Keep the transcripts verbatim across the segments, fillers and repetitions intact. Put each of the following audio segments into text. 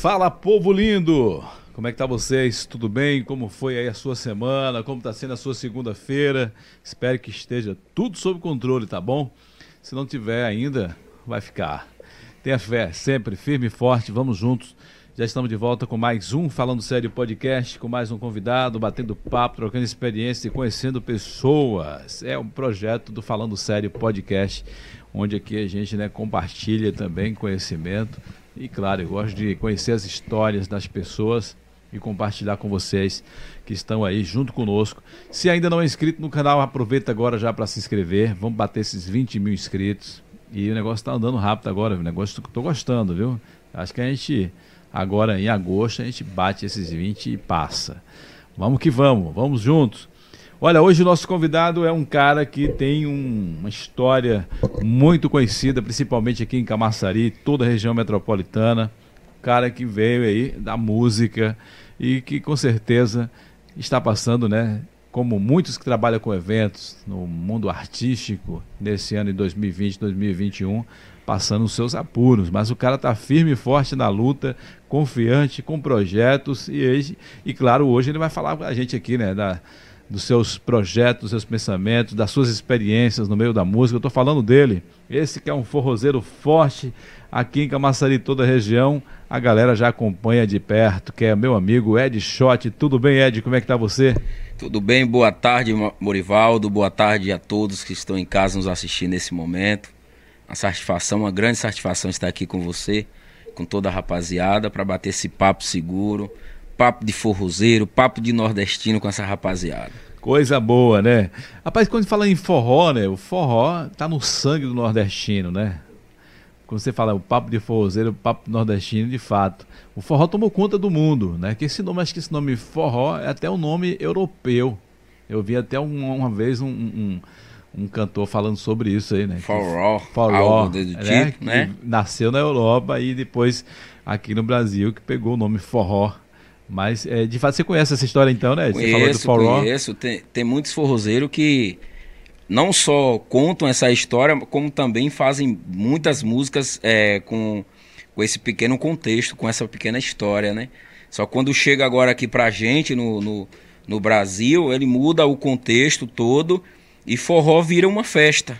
Fala, povo lindo! Como é que tá vocês? Tudo bem? Como foi aí a sua semana? Como tá sendo a sua segunda-feira? Espero que esteja tudo sob controle, tá bom? Se não tiver ainda, vai ficar. Tenha fé, sempre firme e forte, vamos juntos. Já estamos de volta com mais um Falando Sério Podcast, com mais um convidado, batendo papo, trocando experiência e conhecendo pessoas. É um projeto do Falando Sério Podcast, onde aqui a gente, né, compartilha também conhecimento. E claro, eu gosto de conhecer as histórias das pessoas e compartilhar com vocês que estão aí junto conosco. Se ainda não é inscrito no canal, aproveita agora já para se inscrever. Vamos bater esses vinte mil inscritos. E o negócio está andando rápido agora, o negócio que eu tô gostando, viu? Acho que a gente, agora em agosto, a gente bate esses vinte e passa. Vamos que vamos, vamos juntos. Olha, hoje o nosso convidado é um cara que tem um, uma história muito conhecida, principalmente aqui em Camaçari, toda a região metropolitana. Um cara que veio aí da música e que com certeza está passando, né, como muitos que trabalham com eventos no mundo artístico, nesse ano de dois mil e vinte, dois mil e vinte e um, passando os seus apuros. Mas o cara está firme e forte na luta, confiante, com projetos. E, e claro, hoje ele vai falar com a gente aqui, né, da... dos seus projetos, dos seus pensamentos, das suas experiências no meio da música. Eu estou falando dele, esse que é um forrozeiro forte aqui em Camaçari, toda a região. A galera já acompanha de perto, que é meu amigo Ed Shot. Tudo bem, Ed? Como é que tá você? Tudo bem, boa tarde, Morivaldo. Boa tarde a todos que estão em casa nos assistindo nesse momento. Uma satisfação, uma grande satisfação estar aqui com você, com toda a rapaziada, para bater esse papo seguro, papo de forrozeiro, papo de nordestino com essa rapaziada. Coisa boa, né? Rapaz, quando fala em forró, né? O forró tá no sangue do nordestino, né? Quando você fala o papo de forrozeiro, o papo nordestino, de fato. O forró tomou conta do mundo, né? Que esse nome, acho que esse nome forró é até um nome europeu. Eu vi até um, uma vez um, um, um cantor falando sobre isso aí, né? Forró, forró, algo do né? tipo, né? Nasceu na Europa e depois aqui no Brasil que pegou o nome forró. Mas, é, de fato, você conhece essa história então, né? Você conheço, falou do forró. Conheço. Tem, tem muitos forrozeiros que não só contam essa história, como também fazem muitas músicas é, com, com esse pequeno contexto, com essa pequena história, né? Só quando chega agora aqui pra gente, no, no, no Brasil, ele muda o contexto todo e forró vira uma festa.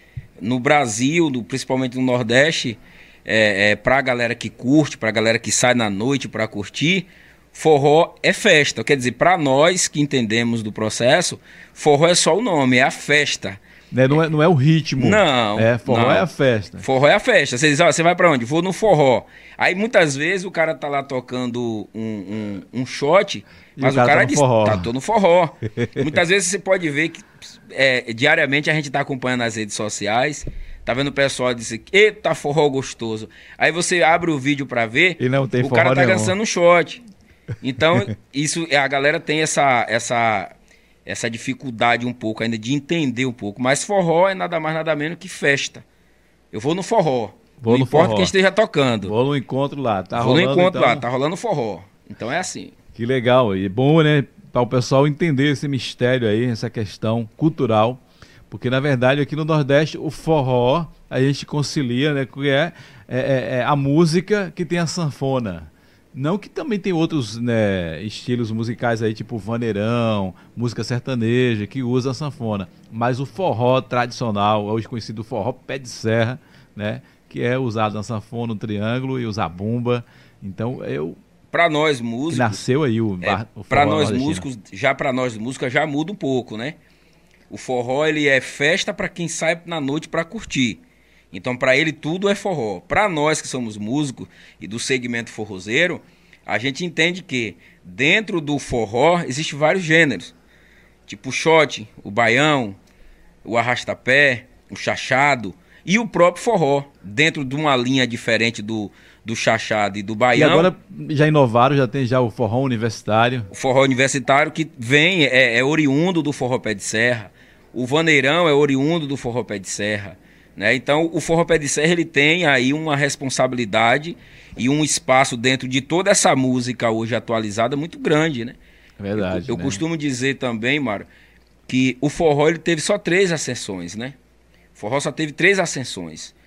No Brasil, no, principalmente no Nordeste, é, é, pra galera que curte, pra galera que sai na noite pra curtir, forró é festa. Quer dizer, para nós que entendemos do processo, forró é só o nome, é a festa. Né? Não, é, não é o ritmo. Não. É, forró não. é a festa. Forró é a festa. Você diz, ó, você vai para onde? Vou no forró. Aí muitas vezes o cara tá lá tocando um, um, um shot, mas o cara, o cara tá diz, forró. tá todo no forró. Muitas vezes você pode ver que é, diariamente a gente tá acompanhando nas redes sociais, tá vendo o pessoal dizer, eita, forró gostoso. Aí você abre o vídeo para ver, e não tem o forró cara tá nenhum. dançando um shot. Então, isso, a galera tem essa, essa, essa dificuldade um pouco ainda de entender um pouco. Mas forró é nada mais, nada menos que festa. Eu vou no forró. Vou não no importa forró. quem esteja tocando. Vou no encontro lá. Tá vou rolando, no encontro então... lá, tá rolando forró. Então é assim. Que legal. E bom, né? Para o pessoal entender esse mistério aí, essa questão cultural. Porque, na verdade, aqui no Nordeste, o forró, a gente concilia, né? Que é, é, é a música que tem a sanfona. Não que também tem outros, né, estilos musicais aí, tipo vaneirão, música sertaneja, que usa a sanfona. Mas o forró tradicional, hoje conhecido forró pé de serra, né, que é usado na sanfona, no triângulo e usa a bumba. Então, eu... Para nós músicos... nasceu aí o, é, o forró Para nós nordestino. músicos, já para nós músicos, já muda um pouco, né? O forró, ele é festa para quem sai na noite para curtir. Então, para ele, tudo é forró. Para nós que somos músicos e do segmento forrozeiro, a gente entende que dentro do forró existem vários gêneros. Tipo o shot, o baião, o arrastapé, o chachado e o próprio forró. Dentro de uma linha diferente do, do chachado e do baião. E agora já inovaram, já tem já o forró universitário. O forró universitário que vem, é, é oriundo do forró pé de serra. O vaneirão é oriundo do forró pé de serra. Né? Então, o forró pé de serra, ele tem aí uma responsabilidade e um espaço dentro de toda essa música hoje atualizada muito grande, né? Verdade. Eu, eu né? costumo dizer também, Mário, que o forró ele teve só três ascensões, né? O forró só teve três ascensões.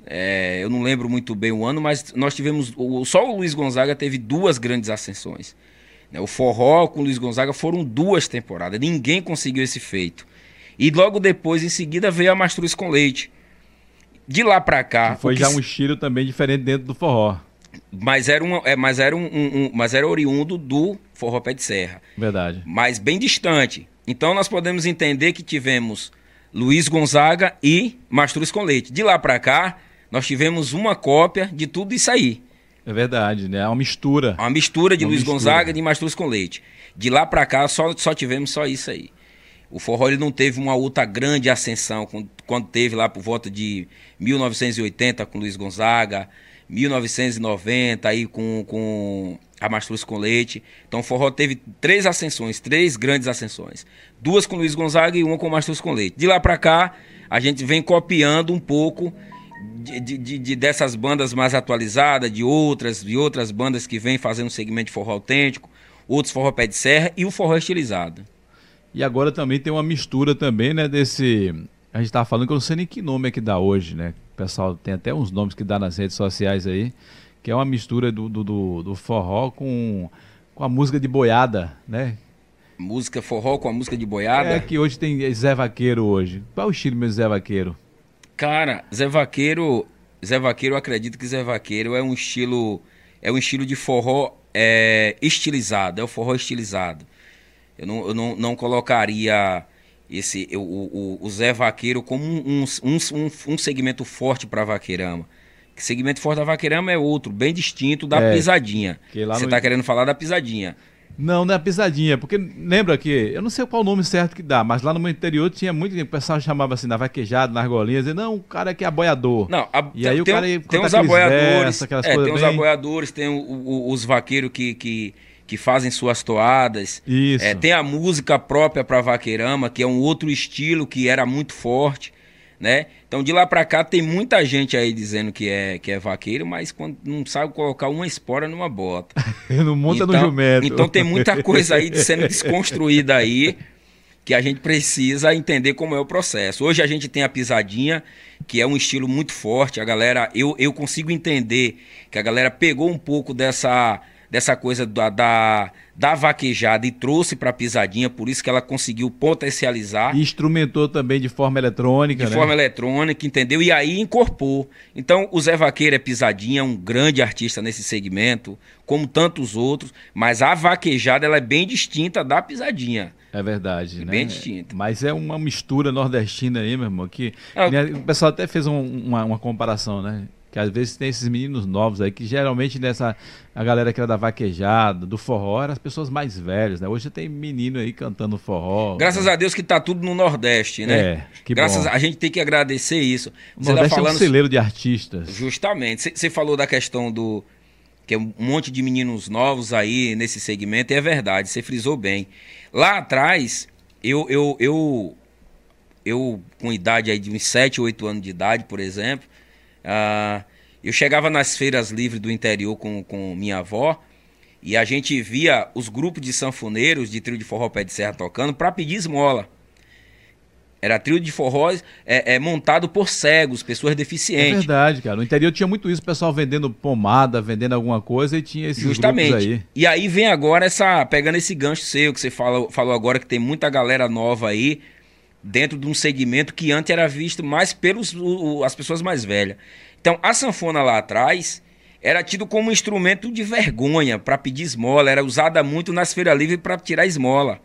É, eu não lembro muito bem o ano, mas nós tivemos... O, só o Luiz Gonzaga teve duas grandes ascensões. Né? O forró com o Luiz Gonzaga foram duas temporadas. Ninguém conseguiu esse feito. E logo depois, em seguida, veio a Mastruz com Leite. De lá pra cá... Que foi que já um estilo também diferente dentro do forró. Mas era, uma, é, mas, era um, um, um, mas era oriundo do forró pé de serra. Verdade. Mas bem distante. Então nós podemos entender que tivemos Luiz Gonzaga e Mastruz com Leite. De lá pra cá, nós tivemos uma cópia de tudo isso aí. É verdade, né? É uma mistura. Uma mistura de uma Luiz mistura. Gonzaga e de Mastruz com Leite. De lá pra cá, só, só tivemos só isso aí. O forró ele não teve uma outra grande ascensão, quando, quando teve lá por volta de mil novecentos e oitenta com Luiz Gonzaga, mil novecentos e noventa aí com, com a Mastruz com Leite. Então o forró teve três ascensões, três grandes ascensões. Duas com Luiz Gonzaga e uma com Mastruz com Leite. De lá pra cá, a gente vem copiando um pouco de, de, de, dessas bandas mais atualizadas, de outras, de outras bandas que vêm fazendo um segmento de forró autêntico, outros forró pé de serra e o forró estilizado. E agora também tem uma mistura também, né, desse... A gente estava falando que eu não sei nem que nome é que dá hoje, né? O pessoal tem até uns nomes que dá nas redes sociais aí, que é uma mistura do, do, do, do forró com, com a música de boiada, né? Música forró com a música de boiada? É que hoje tem Zé Vaqueiro hoje. Qual é o estilo mesmo Zé Vaqueiro? Cara, Zé Vaqueiro... Zé Vaqueiro, eu acredito que Zé Vaqueiro é um estilo... É um estilo de forró é, estilizado, é o forró estilizado. Eu não, eu não, não colocaria esse, o, o, o Zé Vaqueiro como um, um, um, um segmento forte para a vaqueirama. O segmento forte da vaqueirama é outro, bem distinto da é, pisadinha. Você está no... querendo falar da pisadinha. Não, não é a pisadinha, porque lembra que, eu não sei qual o nome certo que dá, mas lá no meu interior tinha muito, o pessoal chamava assim, na vaquejada, na argolinha, dizia, não, o cara aqui é aboiador. Não, a, e aí tem, o cara tem, tem os aboiadores, versos, é, tem os bem... aboiadores, tem o, o, os vaqueiros que... que... que fazem suas toadas. Isso. É, tem a música própria para vaqueirama, que é um outro estilo que era muito forte, né? Então de lá para cá tem muita gente aí dizendo que é, que é vaqueiro, mas quando não sabe colocar uma espora numa bota. Não monta então, no jumento. Então tem muita coisa aí sendo desconstruída aí, que a gente precisa entender como é o processo. Hoje a gente tem a pisadinha, que é um estilo muito forte. A galera, eu, eu consigo entender que a galera pegou um pouco dessa... dessa coisa da, da, da vaquejada e trouxe para a pisadinha, por isso que ela conseguiu potencializar. E instrumentou também de forma eletrônica, De né? forma eletrônica, entendeu? E aí incorporou. Então o Zé Vaqueiro é pisadinha, é um grande artista nesse segmento, como tantos outros, mas a vaquejada ela é bem distinta da pisadinha. É verdade, é né? Bem distinta. Mas é uma mistura nordestina aí, meu irmão, que Ah, o pessoal até fez um, uma, uma comparação, né? Que às vezes tem esses meninos novos aí, que geralmente nessa, a galera que era da vaquejada, do forró, eram as pessoas mais velhas, né? Hoje tem menino aí cantando forró. Graças né? a Deus que tá tudo no Nordeste, né? É, que Graças bom. A, a gente tem que agradecer isso. O Nordeste tá falando... é um celeiro de artistas. Justamente. Você falou da questão do... que é um monte de meninos novos aí nesse segmento, e é verdade, você frisou bem. Lá atrás, eu, eu, eu, eu com idade aí de uns sete, oito anos de idade, por exemplo... Uh, eu chegava nas feiras livres do interior com, com minha avó e a gente via os grupos de sanfoneiros de trio de forró pé de serra tocando para pedir esmola. Era trio de forró é, é, montado por cegos, pessoas deficientes. É verdade, cara. No interior tinha muito isso, o pessoal vendendo pomada, vendendo alguma coisa e tinha esses Justamente. grupos aí. E aí vem agora essa, pegando esse gancho seu que você fala, falou agora, que tem muita galera nova aí dentro de um segmento que antes era visto mais pelos o, as pessoas mais velhas. Então, a sanfona lá atrás era tido como um instrumento de vergonha para pedir esmola, era usada muito nas feiras livres para tirar esmola.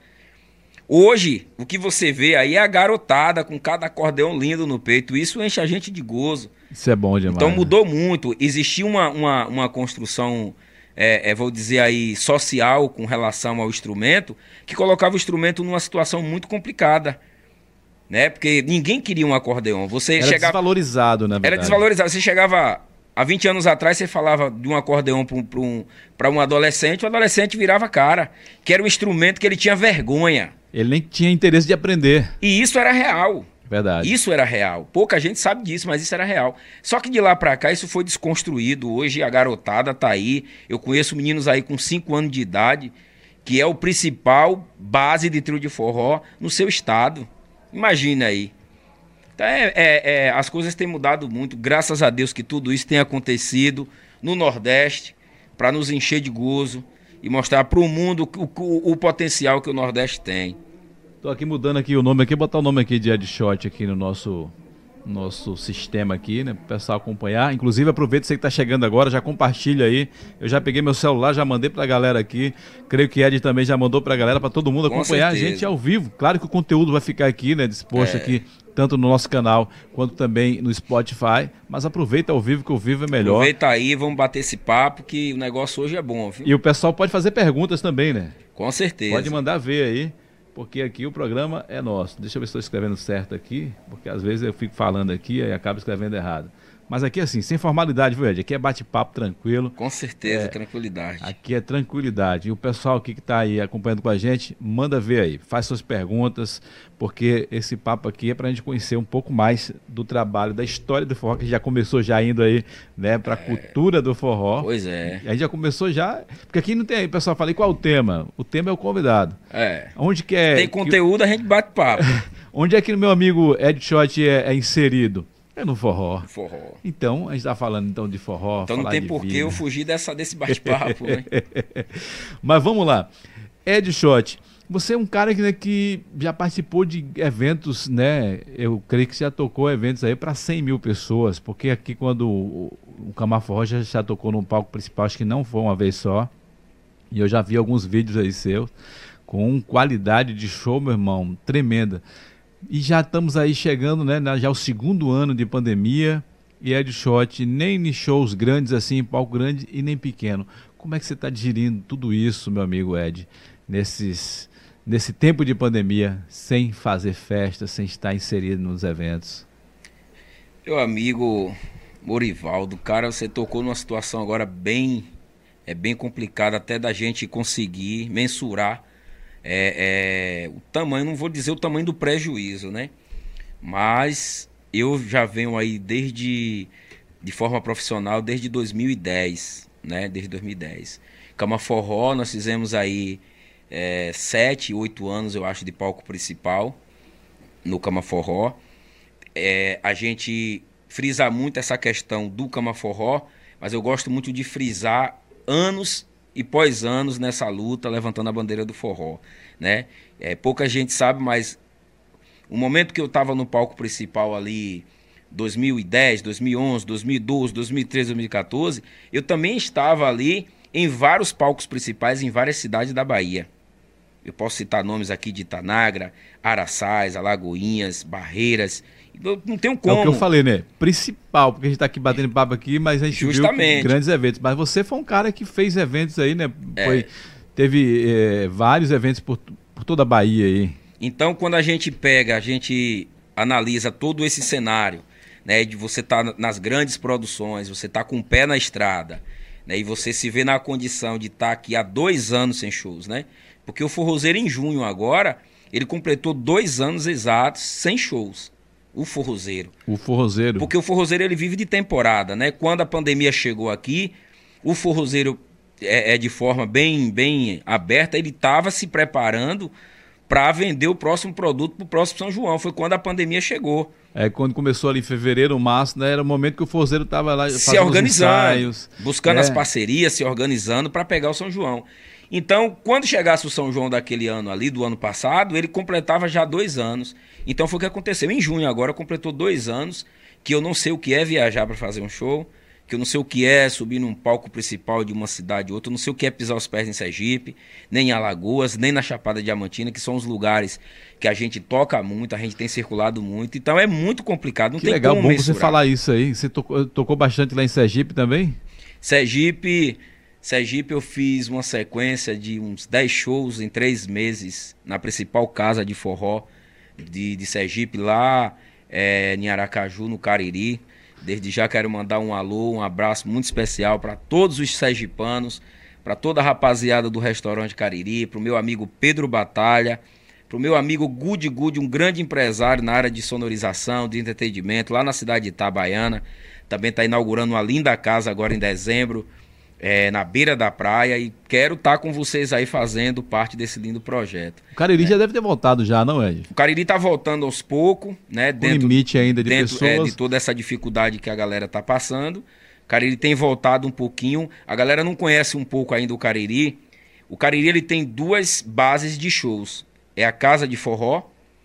Hoje, o que você vê aí é a garotada com cada acordeão lindo no peito, isso enche a gente de gozo. Isso é bom demais. Então mudou muito, existia uma, uma, uma construção, é, é, vou dizer aí, social com relação ao instrumento, que colocava o instrumento numa situação muito complicada. Né? Porque ninguém queria um acordeão. Você era chegava... desvalorizado, na verdade. Era desvalorizado. Você chegava... Há vinte anos atrás, você falava de um acordeão para um, um, um adolescente, o adolescente virava cara. Que era um instrumento que ele tinha vergonha. Ele nem tinha interesse de aprender. E isso era real. Verdade. Isso era real. Pouca gente sabe disso, mas isso era real. Só que de lá para cá, isso foi desconstruído. Hoje a garotada tá aí. Eu conheço meninos aí com cinco anos de idade, que é o principal base de trio de forró no seu estado. Imagina aí. Então, é, é, é, as coisas têm mudado muito, graças a Deus que tudo isso tem acontecido no Nordeste, para nos encher de gozo e mostrar para o mundo o, o, o potencial que o Nordeste tem. Estou aqui mudando aqui o nome aqui, botar o nome aqui de Ed Shot aqui no nosso, nosso sistema aqui, né, para o pessoal acompanhar. Inclusive, aproveita você que está chegando agora, já compartilha aí. Eu já peguei meu celular, já mandei para a galera aqui. Creio que Ed também já mandou para a galera, para todo mundo acompanhar a gente ao vivo. Claro que o conteúdo vai ficar aqui, né, disposto é. aqui, tanto no nosso canal quanto também no Spotify. Mas aproveita ao vivo, que o vivo é melhor. Aproveita aí, vamos bater esse papo, que o negócio hoje é bom, viu? E o pessoal pode fazer perguntas também, né? Com certeza. Pode mandar ver aí, porque aqui o programa é nosso. Deixa eu ver se estou escrevendo certo aqui, porque às vezes eu fico falando aqui e acabo escrevendo errado. Mas aqui assim, sem formalidade, viu, Ed? Aqui é bate-papo tranquilo. Com certeza, é, tranquilidade. Aqui é tranquilidade. E o pessoal aqui que está aí acompanhando com a gente, manda ver aí, faz suas perguntas, porque esse papo aqui é para a gente conhecer um pouco mais do trabalho, da história do forró, que já começou já indo aí, né, para a é, cultura do forró. Pois é. A gente já começou já, porque aqui não tem aí, o pessoal fala, e qual é o tema? O tema é o convidado. É. Onde que é... Tem conteúdo, que... a gente bate papo. Onde é que o meu amigo Ed Shot é, é inserido? É no forró. Forró. Então, a gente está falando então de forró. Então não tem por que eu fugir dessa, desse bate-papo, né? Mas vamos lá. Ed Shot, você é um cara que, né, que já participou de eventos, né? Eu creio que já tocou eventos aí para cem mil pessoas, porque aqui quando o, o Cama Forró já, já tocou no palco principal, acho que não foi uma vez só. E eu já vi alguns vídeos aí seus, com qualidade de show, meu irmão, tremenda. E já estamos aí chegando, né, já o segundo ano de pandemia, e Ed Shot nem em shows grandes assim, em palco grande e nem pequeno. Como é que você está digerindo tudo isso, meu amigo Ed, nesses, nesse tempo de pandemia, sem fazer festa, sem estar inserido nos eventos? Meu amigo Morivaldo, cara, você tocou numa situação agora bem, é bem complicada até da gente conseguir mensurar É, é, o tamanho, não vou dizer o tamanho do prejuízo, né? Mas eu já venho aí desde, de forma profissional, desde dois mil e dez, né? Desde dois mil e dez. Cama Forró, nós fizemos aí é, sete, oito anos, eu acho, de palco principal no Cama Forró. É, a gente frisa muito essa questão do Cama Forró, mas eu gosto muito de frisar anos e pós anos nessa luta, levantando a bandeira do forró, né? É, pouca gente sabe, mas o momento que eu estava no palco principal ali, dois mil e dez, dois mil e onze, dois mil e doze, dois mil e treze, dois mil e quatorze, eu também estava ali em vários palcos principais em várias cidades da Bahia. Eu posso citar nomes aqui de Itanagra, Araçás, Alagoinhas, Barreiras. Eu não tenho como. É o que eu falei, né? Principal, porque a gente tá aqui batendo papo aqui, mas a gente Justamente. viu grandes eventos. Mas você foi um cara que fez eventos aí, né? É. Foi, teve é, vários eventos por, por toda a Bahia aí. Então, quando a gente pega, a gente analisa todo esse cenário, né? De você tá nas grandes produções, você tá com o pé na estrada, né? E você se vê na condição de estar tá aqui há dois anos sem shows, né? Porque o Forrozeiro, em junho agora, ele completou dois anos exatos sem shows. O forrozeiro. O forrozeiro. Porque o forrozeiro ele vive de temporada, né? Quando a pandemia chegou aqui, o forrozeiro é, é de forma bem, bem aberta, ele estava se preparando para vender o próximo produto para o próximo São João. Foi quando a pandemia chegou. É, quando começou ali em fevereiro, março, né? Era o momento que o forrozeiro estava lá se organizando, ensaios, buscando é. as parcerias, se organizando para pegar o São João. Então, quando chegasse o São João daquele ano ali, do ano passado, ele completava já dois anos. Então foi o que aconteceu. Em junho agora completou dois anos, que eu não sei o que é viajar para fazer um show, que eu não sei o que é subir num palco principal de uma cidade ou outra, eu não sei o que é pisar os pés em Sergipe, nem em Alagoas, nem na Chapada Diamantina, que são os lugares que a gente toca muito, a gente tem circulado muito. Então é muito complicado, não que tem legal, como bom mensurar. Você falar isso aí. Você tocou, tocou bastante lá em Sergipe também? Sergipe... Sergipe eu fiz uma sequência de uns dez shows em três meses na principal casa de forró de, de Sergipe, lá é, em Aracaju, no Cariri. Desde já quero mandar um alô, um abraço muito especial para todos os sergipanos, para toda a rapaziada do restaurante Cariri, para o meu amigo Pedro Batalha, para o meu amigo Good Good, um grande empresário na área de sonorização, de entretenimento, lá na cidade de Itabaiana. Também está inaugurando uma linda casa agora em dezembro. é, na beira da praia, e quero estar com vocês aí fazendo parte desse lindo projeto. O Cariri né? já deve ter voltado já, não é? O Cariri está voltando aos poucos, né? Com dentro, limite ainda de dentro, pessoas. É, de toda essa dificuldade que a galera está passando. O Cariri tem voltado um pouquinho. A galera não conhece um pouco ainda o Cariri. O Cariri ele tem duas bases de shows. É a casa de forró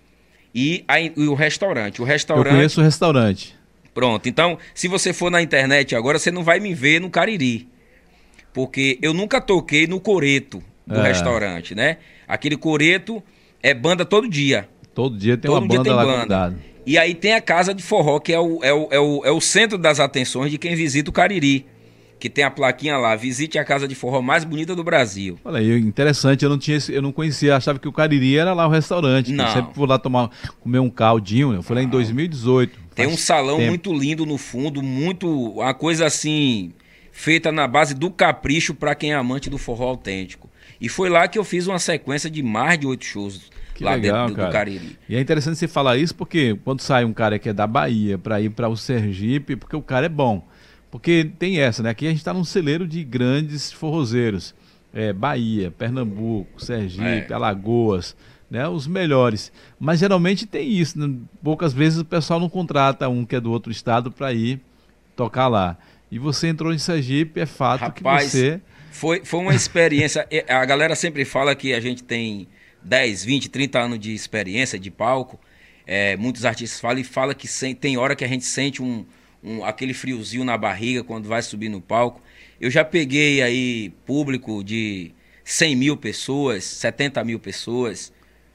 e, a, e o restaurante. O restaurante. Eu conheço o restaurante. Pronto. Então, se você for na internet agora, você não vai me ver no Cariri. Porque eu nunca toquei no coreto do é. restaurante, né? Aquele coreto é banda todo dia. Todo dia tem todo uma banda tem lá convidada. E aí tem a casa de forró, que é o, é, o, é, o, é o centro das atenções de quem visita o Cariri. Que tem a plaquinha lá, visite a casa de forró mais bonita do Brasil. Olha aí, interessante, eu não tinha, eu não conhecia, achava que o Cariri era lá o restaurante. Não. Eu sempre vou lá tomar, comer um caldinho, eu fui lá em dois mil e dezoito. Tem um salão tempo. muito lindo no fundo, muito, uma coisa assim, feita na base do capricho para quem é amante do forró autêntico. E foi lá que eu fiz uma sequência de mais de oito shows que lá legal, dentro do, cara. do Cariri. E é interessante você falar isso porque quando sai um cara que é da Bahia para ir para o Sergipe, porque o cara é bom. Porque tem essa, né? Aqui a gente está num celeiro de grandes forrozeiros. É, Bahia, Pernambuco, Sergipe, é. Alagoas, né? Os melhores. Mas geralmente tem isso, né? Poucas vezes o pessoal não contrata um que é do outro estado para ir tocar lá. E você entrou em Sergipe, é fato Rapaz, que você... Foi, foi uma experiência... A galera sempre fala que a gente tem dez, vinte, trinta anos de experiência de palco. É, muitos artistas falam e falam que sem, tem hora que a gente sente um... Um, aquele friozinho na barriga quando vai subir no palco. Eu já peguei aí público de cem mil pessoas, setenta mil pessoas.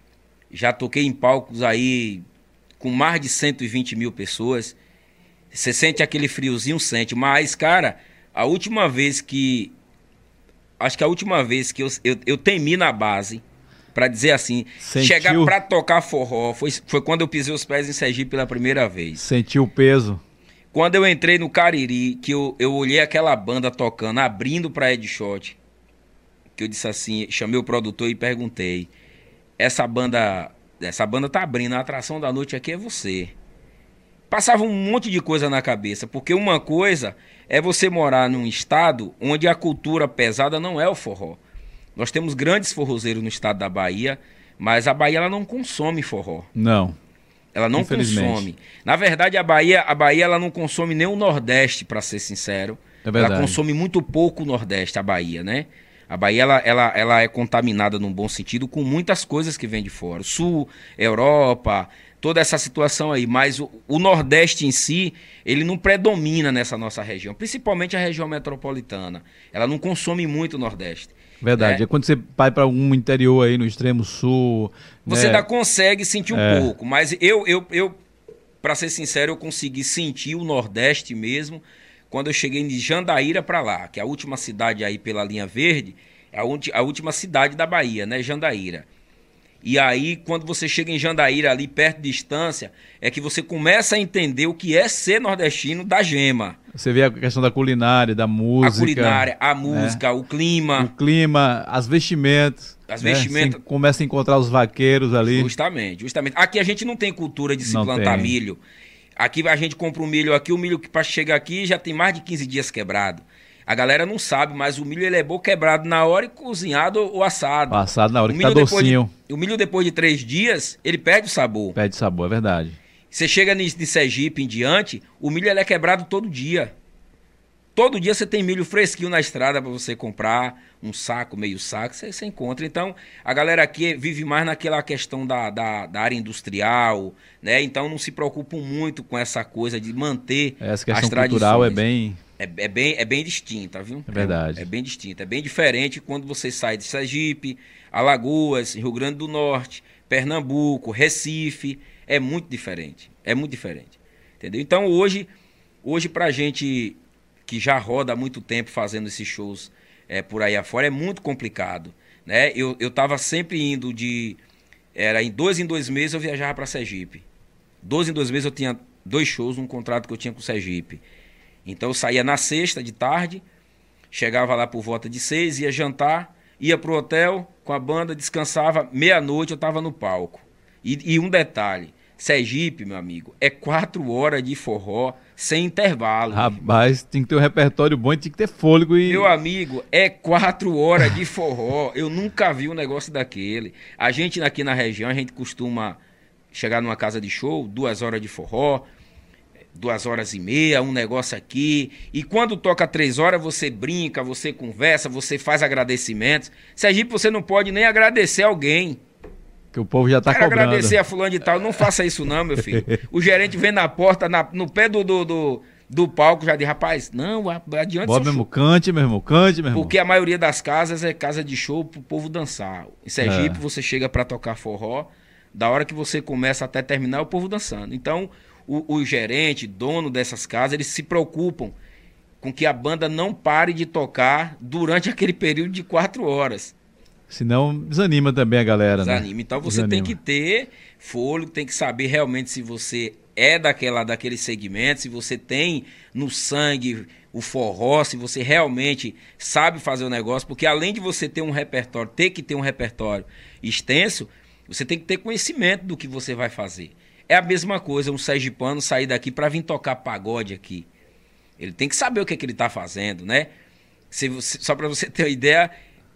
Já toquei em palcos aí com mais de cento e vinte mil pessoas. Você sente aquele friozinho, sente. Mas, cara, a última vez que... Acho que a última vez que eu, eu, eu temi na base, pra dizer assim, Sentiu... chegar pra tocar forró, foi, foi quando eu pisei os pés em Sergipe pela primeira vez. Sentiu o peso? Quando eu entrei no Cariri, que eu, eu olhei aquela banda tocando, abrindo pra Ed Shot, que eu disse assim, chamei o produtor e perguntei, essa banda, essa banda tá abrindo, a atração da noite aqui é você. Passava um monte de coisa na cabeça, porque uma coisa é você morar num estado onde a cultura pesada não é o forró. Nós temos grandes forrozeiros no estado da Bahia, mas a Bahia ela não consome forró. Não. Ela não consome. Na verdade, a Bahia, a Bahia ela não consome nem o Nordeste, para ser sincero. É verdade. Ela consome muito pouco o Nordeste, a Bahia, né? A Bahia ela, ela, ela é contaminada num bom sentido com muitas coisas que vêm de fora. O Sul, Europa, toda essa situação aí. Mas o, o Nordeste em si, ele não predomina nessa nossa região. Principalmente a região metropolitana. Ela não consome muito o Nordeste. Verdade. Né? É quando você vai para algum interior aí no extremo sul. Você né? ainda consegue sentir um é. pouco, mas eu, eu, eu para ser sincero, eu consegui sentir o Nordeste mesmo quando eu cheguei de Jandaíra para lá, que é a última cidade aí pela linha verde, é a, a última cidade da Bahia, né? Jandaíra. E aí, quando você chega em Jandaíra, ali perto de distância, é que você começa a entender o que é ser nordestino da gema. Você vê a questão da culinária, da música. A culinária, a música, né? o clima. O clima, as vestimentas. As né? vestimentas. Você começa a encontrar os vaqueiros ali. Justamente, justamente. Aqui a gente não tem cultura de se não plantar tem. milho. Aqui a gente compra um milho aqui, o milho que para chegar aqui já tem mais de quinze dias quebrado. A galera não sabe, mas o milho ele é bom quebrado na hora e cozinhado ou assado. Assado na hora o que tá docinho. De, o milho depois de três dias, ele perde o sabor. Perde sabor, é verdade. Você chega de Sergipe em diante, o milho ele é quebrado todo dia. Todo dia você tem milho fresquinho na estrada para você comprar, um saco, meio saco, você, você encontra. Então, a galera aqui vive mais naquela questão da, da, da área industrial, né? Então não se preocupam muito com essa coisa de manter essa questão as tradições. Cultural é bem... É, é, bem, é bem distinta, viu? É verdade. É, é bem distinta. É bem diferente quando você sai de Sergipe, Alagoas, Rio Grande do Norte, Pernambuco, Recife. É muito diferente. É muito diferente. Entendeu? Então hoje, hoje pra gente que já roda há muito tempo fazendo esses shows é, por aí afora, é muito complicado. Né? Eu, eu tava sempre indo de... Era em dois em dois meses eu viajava para Sergipe. Dois em dois meses eu tinha dois shows num contrato que eu tinha com o Sergipe. Então eu saía na sexta de tarde, chegava lá por volta de seis, ia jantar, ia pro hotel com a banda, descansava, meia-noite eu estava no palco. E, e um detalhe, Sergipe, meu amigo, é quatro horas de forró sem intervalo. Rapaz, tem que ter um repertório bom e tem que ter fôlego. E... Meu amigo, é quatro horas de forró. Eu nunca vi um negócio daquele. A gente aqui na região, a gente costuma chegar numa casa de show, duas horas de forró, duas horas e meia, um negócio aqui. E quando toca três horas, você brinca, você conversa, você faz agradecimentos. Sergipe, você não pode nem agradecer alguém. Que o povo já tá Quero cobrando. agradecer a fulano de tal. Não faça isso não, meu filho. O gerente vem na porta, na, no pé do, do, do, do palco, já diz, rapaz, não, adiante Bota seu mesmo, show. cante, meu irmão, cante, meu irmão. Porque a maioria das casas é casa de show pro povo dançar. Em Sergipe, É. você chega pra tocar forró, da hora que você começa até terminar, o povo dançando. Então, o, o gerente, dono dessas casas, eles se preocupam com que a banda não pare de tocar durante aquele período de quatro horas. Senão desanima também a galera, Desanima. né? Então você Desanima. tem que ter fôlego, tem que saber realmente se você é daquela, daquele segmento, se você tem no sangue o forró, se você realmente sabe fazer o negócio, porque além de você ter um repertório, ter que ter um repertório extenso, você tem que ter conhecimento do que você vai fazer. É a mesma coisa um sergipano sair daqui para vir tocar pagode aqui. Ele tem que saber o que, é que ele está fazendo, né? Se você, só para você ter uma ideia...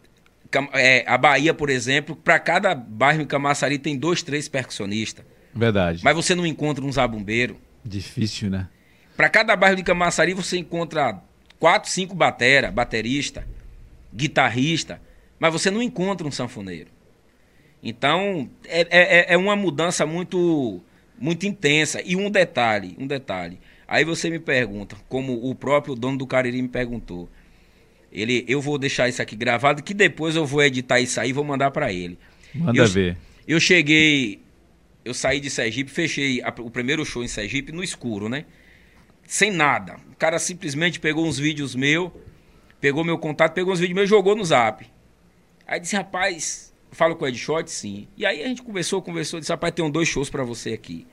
É, a Bahia, por exemplo, para cada bairro em Camaçari tem dois, três percussionistas. Verdade. Mas você não encontra um zabumbeiro. Difícil, né? Para cada bairro de Camaçari você encontra quatro, cinco batera, baterista, guitarrista, mas você não encontra um sanfoneiro. Então, é, é, é uma mudança muito, muito intensa. E um detalhe, um detalhe. Aí você me pergunta, como o próprio dono do Cariri me perguntou. Ele, eu vou deixar isso aqui gravado, que depois eu vou editar isso aí e vou mandar para ele. Manda eu, ver. Eu cheguei, eu saí de Sergipe, fechei a, o primeiro show em Sergipe no escuro, né? Sem nada. O cara simplesmente pegou uns vídeos meus, pegou meu contato, pegou uns vídeos meus e jogou no Zap. Aí disse, rapaz, eu falo com o Ed Shot, sim. E aí a gente conversou, conversou, disse, rapaz, tem dois shows para você aqui.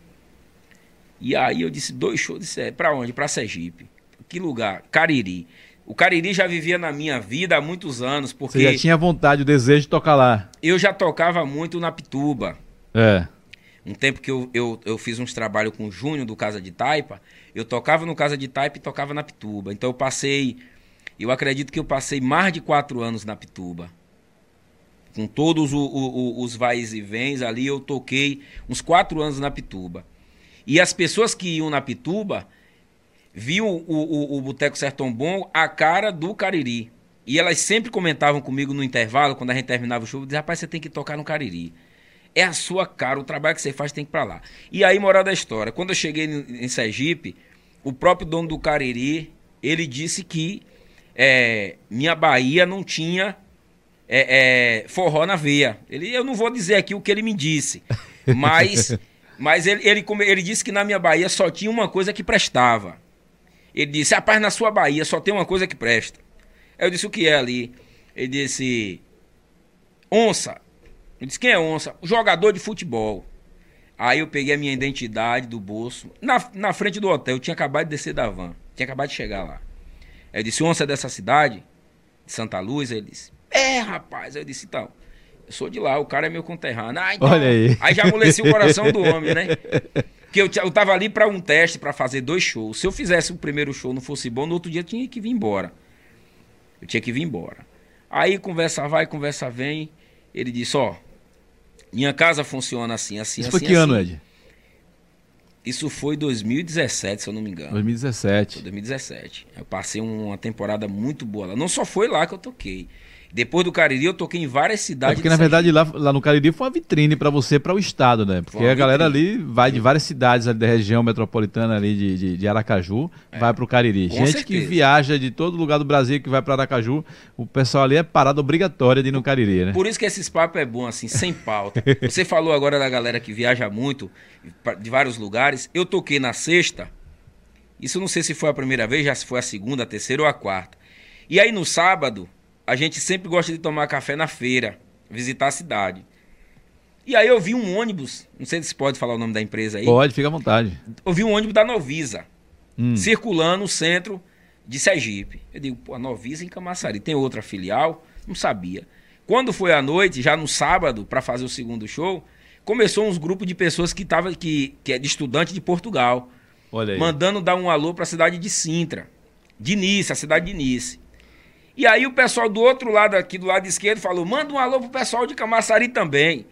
E aí eu disse, dois shows, disse, é, pra onde? Pra Sergipe. Que lugar? Cariri. O Cariri já vivia na minha vida há muitos anos, porque... Você já tinha vontade, o desejo de tocar lá. Eu já tocava muito na Pituba. É. Um tempo que eu, eu, eu fiz uns trabalhos com o Júnior do Casa de Taipa, eu tocava no Casa de Taipa e tocava na Pituba. Então eu passei, eu acredito que eu passei mais de quatro anos na Pituba. Com todos o, o, os vais e vens ali, eu toquei uns quatro anos na Pituba. E as pessoas que iam na Pituba... viu o, o, o Boteco Sertão Bom a cara do Cariri. E elas sempre comentavam comigo no intervalo, quando a gente terminava o show, diziam, rapaz, você tem que tocar no Cariri. É a sua cara, o trabalho que você faz tem que ir pra lá. E aí, moral da história, quando eu cheguei em, em Sergipe, o próprio dono do Cariri, ele disse que é, minha Bahia não tinha é, é, forró na veia. Ele, eu não vou dizer aqui o que ele me disse, mas, mas ele, ele, ele disse que na minha Bahia só tinha uma coisa que prestava. Ele disse, rapaz, na sua Bahia só tem uma coisa que presta. Aí eu disse, o que é ali? Ele disse, onça. Eu disse, quem é onça? O jogador de futebol. Aí eu peguei a minha identidade do bolso, na, na frente do hotel, eu tinha acabado de descer da van, tinha acabado de chegar lá. Aí eu disse, onça é dessa cidade? De Santa Luz? Aí ele disse, é, rapaz. Aí eu disse, então, eu sou de lá, o cara é meu conterrâneo. Ah, então, olha aí. Aí já amoleci o coração do homem, né? Porque eu, eu tava ali para um teste, para fazer dois shows. Se eu fizesse o primeiro show não fosse bom, no outro dia eu tinha que vir embora. Eu tinha que vir embora. Aí conversa vai, conversa vem. Ele disse, ó, minha casa funciona assim, assim, Isso assim, foi que assim. ano, Ed? Isso foi dois mil e dezessete, se eu não me engano. dois mil e dezessete. Foi dois mil e dezessete. Eu passei uma temporada muito boa lá. Não só foi lá que eu toquei. Depois do Cariri, eu toquei em várias É cidades. porque, na verdade, lá, lá no Cariri foi uma vitrine para você, para o estado, né? Porque a galera ali vai de várias cidades ali da região metropolitana ali de, de, de Aracaju, é. vai para o Cariri. Com Gente certeza. que viaja de todo lugar do Brasil que vai para Aracaju, o pessoal ali é parada obrigatória de ir no Cariri, né? Por isso que esses papos é bom, assim, sem pauta. Você falou agora da galera que viaja muito, de vários lugares. Eu toquei na sexta, isso não sei se foi a primeira vez, já se foi a segunda, a terceira ou a quarta. E aí no sábado... a gente sempre gosta de tomar café na feira, visitar a cidade. E aí eu vi um ônibus, não sei se pode falar o nome da empresa aí. Pode, fica à vontade. Eu vi um ônibus da Novisa, hum. circulando no centro de Sergipe. Eu digo, pô, a Novisa em Camaçari, tem outra filial? Não sabia. Quando foi à noite, já no sábado, para fazer o segundo show, começou uns grupos de pessoas que tava, que, que é de estudante de Portugal. Olha aí. Mandando dar um alô para a cidade de Sintra, de Nice, a cidade de Nice. E aí o pessoal do outro lado aqui, do lado esquerdo, falou, manda um alô pro pessoal de Camaçari também.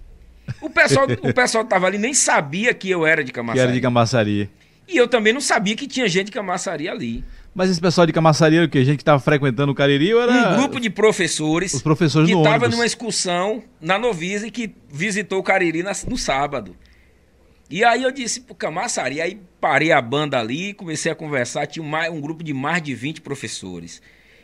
O pessoal, o pessoal tava ali, nem sabia que eu era de Camaçari. Que era de Camaçari. E eu também não sabia que tinha gente de Camaçari ali. Mas esse pessoal de Camaçari era o quê? Gente que tava frequentando o Cariri ou era... Um grupo de professores, os professores que no tava ônibus. numa excursão na Novisa e que visitou o Cariri na, no sábado. E aí eu disse pro Camaçari, aí parei a banda ali, comecei a conversar, tinha mais, um grupo de mais de vinte professores.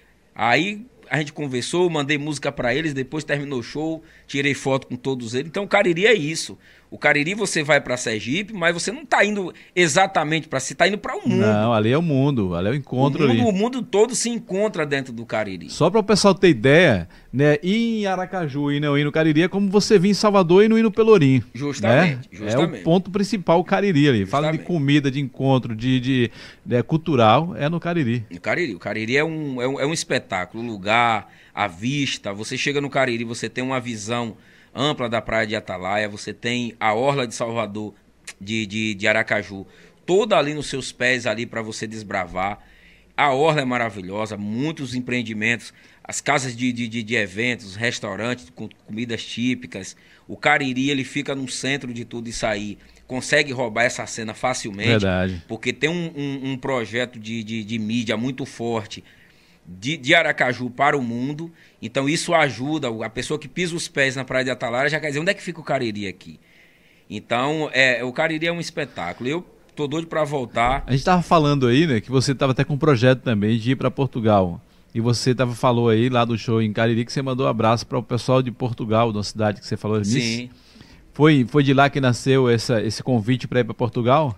Aí a gente conversou, mandei música para eles, depois terminou o show, tirei foto com todos eles. Então o Cariri é isso. O Cariri você vai para Sergipe, mas você não tá indo exatamente para si, tá indo para o mundo. Não, ali é o mundo, ali é o encontro o mundo, ali. O mundo todo se encontra dentro do Cariri. Só para o pessoal ter ideia, né, ir em Aracaju e não ir no Cariri é como você vir em Salvador e não ir no Pelourinho. Justamente, né? justamente. É o ponto principal, o Cariri ali. Fala de Justamente. comida, de encontro, de, de, de cultural, é no Cariri. No Cariri. O Cariri é um, é um, é um espetáculo, o lugar, a vista. Você chega no Cariri, você tem uma visão ampla da praia de Atalaia, você tem a orla de Salvador, de, de, de Aracaju, toda ali nos seus pés ali para você desbravar. A orla é maravilhosa, muitos empreendimentos, as casas de, de, de, de eventos, restaurantes com comidas típicas. O Cariri, ele fica no centro de tudo isso aí. Consegue roubar essa cena facilmente. Verdade. Porque tem um, um, um projeto de, de, de mídia muito forte de, de Aracaju para o mundo. Então isso ajuda, a pessoa que pisa os pés na praia de Atalaia já quer dizer, onde é que fica o Cariri aqui? Então, é, o Cariri é um espetáculo. Eu tô doido para voltar. A gente tava falando aí, né, que você tava até com um projeto também de ir para Portugal. E você tava, falou aí lá do show em Cariri que você mandou um abraço para o pessoal de Portugal, da cidade que você falou nisso. Sim. Foi, foi de lá que nasceu essa, esse convite para ir para Portugal?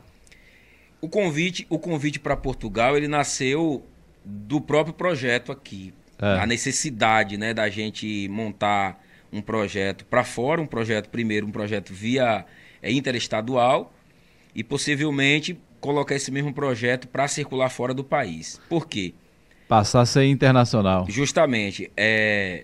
O convite, o convite para Portugal, ele nasceu do próprio projeto aqui. É. A necessidade, né, da gente montar um projeto para fora, um projeto primeiro, um projeto via é, interestadual e possivelmente colocar esse mesmo projeto para circular fora do país. Por quê? Passar a ser internacional. Justamente. É...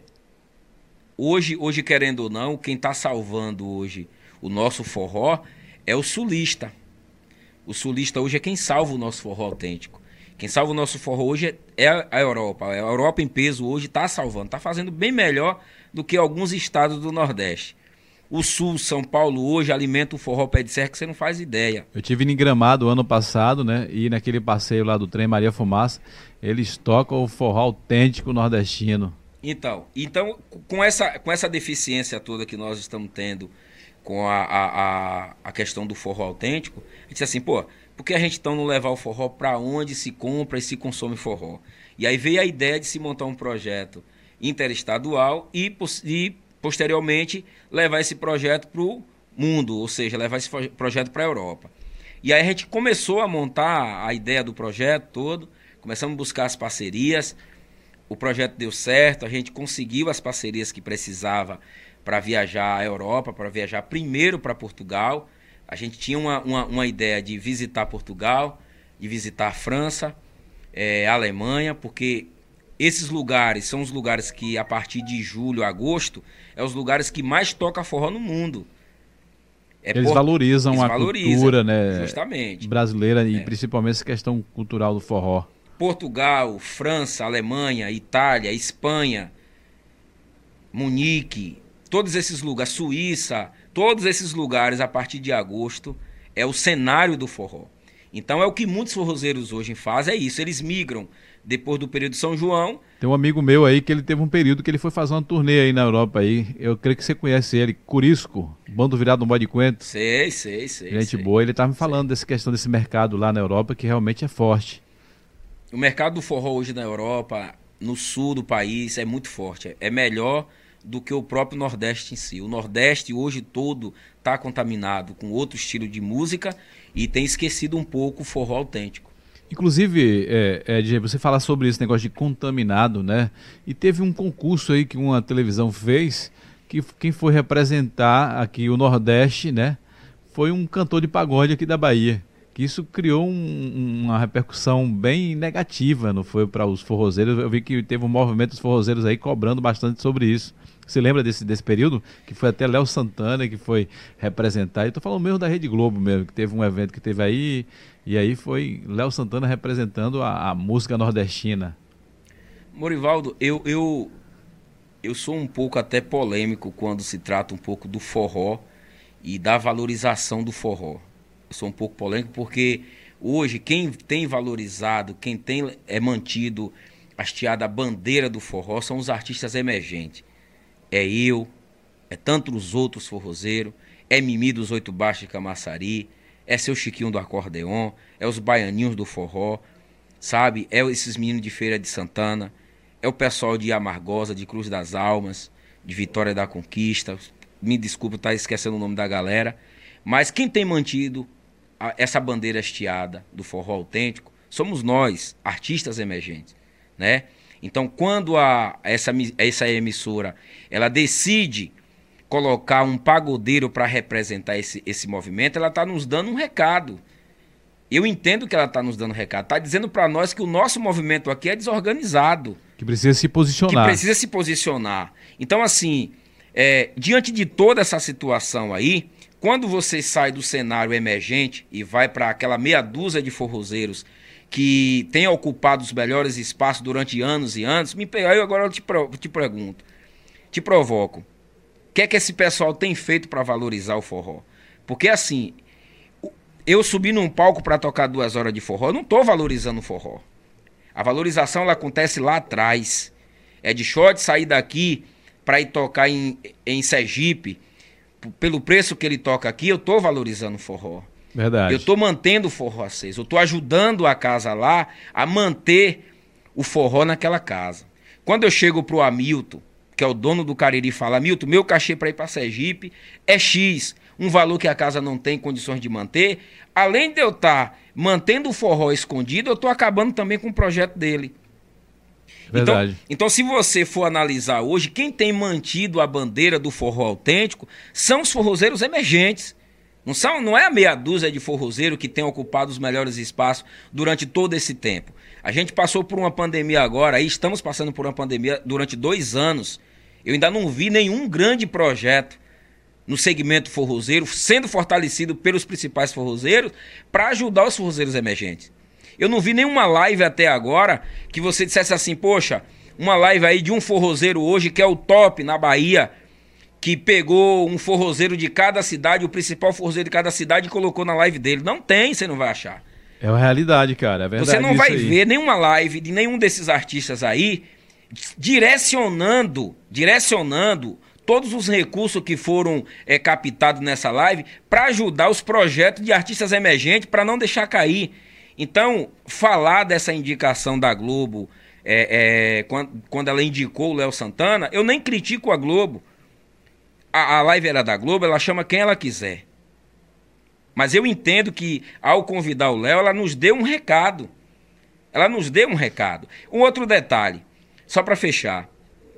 Hoje, hoje, querendo ou não, quem está salvando hoje o nosso forró é o sulista. O sulista hoje é quem salva o nosso forró autêntico. Quem salva o nosso forró hoje é a Europa. A Europa em peso hoje está salvando, está fazendo bem melhor do que alguns estados do Nordeste. O Sul, São Paulo, hoje alimenta o forró pé de serra que você não faz ideia. Eu tive em Gramado ano passado, né? E naquele passeio lá do trem Maria Fumaça, eles tocam o forró autêntico nordestino. Então, então com, essa, com essa deficiência toda que nós estamos tendo com a, a, a, a questão do forró autêntico, a gente disse assim, pô, por que a gente então não levar o forró para onde se compra e se consome forró? E aí veio a ideia de se montar um projeto interestadual e, e posteriormente levar esse projeto para o mundo, ou seja, levar esse projeto para a Europa. E aí a gente começou a montar a ideia do projeto todo, começamos a buscar as parcerias, o projeto deu certo, a gente conseguiu as parcerias que precisava para viajar à Europa, para viajar primeiro para Portugal. A gente tinha uma, uma, uma ideia de visitar Portugal, de visitar a França, é, a Alemanha, porque esses lugares são os lugares que a partir de julho, agosto, é os lugares que mais toca forró no mundo. É eles por... valorizam eles a valorizam, cultura, né, justamente, brasileira e é. principalmente essa questão cultural do forró. Portugal, França, Alemanha, Itália, Espanha, Munique, todos esses lugares, Suíça, todos esses lugares a partir de agosto é o cenário do forró. Então é o que muitos forrozeiros hoje fazem, é isso, eles migram depois do período de São João. Tem um amigo meu aí que ele teve um período que ele foi fazer uma turnê aí na Europa aí, eu creio que você conhece ele, Curisco, bando virado no bode de coentro. Sei, sei, sei. Gente sei. boa, ele estava me falando sei. dessa questão desse mercado lá na Europa que realmente é forte. O mercado do forró hoje na Europa, no sul do país, é muito forte. É melhor do que o próprio Nordeste em si. O Nordeste hoje todo está contaminado com outro estilo de música e tem esquecido um pouco o forró autêntico. Inclusive, é, é, Ed, você fala sobre esse negócio de contaminado, né? E teve um concurso aí que uma televisão fez, que quem foi representar aqui o Nordeste, né? Foi um cantor de pagode aqui da Bahia, que isso criou um, uma repercussão bem negativa, não foi, para os forrozeiros. Eu vi que teve um movimento dos forrozeiros aí cobrando bastante sobre isso. Você lembra desse, desse período? Que foi até Léo Santana que foi representar. Eu tô falando mesmo da Rede Globo mesmo, que teve um evento que teve aí, e aí foi Léo Santana representando a, a música nordestina. Morivaldo, eu, eu, eu sou um pouco até polêmico quando se trata um pouco do forró e da valorização do forró. Eu sou um pouco polêmico porque hoje quem tem valorizado, quem tem é mantido hasteada a bandeira do forró são os artistas emergentes. É eu, é tantos outros forrozeiros, é Mimi dos Oito Baixos de Camaçari, é seu Chiquinho do acordeon, é os baianinhos do forró, sabe? É esses meninos de Feira de Santana, é o pessoal de Amargosa, de Cruz das Almas, de Vitória da Conquista. Me desculpe estar esquecendo o nome da galera, mas quem tem mantido a, essa bandeira hasteada do forró autêntico somos nós, artistas emergentes, né? Então, quando a, essa, essa emissora ela decide colocar um pagodeiro para representar esse, esse movimento, ela está nos dando um recado. Eu entendo que ela está nos dando um recado. Está dizendo para nós que o nosso movimento aqui é desorganizado. Que precisa se posicionar. Que precisa se posicionar. Então, assim, é, diante de toda essa situação aí, quando você sai do cenário emergente e vai para aquela meia dúzia de forrozeiros que tem ocupado os melhores espaços durante anos e anos, me pega, eu agora eu te, pro, te pergunto, te provoco, o que é que esse pessoal tem feito para valorizar o forró? Porque assim, eu subi num palco para tocar duas horas de forró, eu não estou valorizando o forró. A valorização ela acontece lá atrás. É de short sair daqui para ir tocar em, em Sergipe, pelo preço que ele toca aqui, eu estou valorizando o forró. Verdade. Eu estou mantendo o forró aceso. Eu estou ajudando a casa lá a manter o forró naquela casa. Quando eu chego pro Hamilton, que é o dono do Cariri, fala: Hamilton, meu cachê para ir para Sergipe é X, um valor que a casa não tem condições de manter. Além de eu estar tá mantendo o forró escondido, eu estou acabando também com o projeto dele. Verdade. Então, então, se você for analisar hoje, quem tem mantido a bandeira do forró autêntico são os forrozeiros emergentes. Não, são, não é a meia dúzia de forrozeiro que tem ocupado os melhores espaços durante todo esse tempo. A gente passou por uma pandemia agora, aí estamos passando por uma pandemia durante dois anos. Eu ainda não vi nenhum grande projeto no segmento forrozeiro sendo fortalecido pelos principais forrozeiros para ajudar os forrozeiros emergentes. Eu não vi nenhuma live até agora que você dissesse assim: poxa, uma live aí de um forrozeiro hoje que é o top na Bahia, que pegou um forrozeiro de cada cidade, o principal forrozeiro de cada cidade, e colocou na live dele. Não tem, você não vai achar. É uma realidade, cara, é verdade. Você não vai aí. ver nenhuma live de nenhum desses artistas aí direcionando, direcionando todos os recursos que foram é, captados nessa live para ajudar os projetos de artistas emergentes, para não deixar cair. Então, falar dessa indicação da Globo, é, é, quando, quando ela indicou o Léo Santana, eu nem critico a Globo. A, a live era da Globo, ela chama quem ela quiser. Mas eu entendo que, ao convidar o Léo, ela nos deu um recado. Ela nos deu um recado. Um outro detalhe, só para fechar.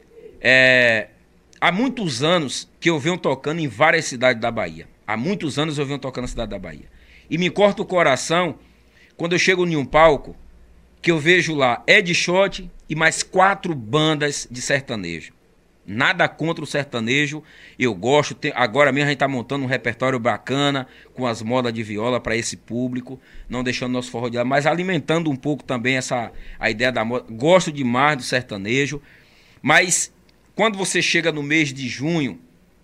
É, há muitos anos que eu venho tocando em várias cidades da Bahia. Há muitos anos eu venho tocando na cidade da Bahia. E me corta o coração quando eu chego em um palco que eu vejo lá Ed Shot e mais quatro bandas de sertanejo. Nada contra o sertanejo, eu gosto. Tem, agora mesmo a gente está montando um repertório bacana com as modas de viola para esse público, não deixando nosso forró de lado, mas alimentando um pouco também essa, a ideia da moda. Gosto demais do sertanejo, mas quando você chega no mês de junho,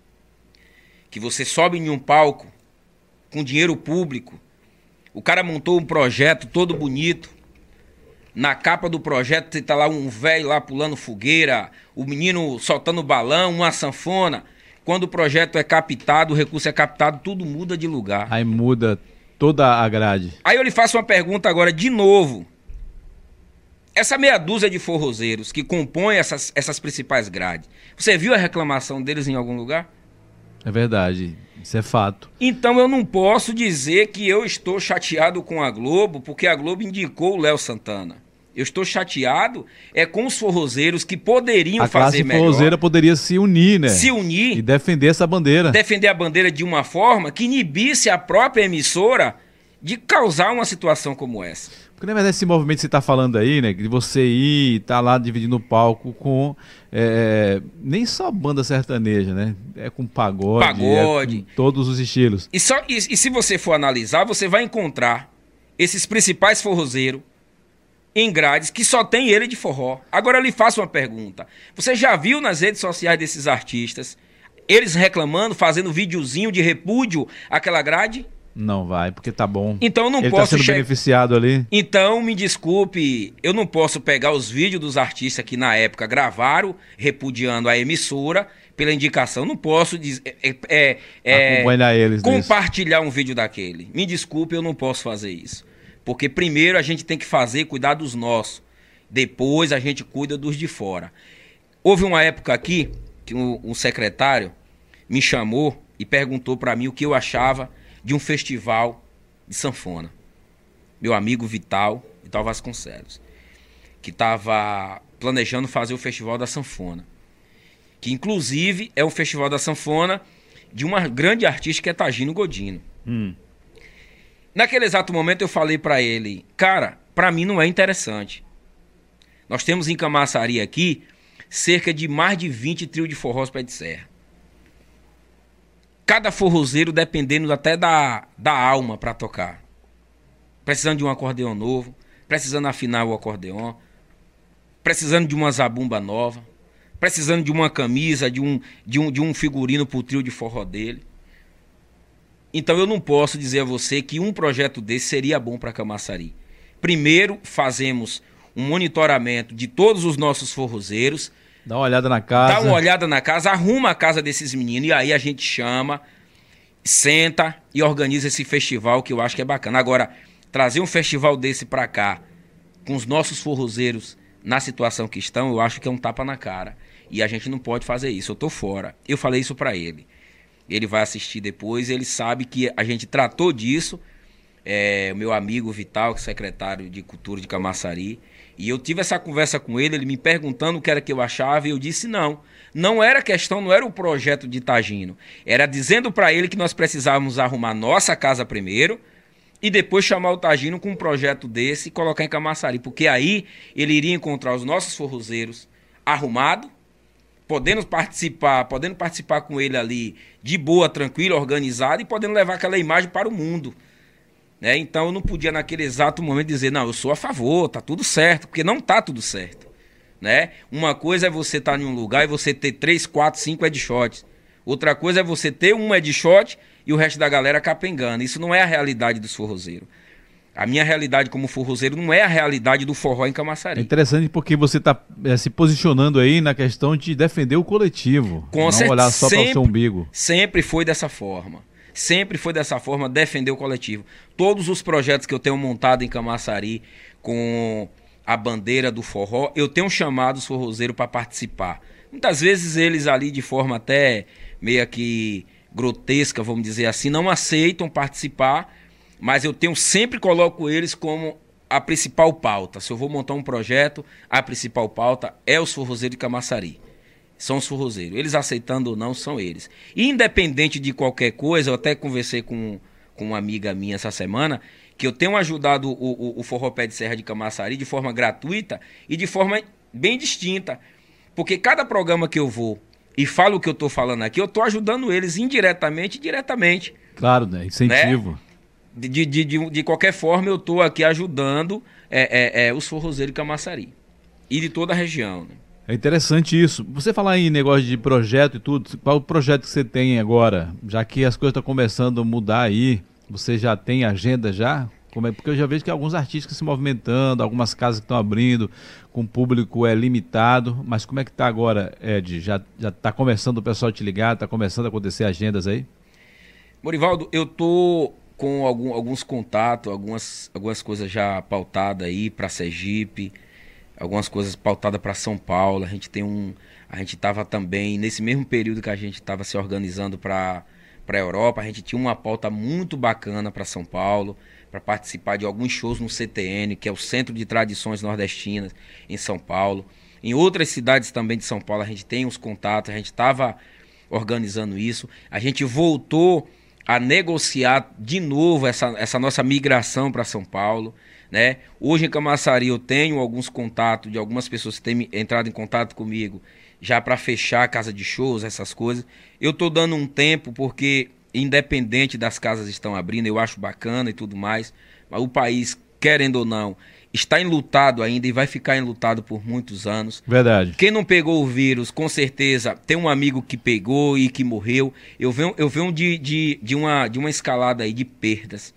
que você sobe em um palco com dinheiro público, o cara montou um projeto todo bonito. Na capa do projeto tá lá um velho lá pulando fogueira, o menino soltando balão, uma sanfona. Quando o projeto é captado, o recurso é captado, tudo muda de lugar. Aí muda toda a grade. Aí eu lhe faço uma pergunta agora de novo. Essa meia dúzia de forrozeiros que compõem essas, essas principais grades, você viu a reclamação deles em algum lugar? É verdade. Isso é fato. Então eu não posso dizer que eu estou chateado com a Globo, porque a Globo indicou o Léo Santana. Eu estou chateado é com os forrozeiros que poderiam fazer melhor. A classe forrozeira poderia se unir, né? Se unir. E defender essa bandeira. Defender a bandeira de uma forma que inibisse a própria emissora de causar uma situação como essa. Porque, na verdade, esse movimento que você está falando aí, né, de você ir e estar tá lá dividindo o palco com é, nem só banda sertaneja, né? É com pagode, pagode. É com todos os estilos. E, só, e, e se você for analisar, você vai encontrar esses principais forrozeiros em grades que só tem ele de forró. Agora eu lhe faço uma pergunta. Você já viu nas redes sociais desses artistas, eles reclamando, fazendo videozinho de repúdio àquela grade? Não vai, porque tá bom. Então eu não ele posso tá sendo che... beneficiado ali. Então, me desculpe, eu não posso pegar os vídeos dos artistas que na época gravaram, repudiando a emissora, pela indicação. Não posso dizer, é, é, é, acompanhar eles compartilhar nisso. Um vídeo daquele. Me desculpe, eu não posso fazer isso. Porque primeiro a gente tem que fazer, cuidar dos nossos. Depois a gente cuida dos de fora. Houve uma época aqui que um, um secretário me chamou e perguntou para mim o que eu achava de um festival de sanfona. Meu amigo Vital, Vital Vasconcelos, que estava planejando fazer o Festival da Sanfona. Que inclusive é o Festival da Sanfona de uma grande artista que é Tagino Godino. Hum. Naquele exato momento eu falei para ele, cara, para mim não é interessante. Nós temos em Camaçari aqui cerca de mais de vinte trios de forrós pé de serra. Cada forrozeiro dependendo até da, da alma para tocar. Precisando de um acordeão novo, precisando afinar o acordeão, precisando de uma zabumba nova, precisando de uma camisa, de um, de um, de um figurino pro trio de forró dele. Então eu não posso dizer a você que um projeto desse seria bom para Camaçari. Primeiro fazemos um monitoramento de todos os nossos forrozeiros. Dá uma olhada na casa. Dá uma olhada na casa, arruma a casa desses meninos e aí a gente chama, senta e organiza esse festival que eu acho que é bacana. Agora, trazer um festival desse pra cá, com os nossos forrozeiros na situação que estão, eu acho que é um tapa na cara. E a gente não pode fazer isso, eu tô fora. Eu falei isso pra ele. Ele vai assistir depois, ele sabe que a gente tratou disso. É, o meu amigo Vital, que é secretário de Cultura de Camaçari, e eu tive essa conversa com ele, ele me perguntando o que era que eu achava, e eu disse não. Não era questão, não era o projeto de Tagino. Era dizendo para ele que nós precisávamos arrumar nossa casa primeiro, e depois chamar o Tagino com um projeto desse e colocar em Camaçari. Porque aí ele iria encontrar os nossos forrozeiros arrumados, podendo participar, podendo participar com ele ali de boa, tranquilo, organizado, e podendo levar aquela imagem para o mundo. Né? Então eu não podia naquele exato momento dizer, não, eu sou a favor, tá tudo certo, porque não tá tudo certo. Né? Uma coisa é você estar tá em um lugar e você ter três, quatro, cinco headshots. Outra coisa é você ter um headshot e o resto da galera capengando. Isso não é a realidade dos forrozeiros. A minha realidade como forrozeiro não é a realidade do forró em Camaçari. É interessante porque você está é, se posicionando aí na questão de defender o coletivo. Com não certeza, olhar só para o seu umbigo. Sempre foi dessa forma. Sempre foi dessa forma, defender o coletivo. Todos os projetos que eu tenho montado em Camaçari com a bandeira do forró, eu tenho chamado os forrozeiros para participar. Muitas vezes eles ali de forma até meio que grotesca, vamos dizer assim, não aceitam participar, mas eu tenho sempre coloco eles como a principal pauta. Se eu vou montar um projeto, a principal pauta é os forrozeiros de Camaçari. São os forrozeiros. Eles aceitando ou não, são eles. E independente de qualquer coisa, eu até conversei com, com uma amiga minha essa semana, que eu tenho ajudado o, o, o Forró Pé de Serra de Camaçari de forma gratuita e de forma bem distinta. Porque cada programa que eu vou e falo o que eu estou falando aqui, eu estou ajudando eles indiretamente e diretamente. Claro, né? Incentivo. Né? De, de, de, de qualquer forma, eu estou aqui ajudando é, é, é, os forrozeiros de Camaçari. E de toda a região, né? É interessante isso. Você falar em negócio de projeto e tudo, qual o projeto que você tem agora? Já que as coisas estão começando a mudar aí, você já tem agenda já? Como é? Porque eu já vejo que alguns artistas se movimentando, algumas casas que estão abrindo, com público é limitado. Mas como é que está agora, Ed? Já já está começando o pessoal te ligar, está começando a acontecer agendas aí? Morivaldo, eu tô com algum, alguns contatos, algumas, algumas coisas já pautadas aí para Sergipe, algumas coisas pautadas para São Paulo. A gente tem um, a gente estava também nesse mesmo período que a gente estava se organizando para para a Europa, a gente tinha uma pauta muito bacana para São Paulo, para participar de alguns shows no C T N, que é o Centro de Tradições Nordestinas em São Paulo. Em outras cidades também de São Paulo a gente tem os contatos, a gente estava organizando isso. A gente voltou a negociar de novo essa, essa nossa migração para São Paulo, né? Hoje em Camaçari eu tenho alguns contatos de algumas pessoas que têm entrado em contato comigo já para fechar a casa de shows, essas coisas. Eu tô dando um tempo porque, independente das casas estão abrindo, eu acho bacana e tudo mais, mas o país, querendo ou não, está enlutado ainda e vai ficar enlutado por muitos anos. Verdade. Quem não pegou o vírus, com certeza, tem um amigo que pegou e que morreu. Eu venho, eu venho de, de, de, uma, de uma escalada aí de perdas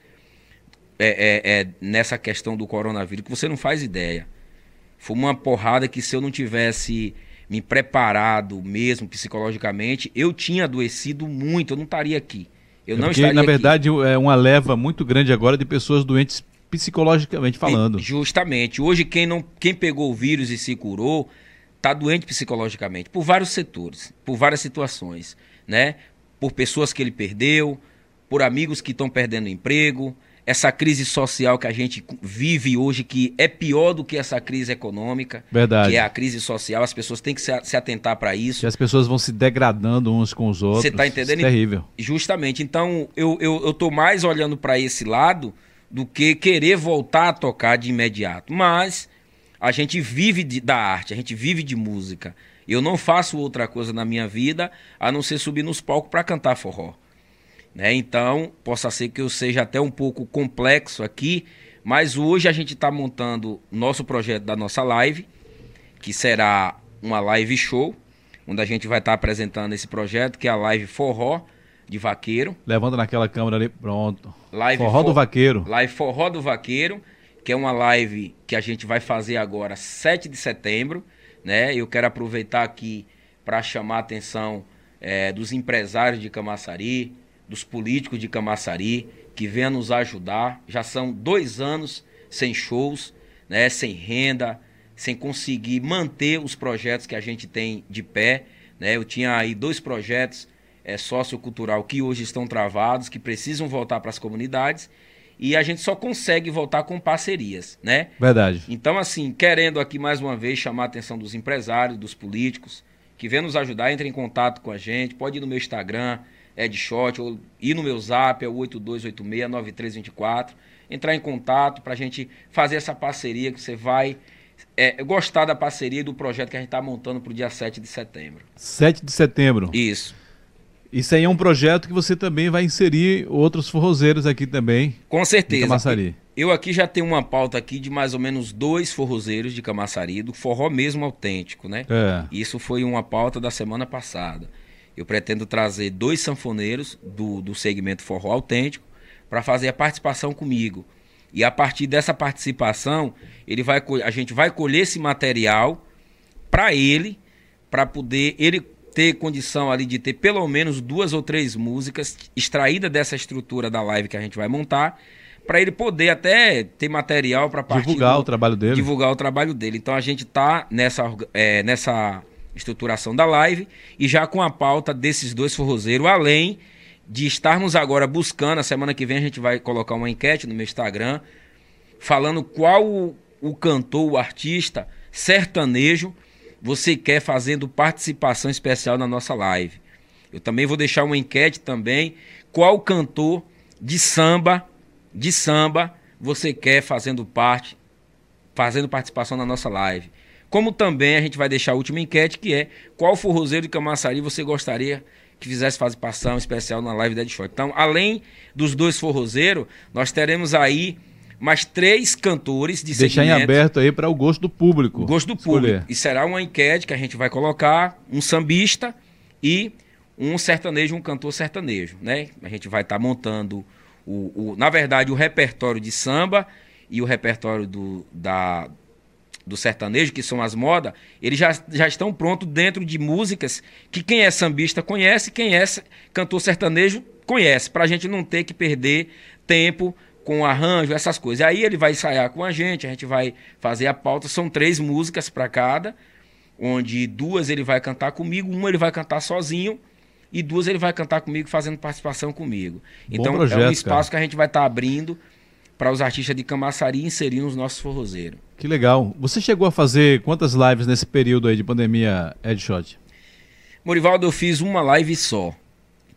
é, é, é, nessa questão do coronavírus, que você não faz ideia. Foi uma porrada que, se eu não tivesse me preparado mesmo psicologicamente, eu tinha adoecido muito, eu não estaria aqui. Eu é não porque, estaria na aqui. verdade, é uma leva muito grande agora de pessoas doentes psicologicamente falando. Justamente. Hoje, quem, não, quem pegou o vírus e se curou, está doente psicologicamente, por vários setores, por várias situações, né? Por pessoas que ele perdeu, por amigos que estão perdendo emprego, essa crise social que a gente vive hoje, que é pior do que essa crise econômica. Verdade. Que é a crise social, as pessoas têm que se, se atentar para isso. E as pessoas vão se degradando uns com os outros. Você está entendendo? Isso é terrível. Justamente. Então, eu, eu, eu tô mais olhando para esse lado do que querer voltar a tocar de imediato. Mas a gente vive de, da arte, a gente vive de música. Eu não faço outra coisa na minha vida a não ser subir nos palcos para cantar forró. Né? Então, possa ser que eu seja até um pouco complexo aqui, mas hoje a gente está montando nosso projeto da nossa live, que será uma live show, onde a gente vai estar tá apresentando esse projeto, que é a live Forró de Vaqueiro. Levando naquela câmera ali, pronto. Live Forró do Vaqueiro. Live Forró do Vaqueiro, que é uma live que a gente vai fazer agora, sete de setembro. Né? Eu quero aproveitar aqui para chamar a atenção é, dos empresários de Camaçari, dos políticos de Camaçari, que venham nos ajudar. Já são dois anos sem shows, né? Sem renda, sem conseguir manter os projetos que a gente tem de pé. Né? Eu tinha aí dois projetos é, sociocultural que hoje estão travados, que precisam voltar para as comunidades, e a gente só consegue voltar com parcerias, né? Verdade. Então, assim, querendo aqui mais uma vez chamar a atenção dos empresários, dos políticos, que venham nos ajudar, entre em contato com a gente, pode ir no meu Instagram, Edshot, ou ir no meu Zap, é o oito dois oito seis nove três dois quatro, entrar em contato para a gente fazer essa parceria, que você vai é, gostar da parceria e do projeto que a gente está montando para o dia sete de setembro. sete de setembro. Isso. Isso aí é um projeto que você também vai inserir outros forrozeiros aqui também. Com certeza. De Camaçari. Eu aqui já tenho uma pauta aqui de mais ou menos dois forrozeiros de Camaçari, do forró mesmo autêntico, né? É. Isso foi uma pauta da semana passada. Eu pretendo trazer dois sanfoneiros do, do segmento forró autêntico para fazer a participação comigo. E a partir dessa participação, ele vai, a gente vai colher esse material para ele, para poder ele ter condição ali de ter pelo menos duas ou três músicas extraídas dessa estrutura da live que a gente vai montar, para ele poder até ter material para divulgar do, o trabalho dele. Divulgar o trabalho dele. Então a gente está nessa, é, nessa estruturação da live e já com a pauta desses dois forrozeiros, além de estarmos agora buscando, a semana que vem a gente vai colocar uma enquete no meu Instagram, falando qual o, o cantor, o artista sertanejo você quer fazendo participação especial na nossa live. Eu também vou deixar uma enquete também, qual cantor de samba, de samba você quer fazendo parte, fazendo participação na nossa live. Como também a gente vai deixar a última enquete, que é qual forrozeiro de Camaçari você gostaria que fizesse participação especial na live da Edshot. Então, além dos dois forrozeiros, nós teremos aí mais três cantores de Deixar em aberto aí para o gosto do público. Gosto do escolher. público. E será uma enquete que a gente vai colocar um sambista e um sertanejo, um cantor sertanejo, né? A gente vai estar tá montando, o, o, na verdade, o repertório de samba e o repertório do, da, do sertanejo, que são as modas, eles já, já estão prontos dentro de músicas que quem é sambista conhece, quem é cantor sertanejo conhece, para a gente não ter que perder tempo com arranjo, essas coisas. Aí ele vai ensaiar com a gente, a gente vai fazer a pauta, são três músicas para cada, onde duas ele vai cantar comigo, uma ele vai cantar sozinho e duas ele vai cantar comigo fazendo participação comigo. Então projeto, é um espaço, cara, que a gente vai estar tá abrindo para os artistas de Camaçari inserir nos nossos forrozeiros. Que legal. Você chegou a fazer quantas lives nesse período aí de pandemia, Edshot? Morivaldo, eu fiz uma live só,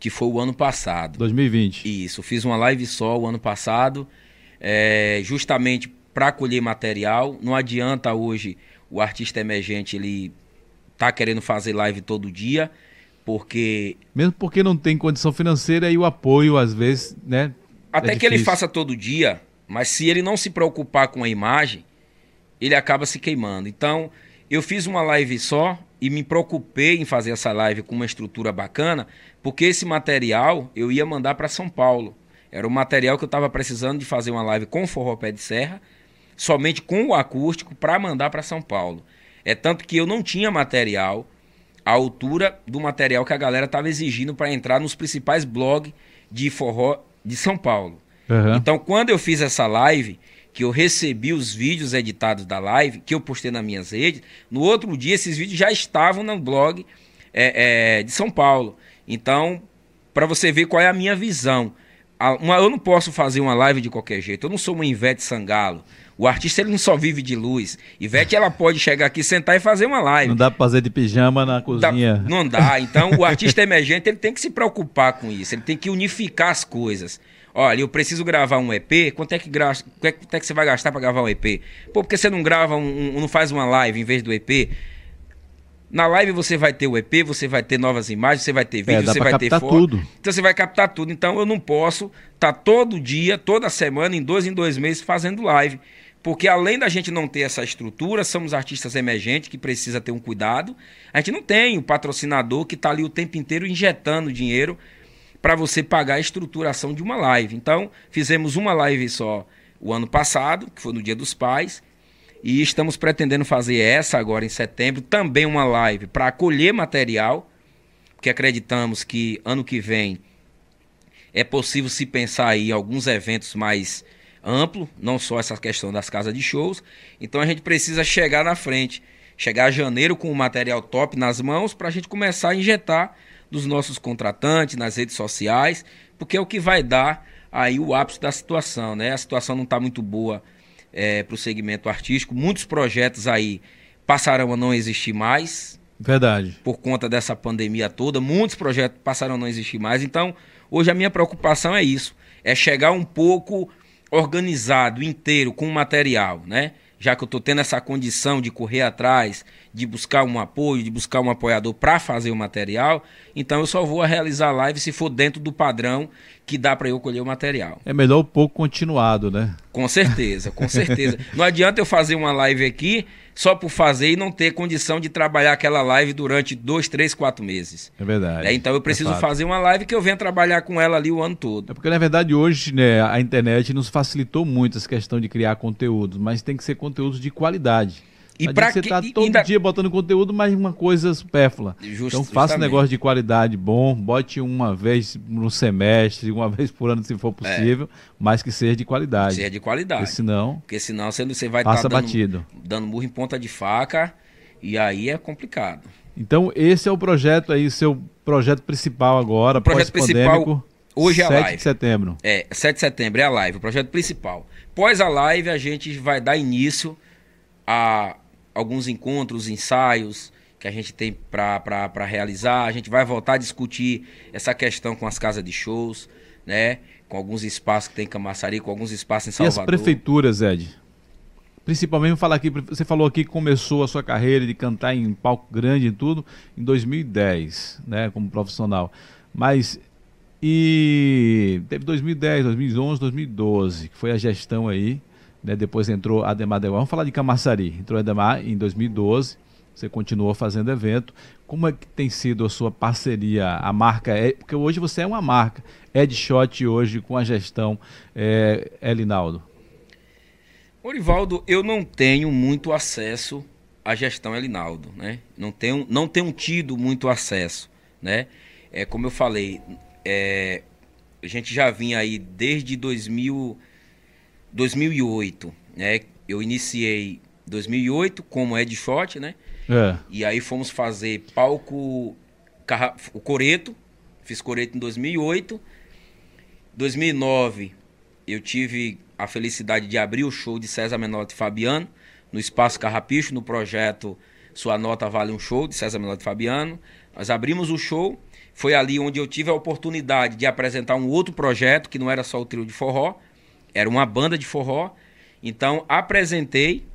que foi o ano passado. dois mil e vinte. Isso, fiz uma live só o ano passado, é, justamente para colher material. Não adianta hoje o artista emergente, ele tá querendo fazer live todo dia, porque... Mesmo porque não tem condição financeira e o apoio, às vezes, né? Até é que ele difícil. faça todo dia, mas se ele não se preocupar com a imagem, ele acaba se queimando. Então, eu fiz uma live só e me preocupei em fazer essa live com uma estrutura bacana, porque esse material eu ia mandar para São Paulo. Era o material que eu estava precisando de fazer uma live com forró pé de serra, somente com o acústico, para mandar para São Paulo. É tanto que eu não tinha material à altura do material que a galera estava exigindo para entrar nos principais blogs de forró de São Paulo. Uhum. Então, quando eu fiz essa live, que eu recebi os vídeos editados da live, que eu postei nas minhas redes, no outro dia esses vídeos já estavam no blog é, é, de São Paulo. Então, para você ver qual é a minha visão. A, uma, eu não posso fazer uma live de qualquer jeito. Eu não sou uma Ivete Sangalo. O artista, ele não só vive de luz. Ivete, ela pode chegar aqui, sentar e fazer uma live. Não dá pra fazer de pijama na cozinha. Dá, não dá. Então, o artista emergente, ele tem que se preocupar com isso. Ele tem que unificar as coisas. Olha, eu preciso gravar um E P, quanto é que, gra... quanto é que você vai gastar para gravar um E P? Pô, por que você não grava, um, um, não faz uma live em vez do E P? Na live você vai ter o E P, você vai ter novas imagens, você vai ter vídeo, é, dá você pra vai ter foto. Tudo. Então você vai captar tudo. Então eu não posso estar tá todo dia, toda semana, em dois em dois meses fazendo live. Porque além da gente não ter essa estrutura, somos artistas emergentes que precisa ter um cuidado. A gente não tem o patrocinador que está ali o tempo inteiro injetando dinheiro para você pagar a estruturação de uma live. Então, fizemos uma live só o ano passado, que foi no Dia dos Pais, e estamos pretendendo fazer essa agora em setembro, também uma live para acolher material, porque acreditamos que ano que vem é possível se pensar aí em alguns eventos mais amplos, não só essa questão das casas de shows. Então, a gente precisa chegar na frente, chegar a janeiro com o material top nas mãos para a gente começar a injetar dos nossos contratantes, nas redes sociais, porque é o que vai dar aí o ápice da situação, né? A situação não está muito boa é, para o segmento artístico. Muitos projetos aí passarão a não existir mais. Verdade. Por conta dessa pandemia toda, muitos projetos passaram a não existir mais. Então, hoje a minha preocupação é isso, é chegar um pouco organizado, inteiro, com o material, né? Já que eu estou tendo essa condição de correr atrás, de buscar um apoio, de buscar um apoiador para fazer o material, então eu só vou realizar a live se for dentro do padrão que dá para eu colher o material. É melhor um pouco continuado, né? Com certeza, com certeza. Não adianta eu fazer uma live aqui só por fazer e não ter condição de trabalhar aquela live durante dois, três, quatro meses. É verdade. É, então eu preciso é fazer uma live que eu venha trabalhar com ela ali o ano todo. É porque, na verdade, hoje, né, a internet nos facilitou muito essa questão de criar conteúdos, mas tem que ser conteúdos de qualidade. E para você que... tá todo ainda... dia botando conteúdo, mas uma coisa supérflua. Just, então faça um negócio de qualidade bom, bote uma vez no semestre, uma vez por ano, se for possível, é. mas que seja de qualidade. Seja de qualidade. Porque senão, porque senão você, você vai estar tá dando, batido. dando murro em ponta de faca, e aí é complicado. Então esse é o projeto aí, seu projeto principal agora, o projeto principal hoje é a live. sete de setembro. É, sete de setembro é a live, o projeto principal. Após a live, a gente vai dar início a alguns encontros, ensaios que a gente tem para realizar. A gente vai voltar a discutir essa questão com as casas de shows, né? Com alguns espaços que tem em Camaçari, com alguns espaços em Salvador. E as prefeituras, Ed? Principalmente, vou falar aqui, você falou aqui que começou a sua carreira de cantar em palco grande e tudo em dois mil e dez, né? Como profissional. Mas, e teve dois mil e dez, dois mil e onze, dois mil e doze, que foi a gestão aí. Né, depois entrou Ademar Del Valle. Vamos falar de Camaçari. Entrou Ademar em dois mil e doze, você continuou fazendo evento. Como é que tem sido a sua parceria, a marca? É, porque hoje você é uma marca. Ed Shot hoje com a gestão é, Elinaldo. Orivaldo, eu não tenho muito acesso à gestão Elinaldo, né? Não tenho, não tenho tido muito acesso, né? É, como eu falei, é, a gente já vinha aí desde dois mil e oito, né? Eu iniciei em dois mil e oito como Ed Shot, né? É. E aí fomos fazer palco, carra... o Coreto, fiz Coreto em dois mil e oito. dois mil e nove eu tive a felicidade de abrir o show de César Menotti e Fabiano no Espaço Carrapicho, no projeto Sua Nota Vale um Show, de César Menotti e Fabiano. Nós abrimos o show, Foi ali onde eu tive a oportunidade de apresentar um outro projeto, que não era só o trio de forró, era uma banda de forró. Então, apresentei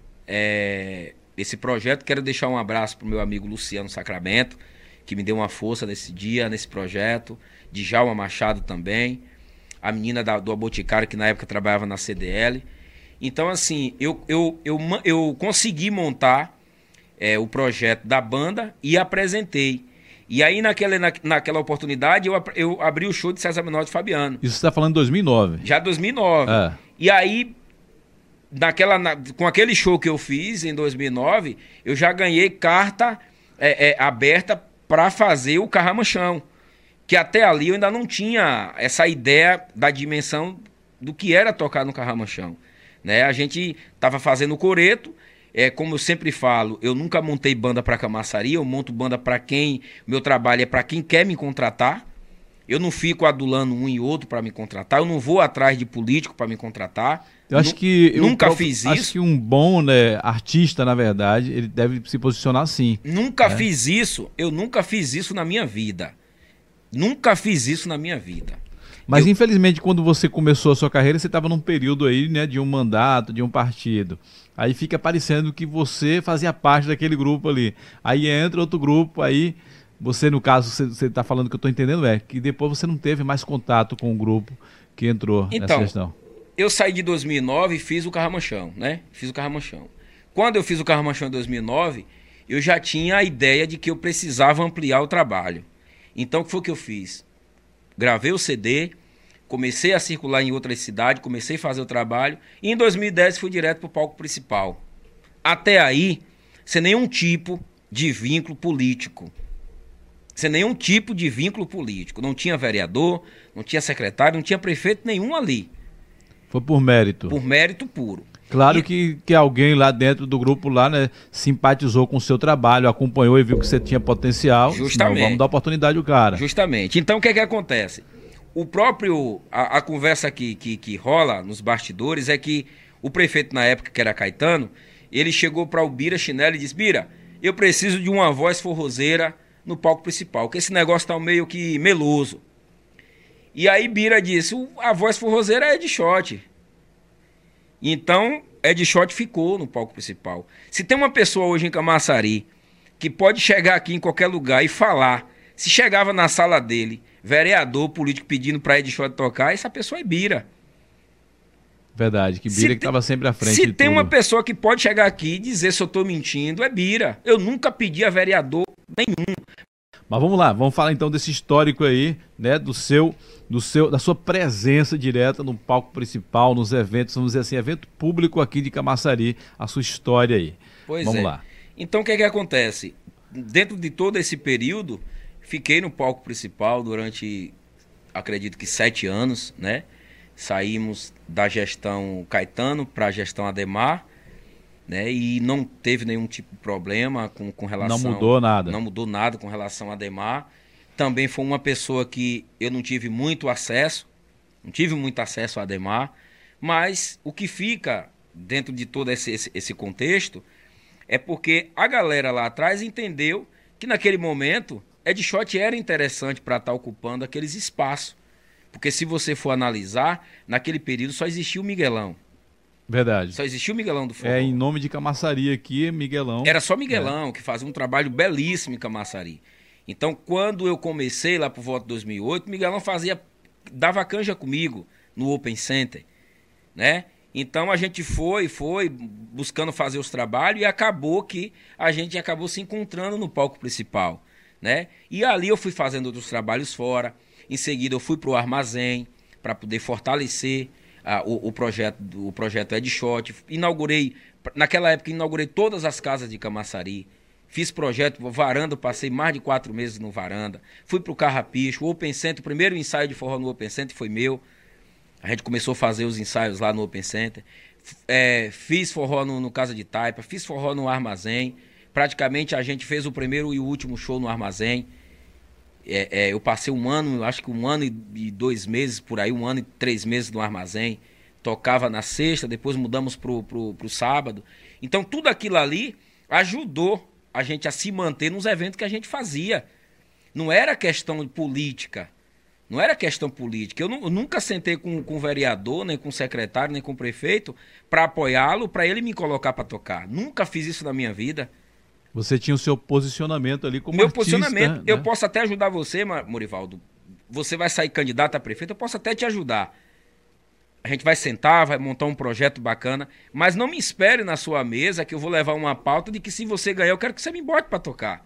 é, esse projeto. Quero deixar um abraço para o meu amigo Luciano Sacramento, que me deu uma força nesse dia, nesse projeto. Djalma Machado também. A menina da, do Aboticário, que na época trabalhava na C D L. Então, assim, eu, eu, eu, eu consegui montar é, o projeto da banda e apresentei. E aí, naquela, na, naquela oportunidade, eu, eu abri o show de César Menotti de Fabiano. Isso você está falando em dois mil e nove? Já dois mil e nove. É. E aí, naquela, na, com aquele show que eu fiz em dois mil e nove, eu já ganhei carta é, é, aberta para fazer o Carramanchão. Que até ali eu ainda não tinha essa ideia da dimensão do que era tocar no Carramanchão. Né? A gente estava fazendo o coreto. É, como eu sempre falo, eu nunca montei banda para Camaçari, eu monto banda para quem... Meu trabalho é para quem quer me contratar. Eu não fico adulando um e outro para me contratar. Eu não vou atrás de político para me contratar. Eu acho que... Eu nunca fiz isso. Acho que um bom, né, artista, na verdade, ele deve se posicionar assim. Nunca né? fiz isso. Eu nunca fiz isso na minha vida. Nunca fiz isso na minha vida. Mas, eu... infelizmente, quando você começou a sua carreira, você estava num período aí, né, de um mandato, de um partido. Aí fica parecendo que você fazia parte daquele grupo ali. Aí entra outro grupo, aí você, no caso, você está falando que eu estou entendendo, é que depois você não teve mais contato com o grupo que entrou então, nessa questão. Eu saí de dois mil e nove e fiz o Carramanchão, né? Fiz o Carramanchão. Quando eu fiz o Carramanchão em dois mil e nove, eu já tinha a ideia de que eu precisava ampliar o trabalho. Então, o que foi que eu fiz? Gravei o C D, comecei a circular em outras cidades, comecei a fazer o trabalho e em dois mil e dez fui direto para o palco principal. Até aí, sem nenhum tipo de vínculo político. Sem nenhum tipo de vínculo político. Não tinha vereador, não tinha secretário, não tinha prefeito nenhum ali. Foi por mérito. Por mérito puro. Claro e... que, que alguém lá dentro do grupo lá, né, simpatizou com o seu trabalho, acompanhou e viu que você tinha potencial. Justamente. Senão, vamos dar oportunidade ao cara. Justamente. Então, o que é que acontece? O próprio, a, a conversa que, que, que rola nos bastidores é que o prefeito na época, que era Caetano, ele chegou para o Bira Chinelo e disse: Bira, eu preciso de uma voz forrozeira no palco principal, porque esse negócio tá meio que meloso. E aí Bira disse: a voz forrozeira é Ed Shot. Então, Ed Shot ficou no palco principal. Se tem uma pessoa hoje em Camaçari que pode chegar aqui em qualquer lugar e falar, se chegava na sala dele, vereador, político pedindo para Ed Shot tocar, essa pessoa é Bira. Verdade, que Bira que estava sempre à frente Se de tem tudo. uma pessoa que pode chegar aqui e dizer se eu estou mentindo, é Bira. Eu nunca pedi a vereador nenhum. Mas vamos lá, vamos falar então desse histórico aí, né, do seu, do seu, da sua presença direta no palco principal, nos eventos, vamos dizer assim, evento público aqui de Camaçari, a sua história aí. Pois vamos é. lá. Então o que é que acontece? Dentro de todo esse período, fiquei no palco principal durante, acredito que sete anos, né? Saímos da gestão Caetano para a gestão Ademar, né? E não teve nenhum tipo de problema com, com relação... Não mudou nada. Não mudou nada com relação a Ademar. Também foi uma pessoa que eu não tive muito acesso, não tive muito acesso a Ademar, mas o que fica dentro de todo esse, esse, esse contexto é porque a galera lá atrás entendeu que naquele momento Ed Shot era interessante para estar ocupando aqueles espaços. Porque se você for analisar, naquele período só existia o Miguelão. Verdade. Só existia o Miguelão do Forró. É, em nome de Camaçari aqui, Miguelão. Era só Miguelão, é. que fazia um trabalho belíssimo em Camaçari. Então, quando eu comecei lá por volta de dois mil e oito, Miguelão fazia, dava canja comigo no Open Center, né? Então, a gente foi, foi buscando fazer os trabalhos e acabou que a gente acabou se encontrando no palco principal, né? E ali eu fui fazendo outros trabalhos fora. Em seguida, eu fui para o Armazém para poder fortalecer ah, o, o, projeto, o projeto Ed Shot. Inaugurei, naquela época, inaugurei todas as casas de Camaçari. Fiz projeto, varanda, passei mais de quatro meses no varanda. Fui para o Carrapicho, o Open Center, o primeiro ensaio de forró no Open Center foi meu. A gente começou a fazer os ensaios lá no Open Center. É, fiz forró no, no Casa de Taipa, fiz forró no Armazém. Praticamente a gente fez o primeiro e o último show no Armazém. É, é, eu passei um ano, acho que um ano e, e dois meses por aí, um ano e três meses no Armazém. Tocava na sexta, depois mudamos pro, pro, pro sábado. Então tudo aquilo ali ajudou a gente a se manter nos eventos que a gente fazia. Não era questão política. Não era questão política. Eu, eu nunca sentei com, com o vereador, nem com o secretário, nem com o prefeito para apoiá-lo, para ele me colocar para tocar. Nunca fiz isso na minha vida. Você tinha o seu posicionamento ali como Meu artista, posicionamento. né? Eu posso até ajudar você, Morivaldo. Você vai sair candidato a prefeito, eu posso até te ajudar. A gente vai sentar, vai montar um projeto bacana, mas não me espere na sua mesa que eu vou levar uma pauta de que se você ganhar, eu quero que você me bote para tocar.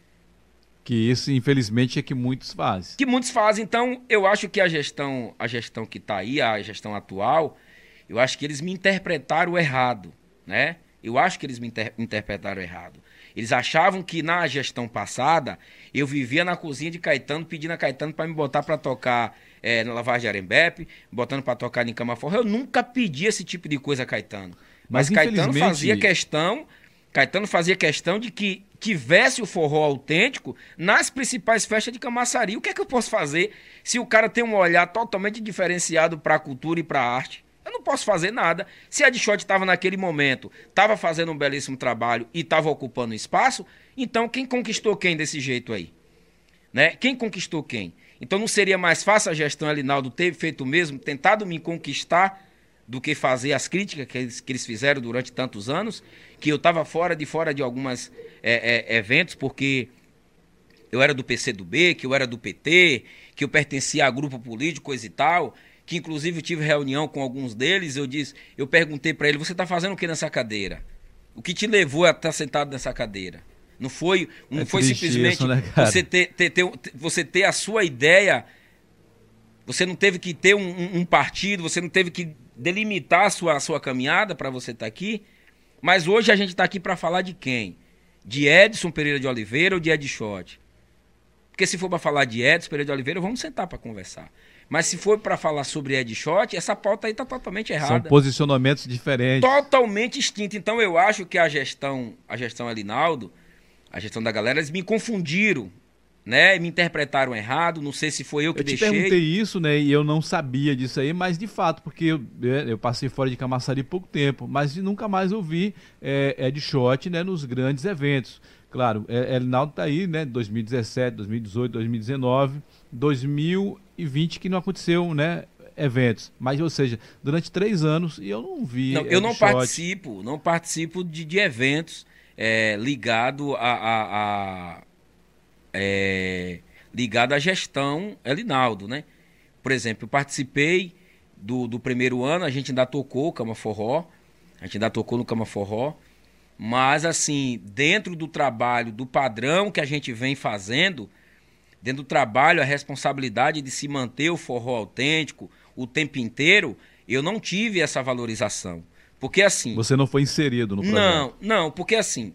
Que isso, infelizmente, é que muitos fazem. Que muitos fazem. Então, eu acho que a gestão, a gestão que está aí, a gestão atual, eu acho que eles me interpretaram errado, né? Eu acho que eles me inter interpretaram errado. Eles achavam que na gestão passada eu vivia na cozinha de Caetano pedindo a Caetano para me botar para tocar é, na Lavagem de Arembepe, botando para tocar em Cama Forró. Eu nunca pedi esse tipo de coisa a Caetano. Mas, Mas Caetano fazia questão, Caetano fazia questão de que tivesse o forró autêntico nas principais festas de Camaçari. O que é que eu posso fazer se o cara tem um olhar totalmente diferenciado para a cultura e para a arte? Eu não posso fazer nada. Se a Edshot estava naquele momento, estava fazendo um belíssimo trabalho e estava ocupando espaço, então quem conquistou quem desse jeito aí? Né? Quem conquistou quem? Então não seria mais fácil a gestão Elinaldo ter feito o mesmo, tentado me conquistar, do que fazer as críticas que eles, que eles fizeram durante tantos anos, que eu estava fora de fora de alguns é, é, eventos, porque eu era do P C do B, que eu era do P T, que eu pertencia a grupo político, coisa e tal, que inclusive eu tive reunião com alguns deles, eu disse, eu perguntei para ele, você está fazendo o que nessa cadeira? O que te levou a estar sentado nessa cadeira? Não foi, não é foi simplesmente isso, né, você, ter, ter, ter, você ter a sua ideia, você não teve que ter um, um partido, você não teve que delimitar a sua, a sua caminhada para você estar aqui, mas hoje a gente está aqui para falar de quem? De Edson Pereira de Oliveira ou de Edshot? Porque se for para falar de Edson Pereira de Oliveira, vamos sentar para conversar. Mas se for para falar sobre Edshot, essa pauta aí está totalmente errada. São posicionamentos diferentes. Totalmente extintos. Então eu acho que a gestão, a gestão Elinaldo, a gestão da galera, eles me confundiram, né? Me interpretaram errado, não sei se foi eu que eu te deixei. Eu perguntei isso, né? E eu não sabia disso aí, mas de fato, porque eu, eu passei fora de Camaçari pouco tempo, mas nunca mais ouvi é, Edshot, né, nos grandes eventos. Claro, Elinaldo tá aí, né? dois mil e dezessete, dois mil e dezoito, dois mil e dezenove, dois mil e vinte que não aconteceu, né? Eventos. Mas, ou seja, durante três anos e eu não vi. Não, eu não participo, não participo de, de eventos é, ligado a, a, a é, ligado à gestão Elinaldo, né? Por exemplo, eu participei do, do primeiro ano, a gente ainda tocou Cama Forró, a gente ainda tocou no Cama Forró, mas assim, dentro do trabalho, do padrão que a gente vem fazendo, dentro do trabalho, a responsabilidade de se manter o forró autêntico o tempo inteiro, eu não tive essa valorização. Porque assim... Você não foi inserido no projeto? Não, não, porque assim...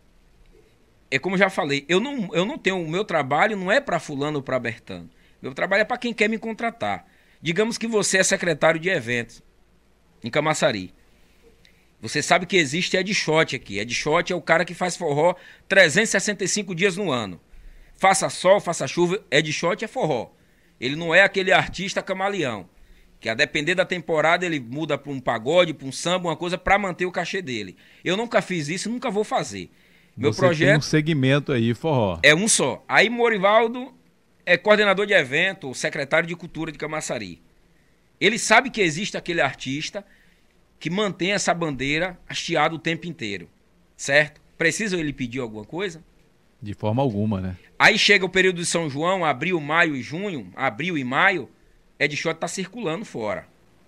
É como eu já falei, eu não, eu não tenho... O meu trabalho não é para fulano ou para Bertano. Meu trabalho é para quem quer me contratar. Digamos que você é secretário de eventos em Camaçari. Você sabe que existe Edshot aqui. Edshot é o cara que faz forró trezentos e sessenta e cinco dias no ano. Faça sol, faça chuva, Edshot é forró. Ele não é aquele artista camaleão, que a depender da temporada ele muda para um pagode, para um samba, uma coisa para manter o cachê dele. Eu nunca fiz isso e nunca vou fazer. Meu Você projeto tem um segmento aí, forró. É um só. Aí Morivaldo é coordenador de evento, secretário de cultura de Camaçari. Ele sabe que existe aquele artista que mantém essa bandeira hasteada o tempo inteiro, certo? Precisa ele pedir alguma coisa? De forma alguma, né? Aí chega o período de São João, abril, maio e junho, abril e maio, Edshot tá circulando fora.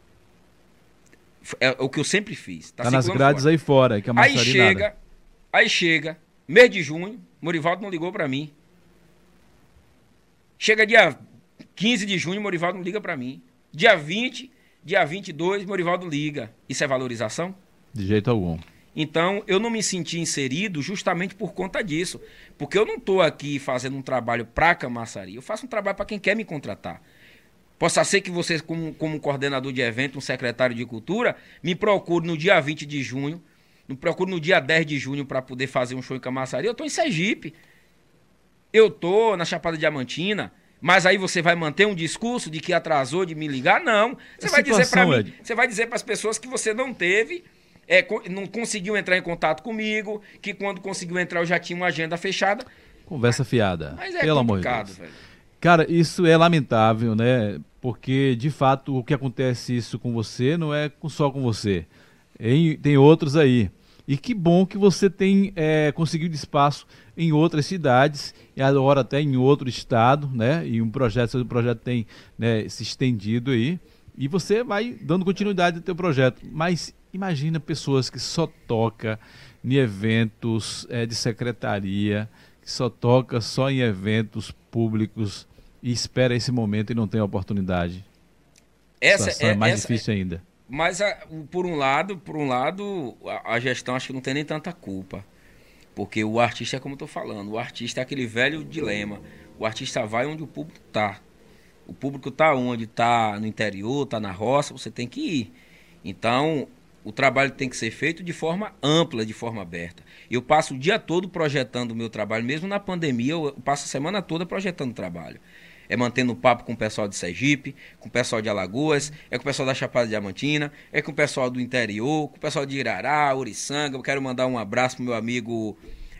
É o que eu sempre fiz. Tá, tá nas grades fora. Aí fora, que a Aí chega, nada. aí chega, mês de junho, Morivaldo não ligou pra mim. Chega dia quinze de junho, Morivaldo não liga pra mim. Dia vinte, dia vinte e dois, Morivaldo liga. Isso é valorização? De jeito algum. Então, eu não me senti inserido justamente por conta disso. Porque eu não estou aqui fazendo um trabalho para Camaçari. Eu faço um trabalho para quem quer me contratar. Possa ser que você, como, como coordenador de evento, um secretário de cultura, me procure no dia vinte de junho, me procure no dia dez de junho para poder fazer um show em Camaçari. Eu estou em Sergipe. Eu estou na Chapada Diamantina. Mas aí você vai manter um discurso de que atrasou de me ligar? Não. Você vai dizer para mim, você vai dizer para as pessoas que você não teve... É, não conseguiu entrar em contato comigo, que quando conseguiu entrar eu já tinha uma agenda fechada. Conversa fiada. Mas é pelo amor de complicado, Deus. velho. Cara, isso é lamentável, né? Porque, de fato, o que acontece isso com você não é com- só com você. Em- tem outros aí. E que bom que você tem é, conseguido espaço em outras cidades e agora até em outro estado, né? E um projeto, seu projeto tem, né, se estendido aí. E você vai dando continuidade ao teu projeto. Mas imagina pessoas que só toca em eventos é, de secretaria, que só toca só em eventos públicos e espera esse momento e não tem oportunidade. A Essa situação é é mais essa, difícil ainda. Mas a- o- por um lado, por um lado, a, a gestão acho que não tem nem tanta culpa. Porque o artista é como eu tô falando, o artista é aquele velho dilema. O artista vai onde o público tá. O público tá onde? Tá no interior, tá na roça, você tem que ir. Então, o trabalho tem que ser feito de forma ampla, de forma aberta. Eu passo o dia todo projetando o meu trabalho, mesmo na pandemia, eu passo a semana toda projetando o trabalho. É mantendo papo com o pessoal de Sergipe, com o pessoal de Alagoas, é com o pessoal da Chapada Diamantina, é com o pessoal do interior, com o pessoal de Irará, Uriçanga. Eu quero mandar um abraço pro meu amigo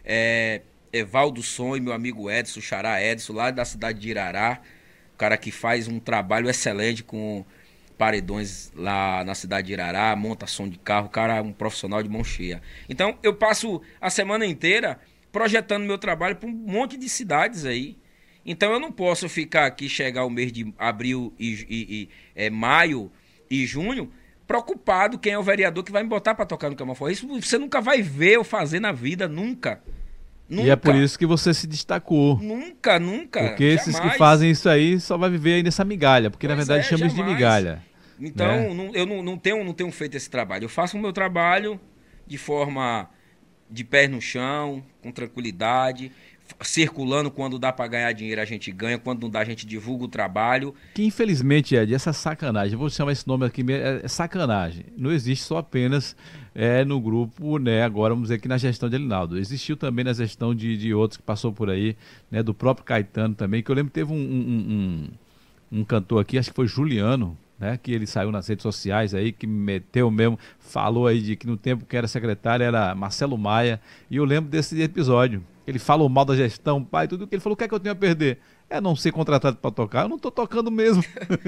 é, Evaldo Som e meu amigo Edson, Xará Edson, lá da cidade de Irará. O cara que faz um trabalho excelente com paredões lá na cidade de Irará, monta som de carro, o cara é um profissional de mão cheia. Então eu passo a semana inteira projetando meu trabalho para um monte de cidades aí. Então eu não posso ficar aqui, chegar o mês de abril e, e, e é, maio e junho, preocupado quem é o vereador que vai me botar para tocar no Camaforra. Isso você nunca vai ver eu fazer na vida, nunca. Nunca. E é por isso que você se destacou. Nunca, nunca. Porque esses jamais. que fazem isso aí só vai viver aí nessa migalha. Porque Pois na verdade é, chama isso de jamais. migalha. Então, né? não- eu não, não, tenho, não tenho feito esse trabalho. Eu faço o meu trabalho de forma de pé no chão, com tranquilidade, f- circulando. Quando dá para ganhar dinheiro, a gente ganha. Quando não dá, a gente divulga o trabalho. Que infelizmente, Ed, essa sacanagem, eu vou chamar esse nome aqui, mesmo, é é sacanagem. Não existe só apenas é, no grupo, né? Agora vamos dizer que na gestão de Elinaldo. Existiu também na gestão de, de outros que passou por aí, né? Do próprio Caetano também, que eu lembro que teve um, um, um, um cantor aqui, acho que foi Juliano, né? Que ele saiu nas redes sociais aí, que meteu mesmo, falou aí de que no tempo que era secretário era Marcelo Maia. E eu lembro desse episódio. Ele falou mal da gestão, pai, tudo que ele falou, o que é que eu tenho a perder? É não ser contratado para tocar. Eu não tô tocando mesmo.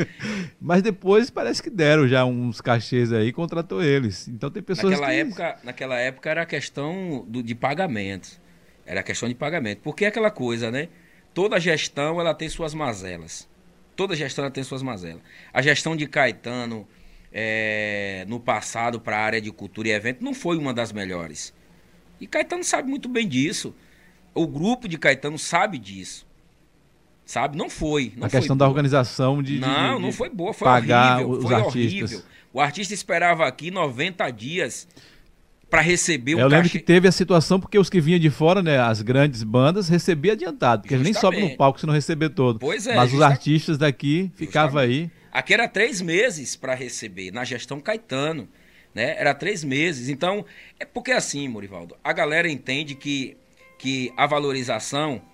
Mas depois parece que deram já uns cachês aí e contratou eles. Então tem pessoas Naquela que... época, naquela época era a questão do, de pagamento. Era a questão de pagamento. Porque é aquela coisa, né? Toda gestão ela tem suas mazelas. Toda gestão ela tem suas mazelas. A gestão de Caetano é, no passado para a área de cultura e evento não foi uma das melhores. E Caetano sabe muito bem disso. O grupo de Caetano sabe disso. Sabe? Não foi. Não A foi questão da boa. organização de, de- Não, de- não de foi boa, foi pagar horrível, os foi artistas. horrível. O artista esperava aqui noventa dias para receber o Eu lembro cachê. que teve a situação porque os que vinham de fora, né, as grandes bandas, recebiam adiantado, porque eles nem sobem no Justamente. palco se não receber todo. Pois é, Mas os justa- artistas daqui ficavam aí. Aqui era três meses para receber, na gestão Caetano, né? Era três meses. Então, é porque assim, Morivaldo, a galera entende que, que a valorização,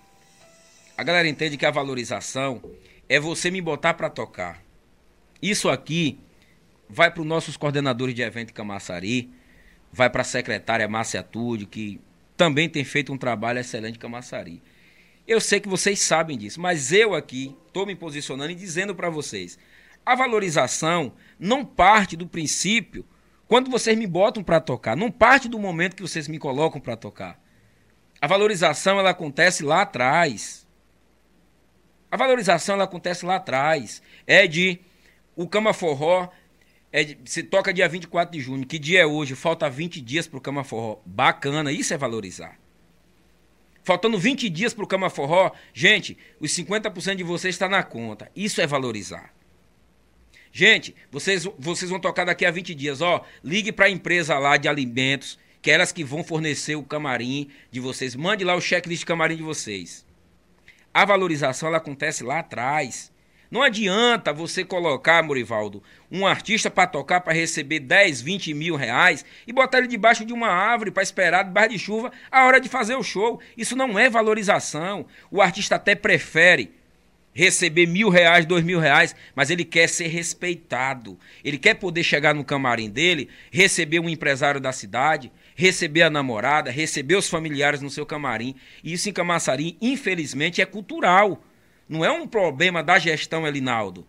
a galera entende que a valorização é você me botar para tocar. Isso aqui vai para os nossos coordenadores de evento em Camaçari, vai para a secretária Márcia Tude, que também tem feito um trabalho excelente em Camaçari. Eu sei que vocês sabem disso, mas eu aqui estou me posicionando e dizendo para vocês, a valorização não parte do princípio quando vocês me botam para tocar, não parte do momento que vocês me colocam para tocar. A valorização ela acontece lá atrás. A valorização ela acontece lá atrás. É de o Camaforró é de, se toca dia vinte e quatro de junho. Que dia é hoje? Falta vinte dias pro Camaforró. Bacana, isso é valorizar. Faltando vinte dias pro Camaforró, gente, os cinquenta por cento de vocês está na conta. Isso é valorizar. Gente, vocês, vocês vão tocar daqui a vinte dias, ó. Ligue para a empresa lá de alimentos, que é elas que vão fornecer o camarim de vocês. Mande lá o checklist de camarim de vocês. A valorização ela acontece lá atrás. Não adianta você colocar, Morivaldo, um artista para tocar, para receber dez, vinte mil reais e botar ele debaixo de uma árvore para esperar debaixo de chuva a hora de fazer o show. Isso não é valorização. O artista até prefere receber mil reais, dois mil reais, mas ele quer ser respeitado. Ele quer poder chegar no camarim dele, receber um empresário da cidade, receber a namorada, receber os familiares no seu camarim. E isso em Camaçari, infelizmente, é cultural. Não é um problema da gestão, Elinaldo.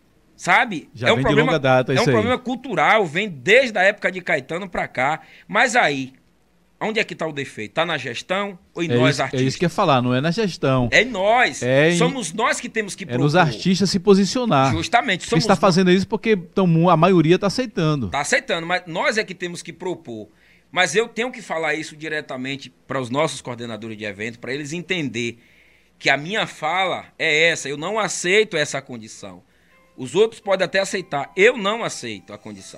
Sabe? Já é um vem problema, de longa data é um isso aí. problema cultural, vem desde a época de Caetano para cá. Mas aí, onde é que está o defeito? Está na gestão ou em É nós, isso, artistas? é isso que eu ia falar, não é na gestão. É em nós. É em- Somos nós que temos que É propor. nos artistas se posicionar. Justamente. Você Somos está fazendo isso porque tão, a maioria está aceitando. Está aceitando, mas nós é que temos que propor. Mas eu tenho que falar isso diretamente para os nossos coordenadores de evento, para eles entenderem que a minha fala é essa. Eu não aceito essa condição. Os outros podem até aceitar. Eu não aceito a condição.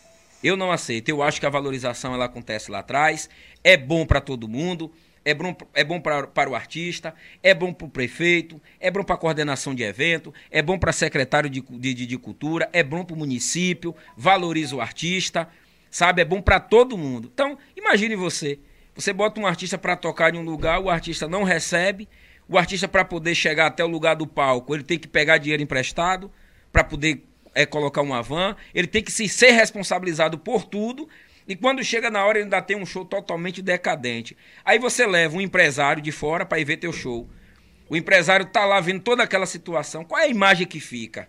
Eu não aceito. Eu acho que a valorização ela acontece lá atrás. É bom para todo mundo. É bom, é bom pra, para o artista. É bom para o prefeito. É bom para a coordenação de evento. É bom para secretário de, de, de cultura. É bom para o município. Valoriza o artista. Sabe? É bom para todo mundo. Então, imagine você. Você bota um artista para tocar em um lugar, o artista não recebe. O artista, para poder chegar até o lugar do palco, ele tem que pegar dinheiro emprestado para poder é, colocar uma van. Ele tem que se ser responsabilizado por tudo. E quando chega na hora, ele ainda tem um show totalmente decadente. Aí você leva um empresário de fora para ir ver teu show. O empresário tá lá vendo toda aquela situação. Qual é a imagem que fica?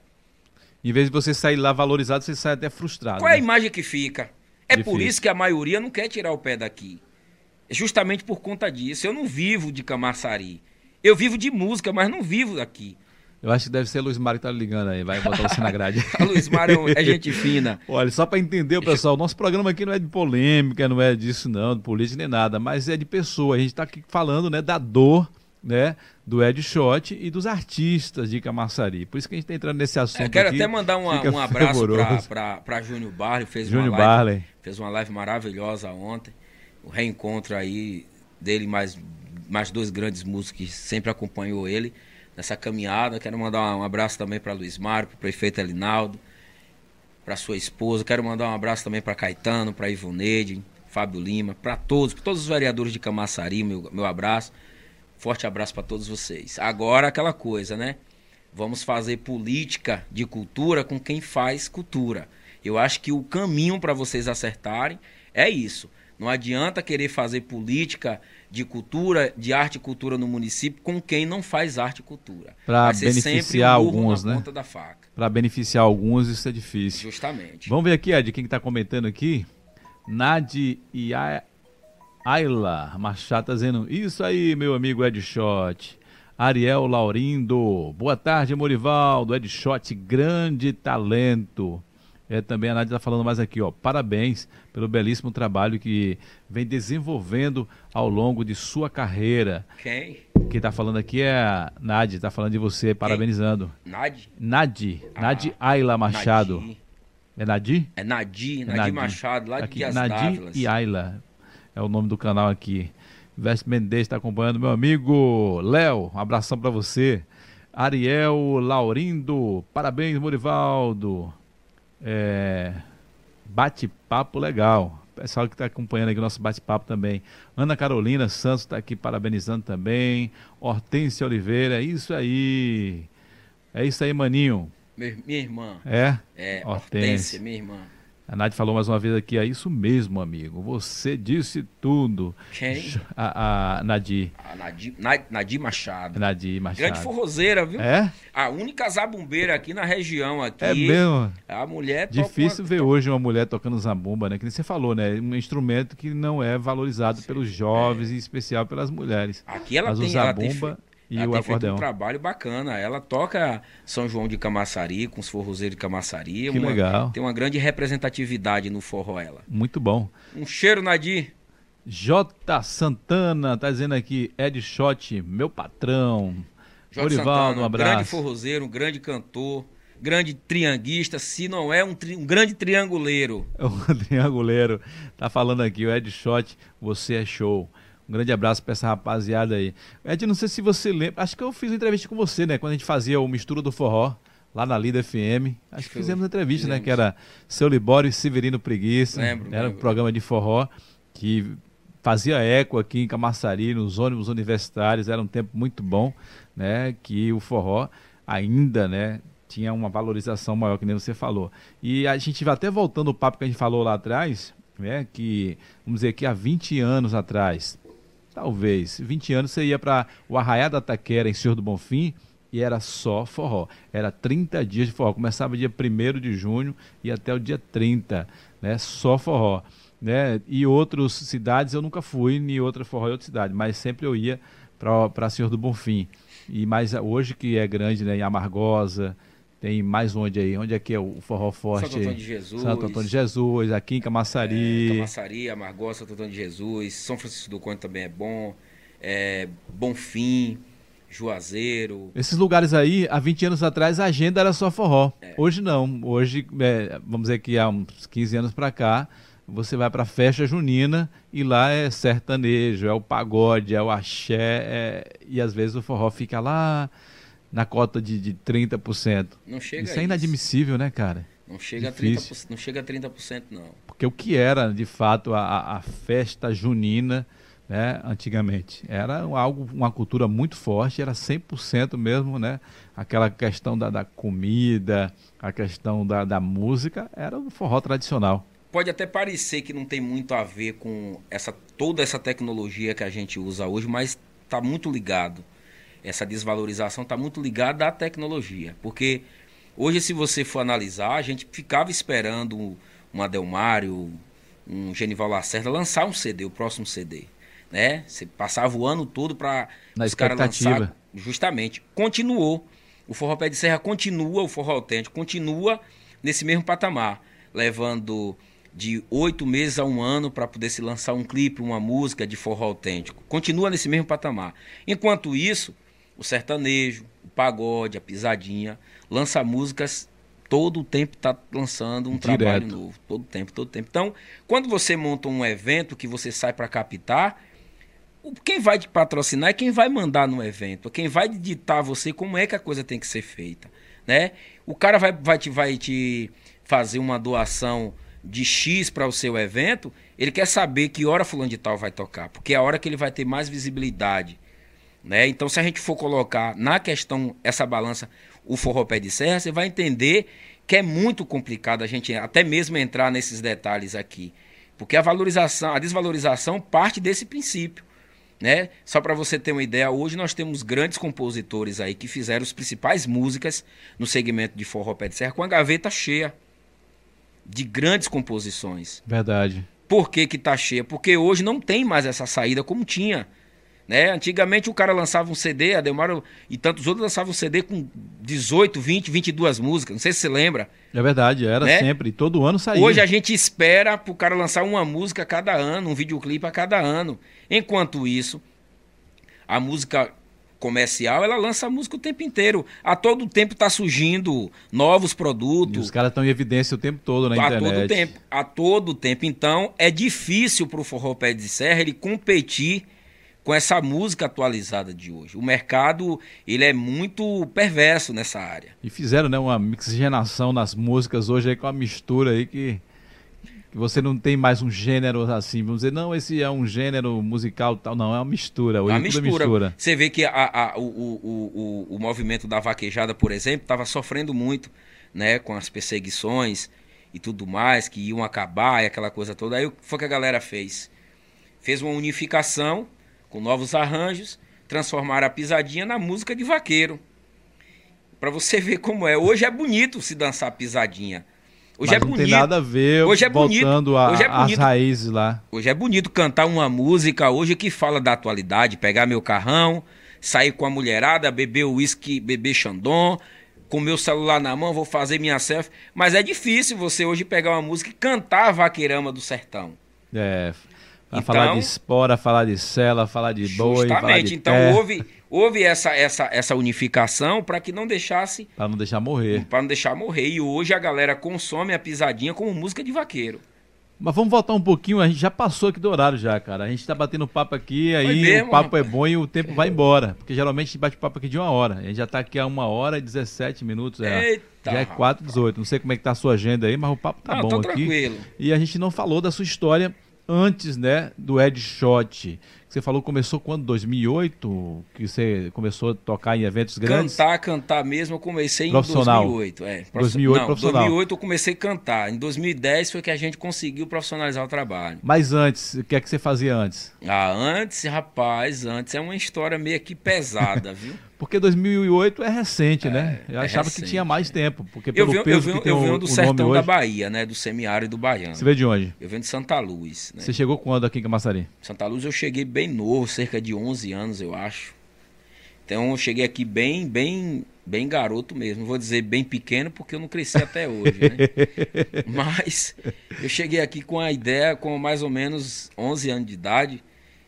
Em vez de você sair lá valorizado, você sai até frustrado. Qual é a né? imagem que fica? É Difícil. por isso que a maioria não quer tirar o pé daqui. É justamente por conta disso. Eu não vivo de Camaçari. Eu vivo de música, mas não vivo daqui. Eu acho que deve ser o Luiz Mário que tá ligando aí. Vai botar você na grade. A Luiz Mário é gente fina. Olha, só para entender, pessoal, nosso programa aqui não é de polêmica, não é disso não, de política nem nada, mas é de pessoa. A gente está aqui falando, né, da dor, né, do Ed Shot e dos artistas de Camaçari. Por isso que a gente está entrando nesse assunto Eu quero aqui. até mandar uma, Fica um abraço fervoroso. para Júnior Barley. Fez Júnior uma live, Barley. fez uma live maravilhosa ontem. O reencontro aí dele, mais, mais dois grandes músicos que sempre acompanhou ele nessa caminhada. Quero mandar um abraço também para Luiz Mário, para o prefeito Elinaldo, para sua esposa. Quero mandar um abraço também para Caetano, para Ivoneide, Fábio Lima, para todos, para todos os vereadores de Camaçari, meu, meu abraço. Forte abraço para todos vocês. Agora aquela coisa, né? Vamos fazer política de cultura com quem faz cultura. Eu acho que o caminho para vocês acertarem é isso. Não adianta querer fazer política de cultura, de arte e cultura no município com quem não faz arte e cultura. Para Vai ser sempre beneficiar um burro alguns, na né? ponta da faca. Para beneficiar alguns, isso é difícil. Justamente. Vamos ver aqui, Ed, quem está comentando aqui. Nadi e a... Ayla Machado tá dizendo, isso aí, meu amigo Ed Shot. Ariel Laurindo, boa tarde, Morivaldo. Ed Shot, grande talento. É, também a Nádia está falando mais aqui, ó. Parabéns pelo belíssimo trabalho que vem desenvolvendo ao longo de sua carreira. Quem? Quem está falando aqui é a Nádia, está falando de você, parabenizando. Nadi? Nadi, Ah, Nadi Ayla Machado. Nadi. É Nadi? É Nadi, É Nadi, Nadi. Machado, lá de Aqui, Dias Nadi Dávilas. e Ayla. É o nome do canal aqui. Veste Mendes está acompanhando, meu amigo Léo, um abração para você. Ariel Laurindo, parabéns, Morivaldo. É, bate-papo legal. Pessoal que está acompanhando aqui o nosso bate-papo também. Ana Carolina Santos está aqui parabenizando também. Hortência Oliveira, é isso aí. É isso aí, maninho. Meu- minha irmã. É? É, Hortência. Hortência, minha irmã. A Nádia falou mais uma vez aqui, é isso mesmo, amigo. Você disse tudo. Quem? A, a Nadi. A Nadi, Na- Nadi Machado. Nadi Machado. Grande forrozeira, viu? É? A única zabumbeira aqui na região aqui. É mesmo. A mulher toca Difícil uma- ver hoje uma mulher tocando zabumba, né? Que nem você falou, né? Um instrumento que não é valorizado pelos jovens, em especial pelas mulheres. Aqui ela Mas tem, o ela tem, zabumba fe- e ela o tem feito acordeão. um trabalho bacana. Ela toca São João de Camaçari, com os forrozeiros de Camaçari. Que uma- legal. Tem uma grande representatividade no forró, ela. Muito bom. Um cheiro, Nadir. J. Santana tá dizendo aqui, Ed Shot, meu patrão. Jorge Orivaldo, Santana, um grande abraço. forrozeiro, um grande cantor, grande trianguista, se não é um, tri- um grande trianguleiro. O trianguleiro tá falando aqui, o Ed Shot, você é show. Um grande abraço pra essa rapaziada aí. Ed, não sei se você lembra, acho que eu fiz uma entrevista com você, né? Quando a gente fazia o Mistura do Forró, lá na Lida F M. Acho que Foi. fizemos uma entrevista, né? Fizemos. Que era Seu Libório e Severino Preguiça. Lembro, Era um lembro. programa de forró que fazia eco aqui em Camaçari, nos ônibus universitários. Era um tempo muito bom, né? Que o forró ainda, né, tinha uma valorização maior, que nem você falou. E a gente vai até voltando ao papo que a gente falou lá atrás, né, que, vamos dizer que há vinte anos atrás, talvez, vinte anos você ia para o Arraiá da Taquera, em Senhor do Bonfim, e era só forró. Era trinta dias de forró. Começava dia primeiro de junho e até o dia trinta, né, só forró. Né? E outras cidades eu nunca fui, em outra forró em outra cidade, mas sempre eu ia para Senhor do Bonfim. E mais hoje que é grande, né, em Amargosa, tem mais onde aí? Onde é que é o forró forte? Santo Antônio de Jesus. Santo Antônio de Jesus, aqui em Camaçari. É, Camaçari, Amargosa, Santo Antônio de Jesus, São Francisco do Conde também é bom, é, Bonfim, Juazeiro. Esses lugares aí, há vinte anos atrás, a agenda era só forró. É. Hoje não. Hoje, é, vamos dizer que há uns quinze anos para cá, você vai para a festa junina e lá é sertanejo, é o pagode, é o axé, é... e às vezes o forró fica lá na cota de, de trinta por cento. Não chega isso a é inadmissível, né, cara? Não chega, a trinta por cento, não chega a trinta por cento, não. Porque o que era, de fato, a, a festa junina, né, antigamente, era algo, uma cultura muito forte, era cem por cento mesmo, né? Aquela questão da, da comida, a questão da, da música, era o forró tradicional. Pode até parecer que não tem muito a ver com essa, toda essa tecnologia que a gente usa hoje, mas está muito ligado. Essa desvalorização está muito ligada à tecnologia. Porque hoje, se você for analisar, a gente ficava esperando um Adelmário, um Genival Lacerda lançar um C D, o próximo C D. Né? Você passava o ano todo para os caras lançar. Justamente. Continuou. O Forró Pé de Serra continua, o forró autêntico continua nesse mesmo patamar, levando de oito meses a um ano para poder se lançar um clipe, uma música de forró autêntico. Continua nesse mesmo patamar. Enquanto isso, o sertanejo, o pagode, a pisadinha, lança músicas, todo o tempo está lançando um Direto. Trabalho novo. Todo tempo, todo tempo. Então, quando você monta um evento que você sai para captar, quem vai te patrocinar é quem vai mandar no evento, quem vai ditar a você como é que a coisa tem que ser feita. Né? O cara vai, vai, te, vai te fazer uma doação de X para o seu evento, ele quer saber que hora fulano de tal vai tocar, porque é a hora que ele vai ter mais visibilidade. Né? Então, se a gente for colocar na questão essa balança, o Forró Pé de Serra, você vai entender que é muito complicado a gente até mesmo entrar nesses detalhes aqui, porque a valorização, a desvalorização parte desse princípio. Né? Só para você ter uma ideia, hoje nós temos grandes compositores aí que fizeram as principais músicas no segmento de Forró Pé de Serra com a gaveta cheia de grandes composições. Verdade. Por que que tá cheia? Porque hoje não tem mais essa saída como tinha. Né? Antigamente o cara lançava um C D, Adelmário e tantos outros lançavam um C D com dezoito, vinte, vinte e duas músicas. Não sei se você lembra. É verdade, era né? sempre. Todo ano saía. Hoje a gente espera pro cara lançar uma música a cada ano, um videoclipe a cada ano. Enquanto isso, a música comercial, ela lança a música o tempo inteiro. A todo tempo tá surgindo novos produtos. E os caras estão em evidência o tempo todo na a internet. A todo tempo. A todo tempo. Então, é difícil pro Forró Pé de Serra ele competir com essa música atualizada de hoje. O mercado, ele é muito perverso nessa área. E fizeram, né, uma mixigenação nas músicas hoje aí com uma mistura aí que, que você não tem mais um gênero assim, vamos dizer, não, esse é um gênero musical tal, não, é uma mistura. Hoje uma é mistura. mistura. Você vê que a, a, o, o, o, o movimento da vaquejada, por exemplo, estava sofrendo muito, né, com as perseguições e tudo mais, que iam acabar e aquela coisa toda. Aí o que foi que a galera fez? Fez uma unificação com novos arranjos, transformaram a pisadinha na música de vaqueiro. Para você ver como é. Hoje é bonito se dançar pisadinha. Hoje Mas é não bonito. tem nada a ver hoje é voltando bonito. A, hoje é bonito. As raízes lá. Hoje é bonito cantar uma música hoje que fala da atualidade, pegar meu carrão, sair com a mulherada, beber uísque, beber Chandon, com meu celular na mão, vou fazer minha selfie. Mas é difícil você hoje pegar uma música e cantar a vaqueirama do sertão. É... Pra Então, falar de espora, falar de sela, falar de boi, falar de então terra. houve, houve essa, essa, essa unificação para que não deixasse... Para não deixar morrer. Para não deixar morrer. E hoje a galera consome a pisadinha como música de vaqueiro. Mas vamos voltar um pouquinho, a gente já passou aqui do horário já, cara. A gente tá batendo papo aqui, aí mesmo, o papo rapaz. é bom e o tempo vai embora. Porque geralmente a gente bate papo aqui de uma hora. A gente já tá aqui há uma hora e dezessete minutos. É, Eita, já é quatro e dezoito. Não sei como é que tá a sua agenda aí, mas o papo tá não, bom tô aqui. tranquilo. E a gente não falou da sua história antes, né, do Ed Shot. Você falou que começou quando? dois mil e oito? Que você começou a tocar em eventos grandes? Cantar, cantar mesmo, eu comecei em profissional. dois mil e oito. É, dois mil e oito não, profissional. dois mil e oito eu comecei a cantar. Em dois mil e dez foi que a gente conseguiu profissionalizar o trabalho. Mas antes, o que é que você fazia antes? Ah, antes, rapaz, antes é uma história meio que pesada, viu? Porque dois mil e oito é recente, é, né? Eu é achava recente, que tinha mais é. tempo. Porque Eu pelo venho, peso eu venho, que tem eu venho o, do o sertão nome da hoje. Bahia, né? Do semiárido baiano. Você veio de onde? Eu venho de Santa Luz, né? Você chegou quando aqui em Camaçari? Santa Luz eu cheguei bem novo, cerca de onze anos, eu acho. Então eu cheguei aqui bem, bem, bem garoto mesmo. Não vou dizer bem pequeno porque eu não cresci até hoje, né? Mas eu cheguei aqui com a ideia, com mais ou menos onze anos de idade.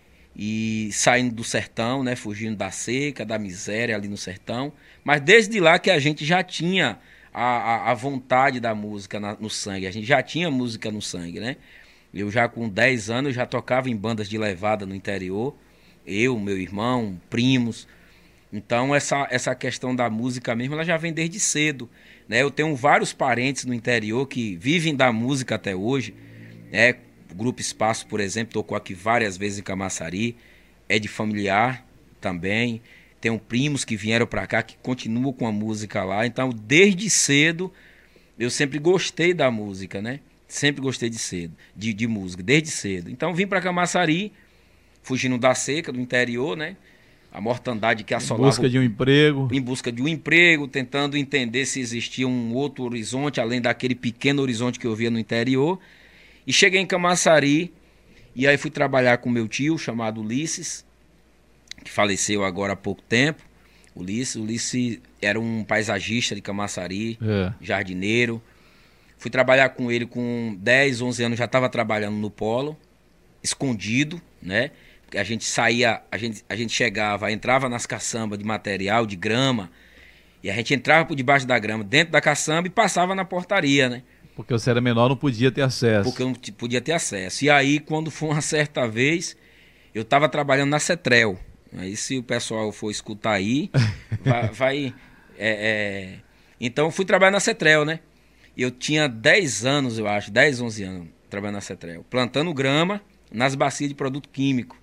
E saindo do sertão, né, fugindo da seca, da miséria ali no sertão. Mas desde lá que a gente já tinha a, a, a vontade da música na, no sangue. A gente já tinha música no sangue, né? Eu já com dez anos já tocava em bandas de levada no interior. Eu, meu irmão, primos. Então essa, essa questão da música mesmo, ela já vem desde cedo, né? Eu tenho vários parentes no interior que vivem da música até hoje, né? O Grupo Espaço, por exemplo, tocou aqui várias vezes em Camaçari. É de familiar também. Tenho primos que vieram para cá, que continuam com a música lá. Então, desde cedo, eu sempre gostei da música, né? Sempre gostei de cedo, de, de música, desde cedo. Então, vim para Camaçari, fugindo da seca, do interior, né? A mortandade que assolava... Em busca de um emprego. Em busca de um emprego, tentando entender se existia um outro horizonte, além daquele pequeno horizonte que eu via no interior. E cheguei em Camaçari, e aí fui trabalhar com meu tio, chamado Ulisses, que faleceu agora há pouco tempo. Ulisses, Ulisses era um paisagista de Camaçari, é. jardineiro. Fui trabalhar com ele com dez, onze anos, já estava trabalhando no polo, escondido, né? Porque a gente saía, a gente, a gente chegava, entrava nas caçambas de material, de grama, e a gente entrava por debaixo da grama, dentro da caçamba, e passava na portaria, né? Porque você era menor, não podia ter acesso. Porque eu não podia ter acesso. E aí, quando foi uma certa vez, eu estava trabalhando na Cetrel. Aí, se o pessoal for escutar aí, vai... vai é, é... Então, eu fui trabalhar na Cetrel, né? Eu tinha dez anos, eu acho, dez, onze anos, trabalhando na Cetrel. Plantando grama nas bacias de produto químico.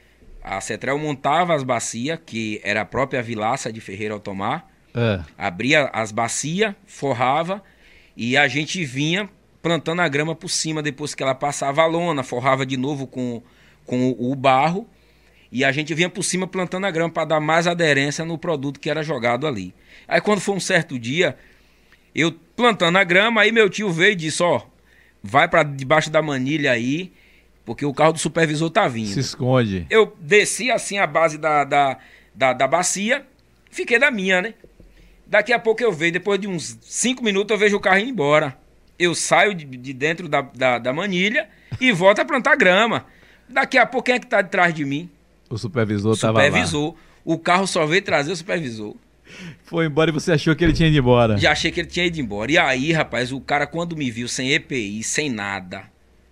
A Cetrel montava as bacias, que era a própria vilaça de Ferreira Altomar. É. Abria as bacias, forrava... E a gente vinha plantando a grama por cima, depois que ela passava a lona, forrava de novo com, com o barro. E a gente vinha por cima plantando a grama para dar mais aderência no produto que era jogado ali. Aí quando foi um certo dia, eu plantando a grama, aí meu tio veio e disse, ó, vai para debaixo da manilha aí, porque o carro do supervisor tá vindo. Se esconde. Eu desci assim a base da, da, da, da bacia, fiquei da minha, né? Daqui a pouco eu vejo, depois de uns cinco minutos, eu vejo o carro indo embora. Eu saio de, de dentro da, da, da manilha e volto a plantar grama. Daqui a pouco, quem é que está de trás de mim? O supervisor estava lá. Supervisor. O carro só veio trazer o supervisor. Foi embora e você achou que ele tinha ido embora? Já achei que ele tinha ido embora. E aí, rapaz, o cara, quando me viu sem E P I, sem nada,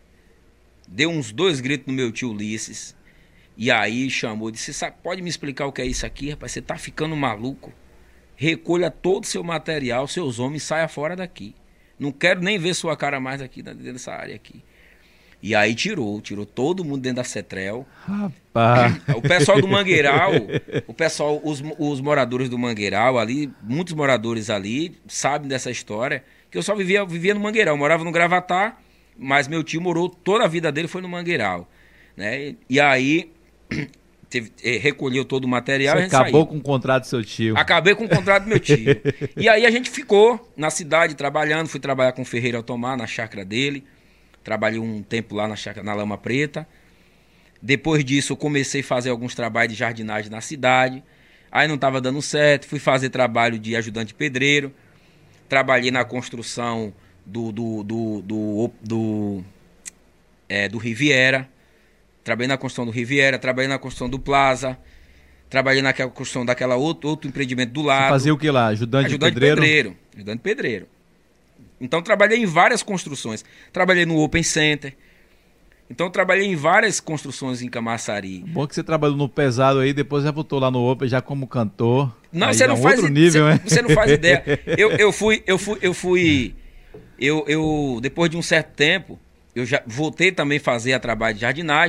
deu uns dois gritos no meu tio Ulisses. E aí chamou, disse, pode me explicar o que é isso aqui, rapaz? Você tá ficando maluco? Recolha todo o seu material, seus homens, saia fora daqui. Não quero nem ver sua cara mais aqui dentro dessa área aqui. E aí tirou, tirou todo mundo dentro da Cetrel. Rapaz. O pessoal do Mangueiral, o pessoal, os, os moradores do Mangueiral ali, muitos moradores ali, sabem dessa história, que eu só vivia, vivia no Mangueiral, eu morava no Gravatá, mas meu tio morou, toda a vida dele foi no Mangueiral, né? E aí... Teve, recolheu todo o material. Você e a gente acabou saiu. com o contrato do seu tio. Acabei com o contrato do meu tio. E aí a gente ficou na cidade trabalhando. Fui trabalhar com o Ferreira Altomar na chácara dele. Trabalhei um tempo lá na chácara, na Lama Preta. Depois disso eu comecei a fazer alguns trabalhos de jardinagem na cidade. Aí não estava dando certo. Fui fazer trabalho de ajudante pedreiro. Trabalhei na construção do, do, do, do, do, é, do Riviera. Trabalhei na construção do Riviera, trabalhei na construção do Plaza, trabalhei na construção daquela outro, outro empreendimento do lado. Você fazia o que lá? Ajudante, Ajudante pedreiro? pedreiro? Ajudante pedreiro. Então trabalhei em várias construções. Trabalhei no Open Center. Então trabalhei em várias construções em Camaçari. Bom que você trabalhou no pesado aí, depois já voltou lá no Open já como cantor. Não, aí você é não um faz outro nível, você, né? você não faz ideia. Eu, eu fui, eu fui, eu fui, eu, eu depois de um certo tempo, eu já voltei também a fazer a trabalho de jardinagem.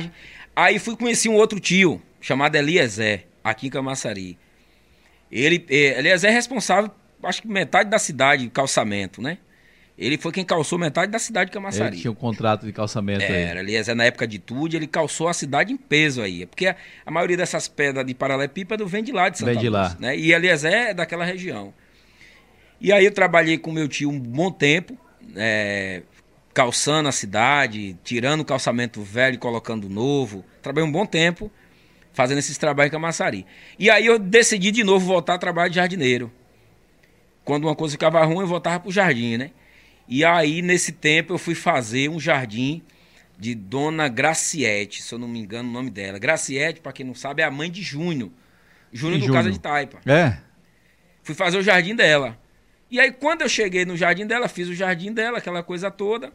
Aí fui conhecer um outro tio, chamado Eliezer, aqui em Camaçari. Ele, Eliezer é responsável, acho que metade da cidade, calçamento, né? Ele foi quem calçou metade da cidade de Camaçari. Ele tinha um contrato de calçamento aí. Era, Eliezer, na época de Tude, ele calçou a cidade em peso aí. Porque a, a maioria dessas pedras de paralelepípedo vem de lá, de Santa Vem de Luz, lá. Né? E Eliezer é daquela região. E aí eu trabalhei com meu tio um bom tempo, é, calçando a cidade, tirando o calçamento velho e colocando novo. Trabalhei um bom tempo fazendo esses trabalhos em Camaçari. E aí eu decidi de novo voltar a trabalhar de jardineiro. Quando uma coisa ficava ruim, eu voltava pro jardim, né? E aí, nesse tempo, eu fui fazer um jardim de Dona Graciete, se eu não me engano o nome dela. Graciete, para quem não sabe, é a mãe de Júnior. Júnior do Júnior? Casa de Taipa. É? Fui fazer o jardim dela. E aí, quando eu cheguei no jardim dela, fiz o jardim dela, aquela coisa toda.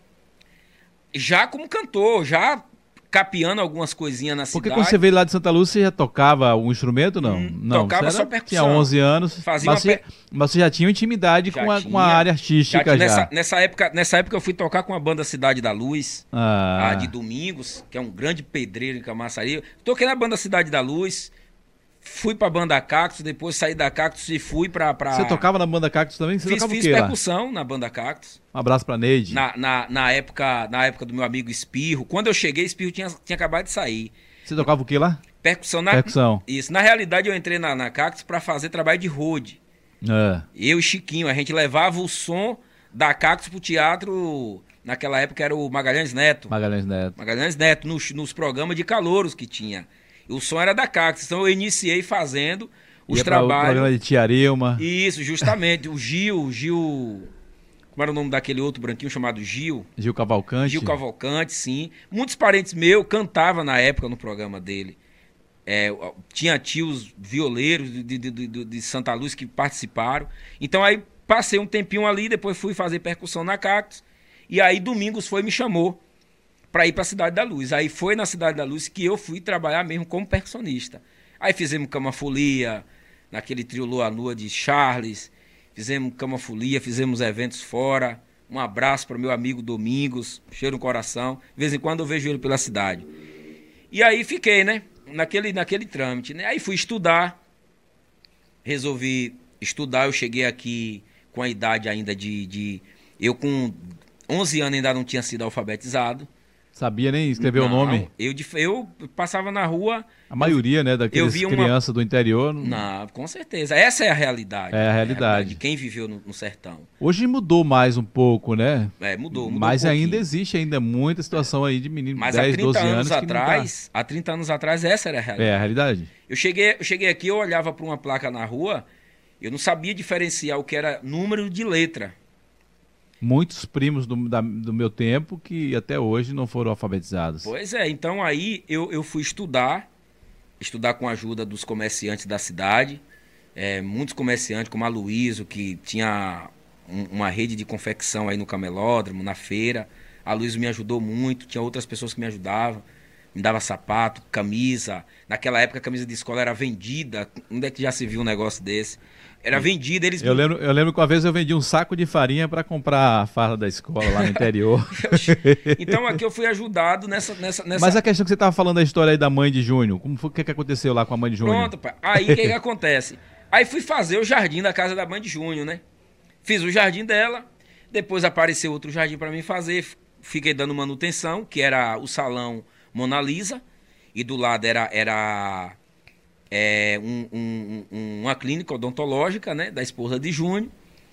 Já como cantor, já capeando algumas coisinhas na Porque cidade. quando você veio lá de Santa Lúcia, você já tocava algum instrumento, não? Hum, não, tocava você só era- percussão. Tinha onze anos, Fazia mas, uma você, pe- mas você já tinha intimidade Já com a, tinha. com a área Já artística tinha- já. nessa, nessa, época, nessa época eu fui tocar com a banda Cidade da Luz. Ah, A de Domingos, que é um grande pedreiro em Camaçari. Toquei na banda Cidade da Luz, fui pra banda Cactus, depois saí da Cactus e fui pra... pra... Você tocava na banda Cactus também? Você Fiz, tocava fiz o quê lá? percussão na banda Cactus. Um abraço pra Neide. Na, na, na, época, na época do meu amigo Espirro. Quando eu cheguei, Espirro tinha, tinha acabado de sair. Você tocava o quê lá? Percussão na... Percussão. Isso. Na realidade, eu entrei na, na Cactus pra fazer trabalho de road. É. Eu e Chiquinho, a gente levava o som da Cactus pro teatro. Naquela época era o Magalhães Neto. Magalhães Neto. Magalhães Neto, nos, nos programas de calouros que tinha. E o som era da Cactus. Então eu iniciei fazendo os Ia pra o trabalhos. programa de Tia Arilma. Isso, justamente. O Gil, o Gil. Como era o nome daquele outro branquinho chamado Gil? Gil Cavalcante. Gil Cavalcante, sim. Muitos parentes meus cantavam na época no programa dele. É, tinha tios violeiros de, de, de, de Santa Luz que participaram. Então aí passei um tempinho ali, depois fui fazer percussão na Cactus. E aí Domingos foi e me chamou para ir para a Cidade da Luz. Aí foi na Cidade da Luz que eu fui trabalhar mesmo como percussionista. Aí fizemos Cama Folia, naquele trio Lua Nua de Charles. Fizemos Cama Folia, fizemos eventos fora. Um abraço para meu amigo Domingos, cheiro no coração. De vez em quando eu vejo ele pela cidade. E aí fiquei, né? Naquele, naquele trâmite, né? Aí fui estudar. Resolvi estudar. Eu cheguei aqui com a idade ainda de... de eu com onze anos ainda não tinha sido alfabetizado. Sabia nem escrever o Não, nome? Eu, de- eu passava na rua... A maioria, né, daqueles vi uma- crianças do interior. não- Não, com certeza. Essa é a realidade. É a realidade. De quem viveu no, no sertão. Hoje mudou mais um pouco, né? É, mudou, mudou Mas um ainda pouquinho. existe ainda muita situação aí de menino de Mas há dez, trinta doze anos anos que não tá. atrás, há trinta anos atrás, essa era a realidade. É a realidade. Eu cheguei, eu cheguei aqui, eu olhava para uma placa na rua, eu não sabia diferenciar o que era número de letra. Muitos primos do, da- do meu tempo que até hoje não foram alfabetizados. Pois é, então aí eu, eu fui estudar, estudar com a ajuda dos comerciantes da cidade, é, muitos comerciantes como a Luísio, que tinha um- uma rede de confecção aí no camelódromo, na feira. A Luísio me ajudou muito, tinha outras pessoas que me ajudavam, me dava sapato, camisa. Naquela época a camisa de escola era vendida, onde é que já se viu um negócio desse? Era vendida, eles... Eu lembro, eu lembro que uma vez eu vendi um saco de farinha para comprar a farda da escola lá no interior. Então aqui eu fui ajudado nessa... nessa, nessa... Mas a questão que você estava falando da história aí da mãe de Júnior, como foi o que, que aconteceu lá com a mãe de Júnior? Pronto, pai. Aí o que, que acontece? Aí fui fazer o jardim da casa da mãe de Júnior, né? Fiz o jardim dela, depois apareceu outro jardim para mim fazer, fiquei dando manutenção, que era o salão Mona Lisa, e do lado era, era é, um- um- um- uma clínica odontológica, né? Da esposa de Júnior.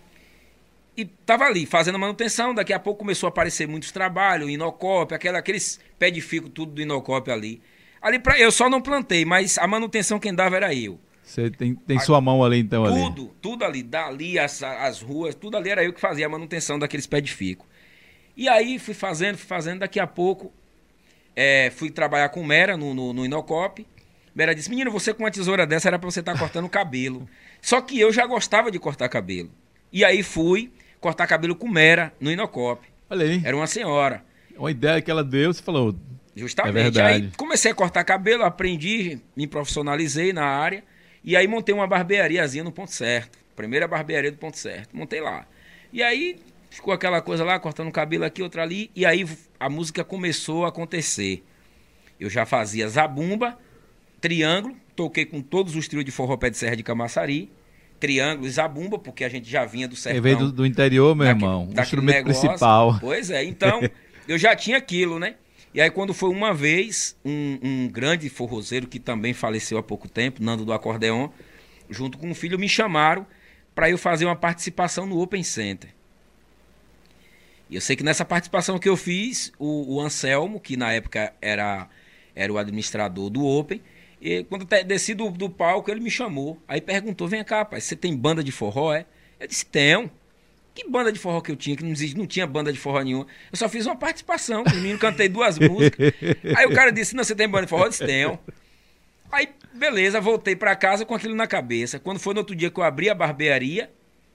E tava ali, fazendo manutenção, daqui a pouco começou a aparecer muitos trabalhos, inocópio, aquela, aqueles pé de fico, tudo do inocópio ali. Ali pra, eu só não plantei, mas a manutenção quem dava era eu. Você tem, tem sua mão ali então ali. Tudo, tudo ali, dali, as, as ruas, tudo ali era eu que fazia a manutenção daqueles pés de fico. E aí fui fazendo, fui fazendo, daqui a pouco é, fui trabalhar com Mera no, no, no Inocop. Mera disse, menino, você com uma tesoura dessa era pra você estar cortando cabelo. Só que eu já gostava de cortar cabelo. E aí fui cortar cabelo com Mera no Inocop. Olha aí, Era uma senhora. uma ideia que ela deu, você falou, Justamente. É verdade. Aí comecei a cortar cabelo, aprendi, me profissionalizei na área. E aí montei uma barbeariazinha no Ponto Certo. Primeira barbearia do Ponto Certo. Montei lá. E aí ficou aquela coisa lá, cortando cabelo aqui, outra ali. E aí a música começou a acontecer. eu já fazia zabumba, triângulo, toquei com todos os trios de forró pé de serra de Camaçari, triângulo e zabumba, porque a gente já vinha do sertão. Veio do, do interior, meu daquele, irmão, o instrumento negócio. principal. Pois é, então eu já tinha aquilo, né? E aí quando foi uma vez, um, um grande forrozeiro que também faleceu há pouco tempo, Nando do Acordeon, junto com o filho, me chamaram para eu fazer uma participação no Open Center. E eu sei que nessa participação que eu fiz, o, o Anselmo, que na época era, era o administrador do Open, e quando eu desci do, do palco, ele me chamou. Aí perguntou, vem cá, rapaz, você tem banda de forró, é? Eu disse, tenho. Que banda de forró que eu tinha? Que não, existe, não tinha banda de forró nenhuma. Eu só fiz uma participação, com o menino, cantei duas músicas. Aí o cara disse, não, você tem banda de forró? Eu disse, tenho. Aí, beleza, voltei pra casa com aquilo na cabeça. Quando foi no outro dia que eu abri a barbearia,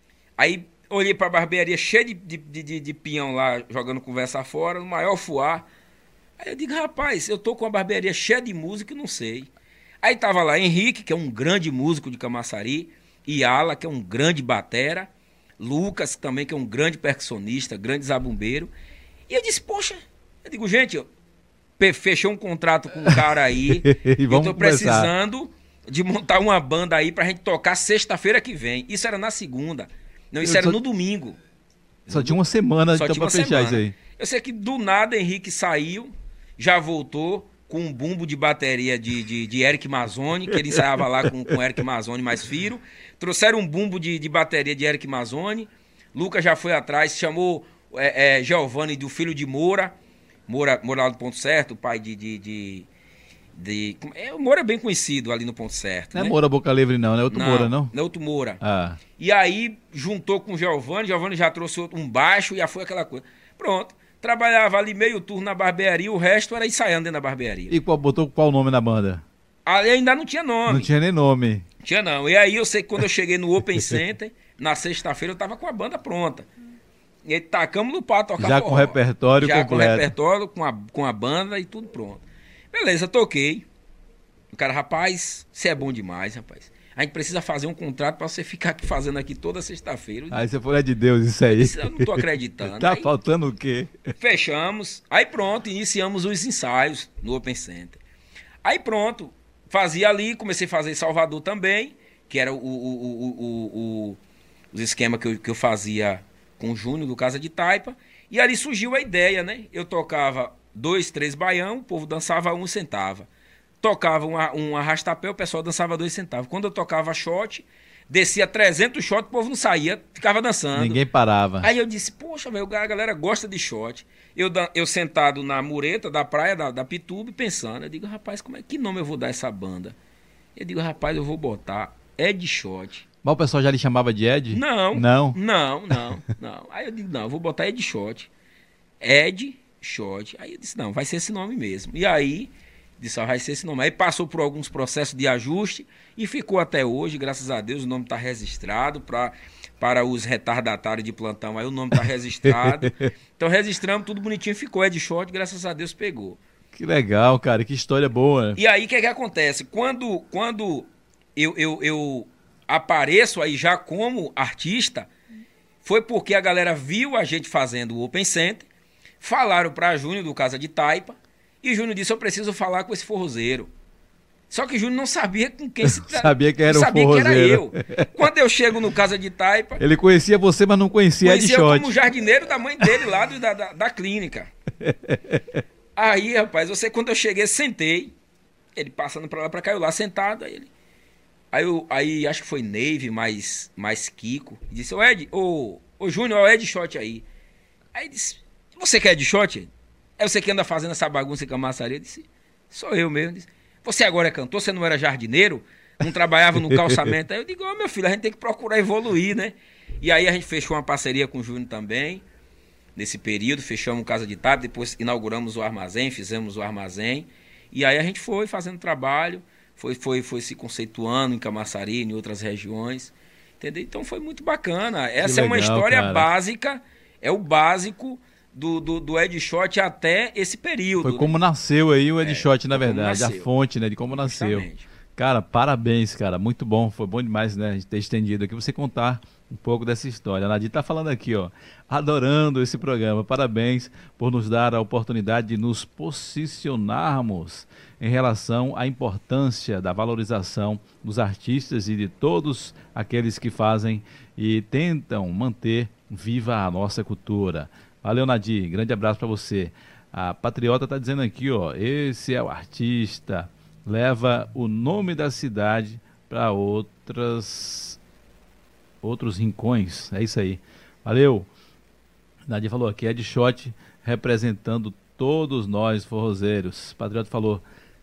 aí olhei pra barbearia cheia de, de, de, de peão lá, jogando conversa fora, no maior fuá. Aí eu digo, rapaz, eu tô com a barbearia cheia de música e não sei. Aí tava lá Henrique, que é um grande músico de Camaçari, Iala, que é um grande batera, Lucas, também, que é um grande percussionista, grande zabumbeiro. E eu disse, poxa, eu digo, gente, eu fechei um contrato com um cara aí, e eu tô precisando de montar uma banda aí pra gente tocar sexta-feira que vem. Isso era na segunda. Não, isso eu era só, no domingo. Só no, tinha uma semana só então tinha pra uma fechar semana. isso aí. Eu sei que do nada Henrique saiu, já voltou com um bumbo de bateria de, de, de Eric Mazzoni, que ele ensaiava lá com, com Eric Mazzoni mais Firo. Trouxeram um bumbo de, de bateria de Eric Mazzoni. Lucas já foi atrás, chamou é, é, Giovanni do filho de Moura. Moura, Moura lá do Ponto Certo, pai de... de, de De, é, o Moura é bem conhecido ali no Ponto Certo. Não né? é Moura Boca Livre, não, não é outro não, Moura, não? Não é outro Moura. Ah. E aí juntou com o Giovanni, Giovanni já trouxe um baixo e já foi aquela coisa. Pronto. Trabalhava ali meio turno na barbearia, o resto era ensaiando dentro da barbearia. E qual, botou qual nome na banda? Ali ainda não tinha nome. Não tinha nem nome. Tinha não. E aí eu sei que quando eu cheguei no Open Center, na sexta-feira eu tava com a banda pronta. E aí tacamos no pau tocar Já forró. com o repertório Já completo. com o repertório, com a, com a banda e tudo pronto. Beleza, toquei. O cara, rapaz, você é bom demais, rapaz. A gente precisa fazer um contrato pra você ficar aqui fazendo aqui toda sexta-feira. Aí você falou, é de Deus isso aí. Eu não tô acreditando. Tá aí, faltando o quê? Fechamos. Aí pronto, iniciamos os ensaios no Open Center. Aí pronto, fazia ali, comecei a fazer em Salvador também, que era o, o, o, o, o, os esquemas que eu, que eu fazia com o Júnior do Casa de Taipa. E ali surgiu a ideia, né? Eu tocava dois, três baião, o povo dançava um e sentava. Tocava um, um arrastapé, o pessoal dançava dois centavos. Quando eu tocava shot, descia trezentos shot, o povo não saía, ficava dançando. Ninguém parava. Aí eu disse, poxa, velho, a galera gosta de shot. Eu, eu sentado na mureta da praia, da, da Pituba, pensando, eu digo, rapaz, como é, que nome eu vou dar essa banda? Eu digo, rapaz, eu vou botar Ed Shot. Mas o pessoal já lhe chamava de Ed? Não. Não? Não, não, não. Aí eu digo, não, eu vou botar Ed Shot. Ed Shot. Aí eu disse, não, vai ser esse nome mesmo. E aí... disse, ah, vai ser esse nome. Aí passou por alguns processos de ajuste e ficou até hoje, graças a Deus, o nome está registrado pra, para os retardatários de plantão. Aí o nome está registrado. Então registramos, tudo bonitinho, ficou Ed Shot, graças a Deus pegou. Que legal, cara, que história boa. E aí o que, é que acontece? Quando, quando eu, eu, eu apareço aí já como artista, foi porque a galera viu a gente fazendo o Open Center, falaram para Júnior do Casa de Taipa, e Júnior disse, eu preciso falar com esse forrozeiro. Só que Júnior não sabia com quem se tratava. Sabia que era um sabia forrozeiro. que era eu. Quando eu chego no Casa de Taipa... Ele conhecia você, mas não conhecia Ed Shot. Conhecia como jardineiro da mãe dele lá do, da, da, da clínica. Aí, rapaz, você quando eu cheguei, sentei. Ele passando pra lá, pra cá, eu lá sentado. Aí, ele, aí, eu, aí acho que foi Neve mais, mais Kiko. E disse, ô Ed, ô, ô Júnior, ó o Ed Shot aí. Aí disse, você quer Ed Shot? É você que anda fazendo essa bagunça em Camaçari? Eu disse, sou eu mesmo. Disse, você agora é cantor, você não era jardineiro? Não trabalhava no calçamento? Aí eu digo, ó, oh, meu filho, a gente tem que procurar evoluir, né? E aí a gente fechou uma parceria com o Júnior também, nesse período, fechamos Casa de Taipa, depois inauguramos o armazém, fizemos o armazém, e aí a gente foi fazendo trabalho, foi, foi, foi se conceituando em Camaçari, em outras regiões, entendeu? Então foi muito bacana. Essa legal, é uma história cara. básica, é o básico... Do, do, do Ed Shot até esse período. Foi como né? nasceu aí o Ed é, Shot, na verdade, a fonte, né, de como nasceu. Justamente. Cara, parabéns, cara, muito bom, foi bom demais, né, a gente ter estendido aqui, você contar um pouco dessa história. A Nadir está falando aqui, ó, adorando esse programa. Parabéns por nos dar a oportunidade de nos posicionarmos em relação à importância da valorização dos artistas e de todos aqueles que fazem e tentam manter viva a nossa cultura. Valeu, Nadir. Grande abraço para você. A Patriota está dizendo aqui, ó, esse é o artista, leva o nome da cidade para outras outros rincões. É isso aí. Valeu. Nadir falou aqui, é de shot representando todos nós forrozeiros. Patriota falou,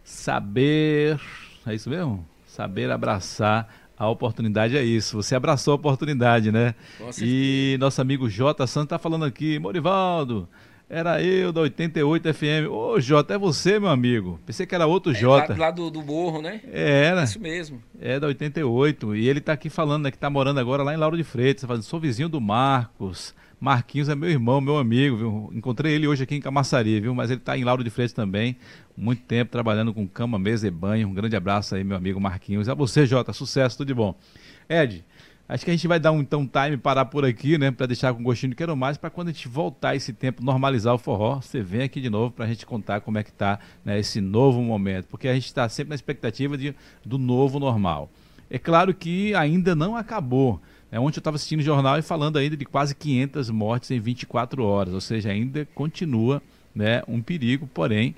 saber, é isso mesmo? Saber abraçar a oportunidade é isso. Você abraçou a oportunidade, né? E nosso amigo J. Santos está falando aqui, Morivaldo, era eu da oitenta e oito F M. Ô, Jota, é você, meu amigo. Pensei que era outro Jota. É, lá, lá do, do Morro, né? É, era. Isso mesmo. É da oitenta e oito. E ele tá aqui falando, né, que tá morando agora lá em Lauro de Freitas. Tá fazendo, sou vizinho do Marcos. Marquinhos é meu irmão, meu amigo, viu? Encontrei ele hoje aqui em Camaçari, viu? Mas ele tá em Lauro de Freitas também. Muito tempo trabalhando com cama, mesa e banho. Um grande abraço aí, meu amigo Marquinhos. A você, Jota. Sucesso, tudo de bom. Ed, acho que a gente vai dar um então time parar por aqui, né? Para deixar com gostinho de quero mais, para quando a gente voltar esse tempo, normalizar o forró, você vem aqui de novo para a gente contar como é que tá, né, esse novo momento, porque a gente está sempre na expectativa de, do novo normal. É claro que ainda não acabou. Né? Ontem eu estava assistindo o jornal e falando ainda de quase quinhentas mortes em vinte e quatro horas, ou seja, ainda continua, né, um perigo, porém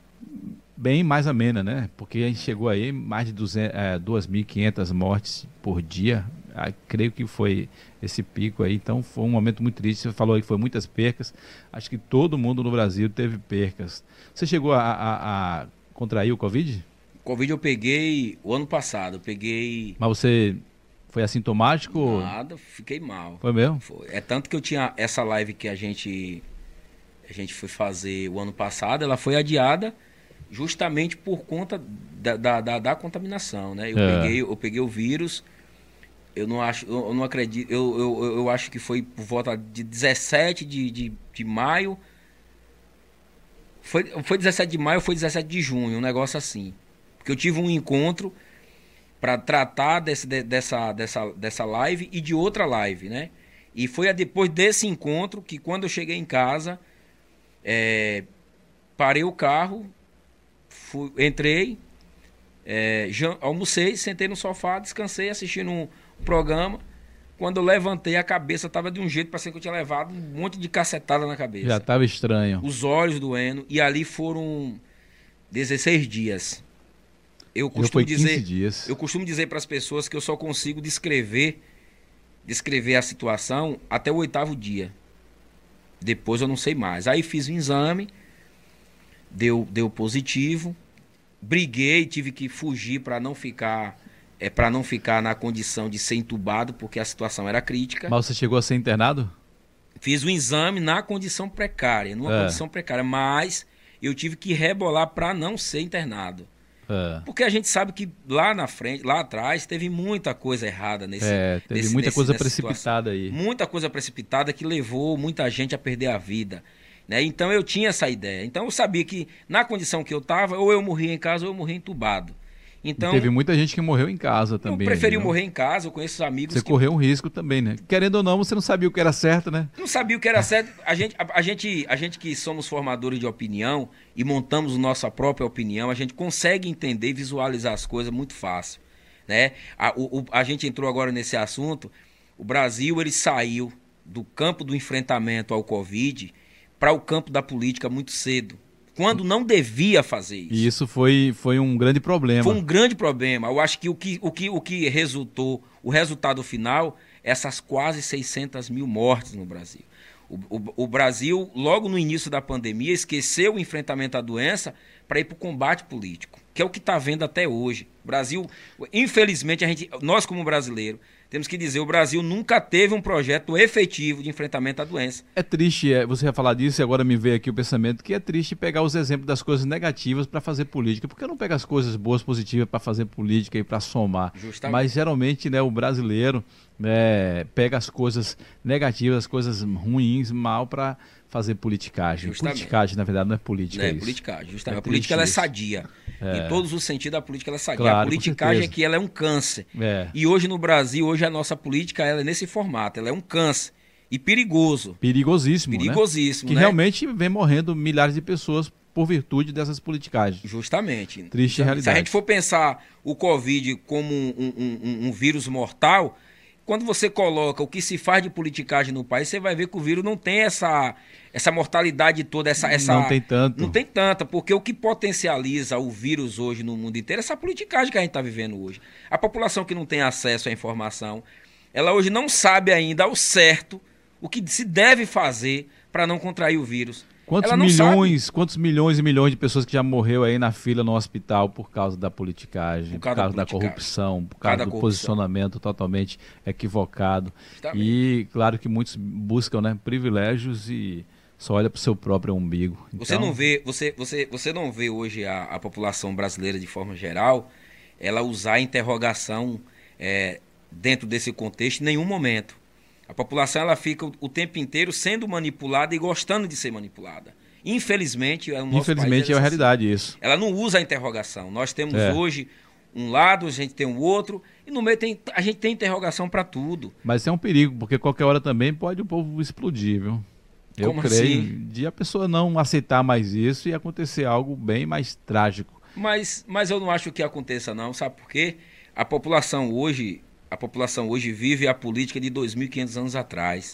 bem mais amena, né? Porque a gente chegou aí mais de duas mil e quinhentas mortes por dia. Ah, creio que foi esse pico aí, então foi um momento muito triste. Você falou aí que foi muitas percas, acho que todo mundo no Brasil teve percas. Você chegou a, a, a contrair o Covid? Covid eu peguei o ano passado, eu peguei... Mas você foi assintomático? Nada, fiquei mal. Foi mesmo? Foi. É tanto que eu tinha essa live que a gente, a gente foi fazer o ano passado, ela foi adiada justamente por conta da, da, da, da contaminação, né? Eu, é. peguei, eu peguei o vírus... Eu não acho, eu não acredito, eu, eu, eu acho que foi por volta de dezessete de, de, de maio, foi, foi dezessete de maio ou foi dezessete de junho, um negócio assim. Porque eu tive um encontro para tratar desse, de, dessa, dessa, dessa live e de outra live, né? E foi depois desse encontro que quando eu cheguei em casa, é, parei o carro, fui, entrei, é, já, almocei, sentei no sofá, descansei assistindo um programa. Quando eu levantei, a cabeça estava de um jeito, parecia que eu tinha levado um monte de cacetada na cabeça. Já estava estranho. Os olhos doendo. E ali foram dezesseis dias. Eu costumo dizer, dias. eu costumo dizer para as pessoas que eu só consigo descrever, descrever a situação até o oitavo dia. Depois eu não sei mais. Aí fiz o exame, deu, deu positivo. Briguei, tive que fugir para não ficar... É para não ficar na condição de ser entubado, porque a situação era crítica. Mas você chegou a ser internado? Fiz o exame na condição precária, numa é. condição precária, mas eu tive que rebolar para não ser internado. É. Porque a gente sabe que lá na frente, lá atrás, teve muita coisa errada nesse É, teve nesse, muita nesse, coisa precipitada aí. Muita coisa precipitada que levou muita gente a perder a vida. Né? Então eu tinha essa ideia. Então eu sabia que na condição que eu estava, ou eu morria em casa ou eu morria entubado. Então, e teve muita gente que morreu em casa também. Eu preferi viu? morrer em casa, eu conheço amigos Você que... correu um risco também, né? Querendo ou não, você não sabia o que era certo, né? Não sabia o que era certo. A gente, a, a gente, a gente que somos formadores de opinião e montamos nossa própria opinião, a gente consegue entender e visualizar as coisas muito fácil. Né? A, o, a gente entrou agora nesse assunto. O Brasil ele saiu do campo do enfrentamento ao Covid para o campo da política muito cedo. Quando não devia fazer isso. E isso foi, foi um grande problema. Foi um grande problema. Eu acho que o que, o que, o que resultou, o resultado final, essas quase seiscentas mil mortes no Brasil. O, o, o Brasil, logo no início da pandemia, esqueceu o enfrentamento à doença para ir para o combate político, que é o que está vendo até hoje. O Brasil, infelizmente, a gente, nós como brasileiros, temos que dizer, o Brasil nunca teve um projeto efetivo de enfrentamento à doença. É triste, é, você ia falar disso e agora me veio aqui o pensamento que é triste pegar os exemplos das coisas negativas para fazer política. Por que não pega as coisas boas, positivas para fazer política e para somar? Justamente. Mas geralmente, né, o brasileiro, né, pega as coisas negativas, as coisas ruins, mal para fazer politicagem. Justamente. Politicagem, na verdade, não é política. É, é isso. politicagem, justamente. É a política ela é isso. sadia. É. Em todos os sentidos, a política ela é sadia. Claro, a com politicagem certeza. aqui ela é um câncer. É. E hoje no Brasil, hoje a nossa política ela é nesse formato, ela é um câncer. E perigoso. Perigosíssimo, Perigosíssimo, né? Que né? realmente vem morrendo milhares de pessoas por virtude dessas politicagens. Justamente. Triste Se realidade. a gente for pensar o Covid como um, um, um, um vírus mortal, quando você coloca o que se faz de politicagem no país, você vai ver que o vírus não tem essa, essa mortalidade toda, essa, essa... Não tem tanto. Não tem tanta, porque o que potencializa o vírus hoje no mundo inteiro é essa politicagem que a gente está vivendo hoje. A população que não tem acesso à informação, ela hoje não sabe ainda ao certo o que se deve fazer para não contrair o vírus. Quantos Ela não milhões, sabe. quantos milhões e milhões de pessoas que já morreu aí na fila no hospital por causa da politicagem, por causa, da, da corrupção, por causa Cada do corrupção. posicionamento totalmente equivocado. Justamente. E claro que muitos buscam, né, privilégios e só olha para o seu próprio umbigo. Você Então, não vê, você, você, você não vê hoje a, a população brasileira de forma geral, ela usar a interrogação é, dentro desse contexto em nenhum momento. A população ela fica o, o tempo inteiro sendo manipulada e gostando de ser manipulada. Infelizmente, é o nosso infelizmente país, é a assim. realidade isso. Ela não usa a interrogação. Nós temos É. hoje um lado, a gente tem o outro, e no meio tem, a gente tem interrogação para tudo. Mas é um perigo, porque qualquer hora também pode o povo explodir, viu? Eu Como creio assim? de a pessoa não aceitar mais isso e acontecer algo bem mais trágico. Mas, mas eu não acho que aconteça não, sabe por quê? A população hoje, a população hoje vive a política de dois mil e quinhentos anos atrás.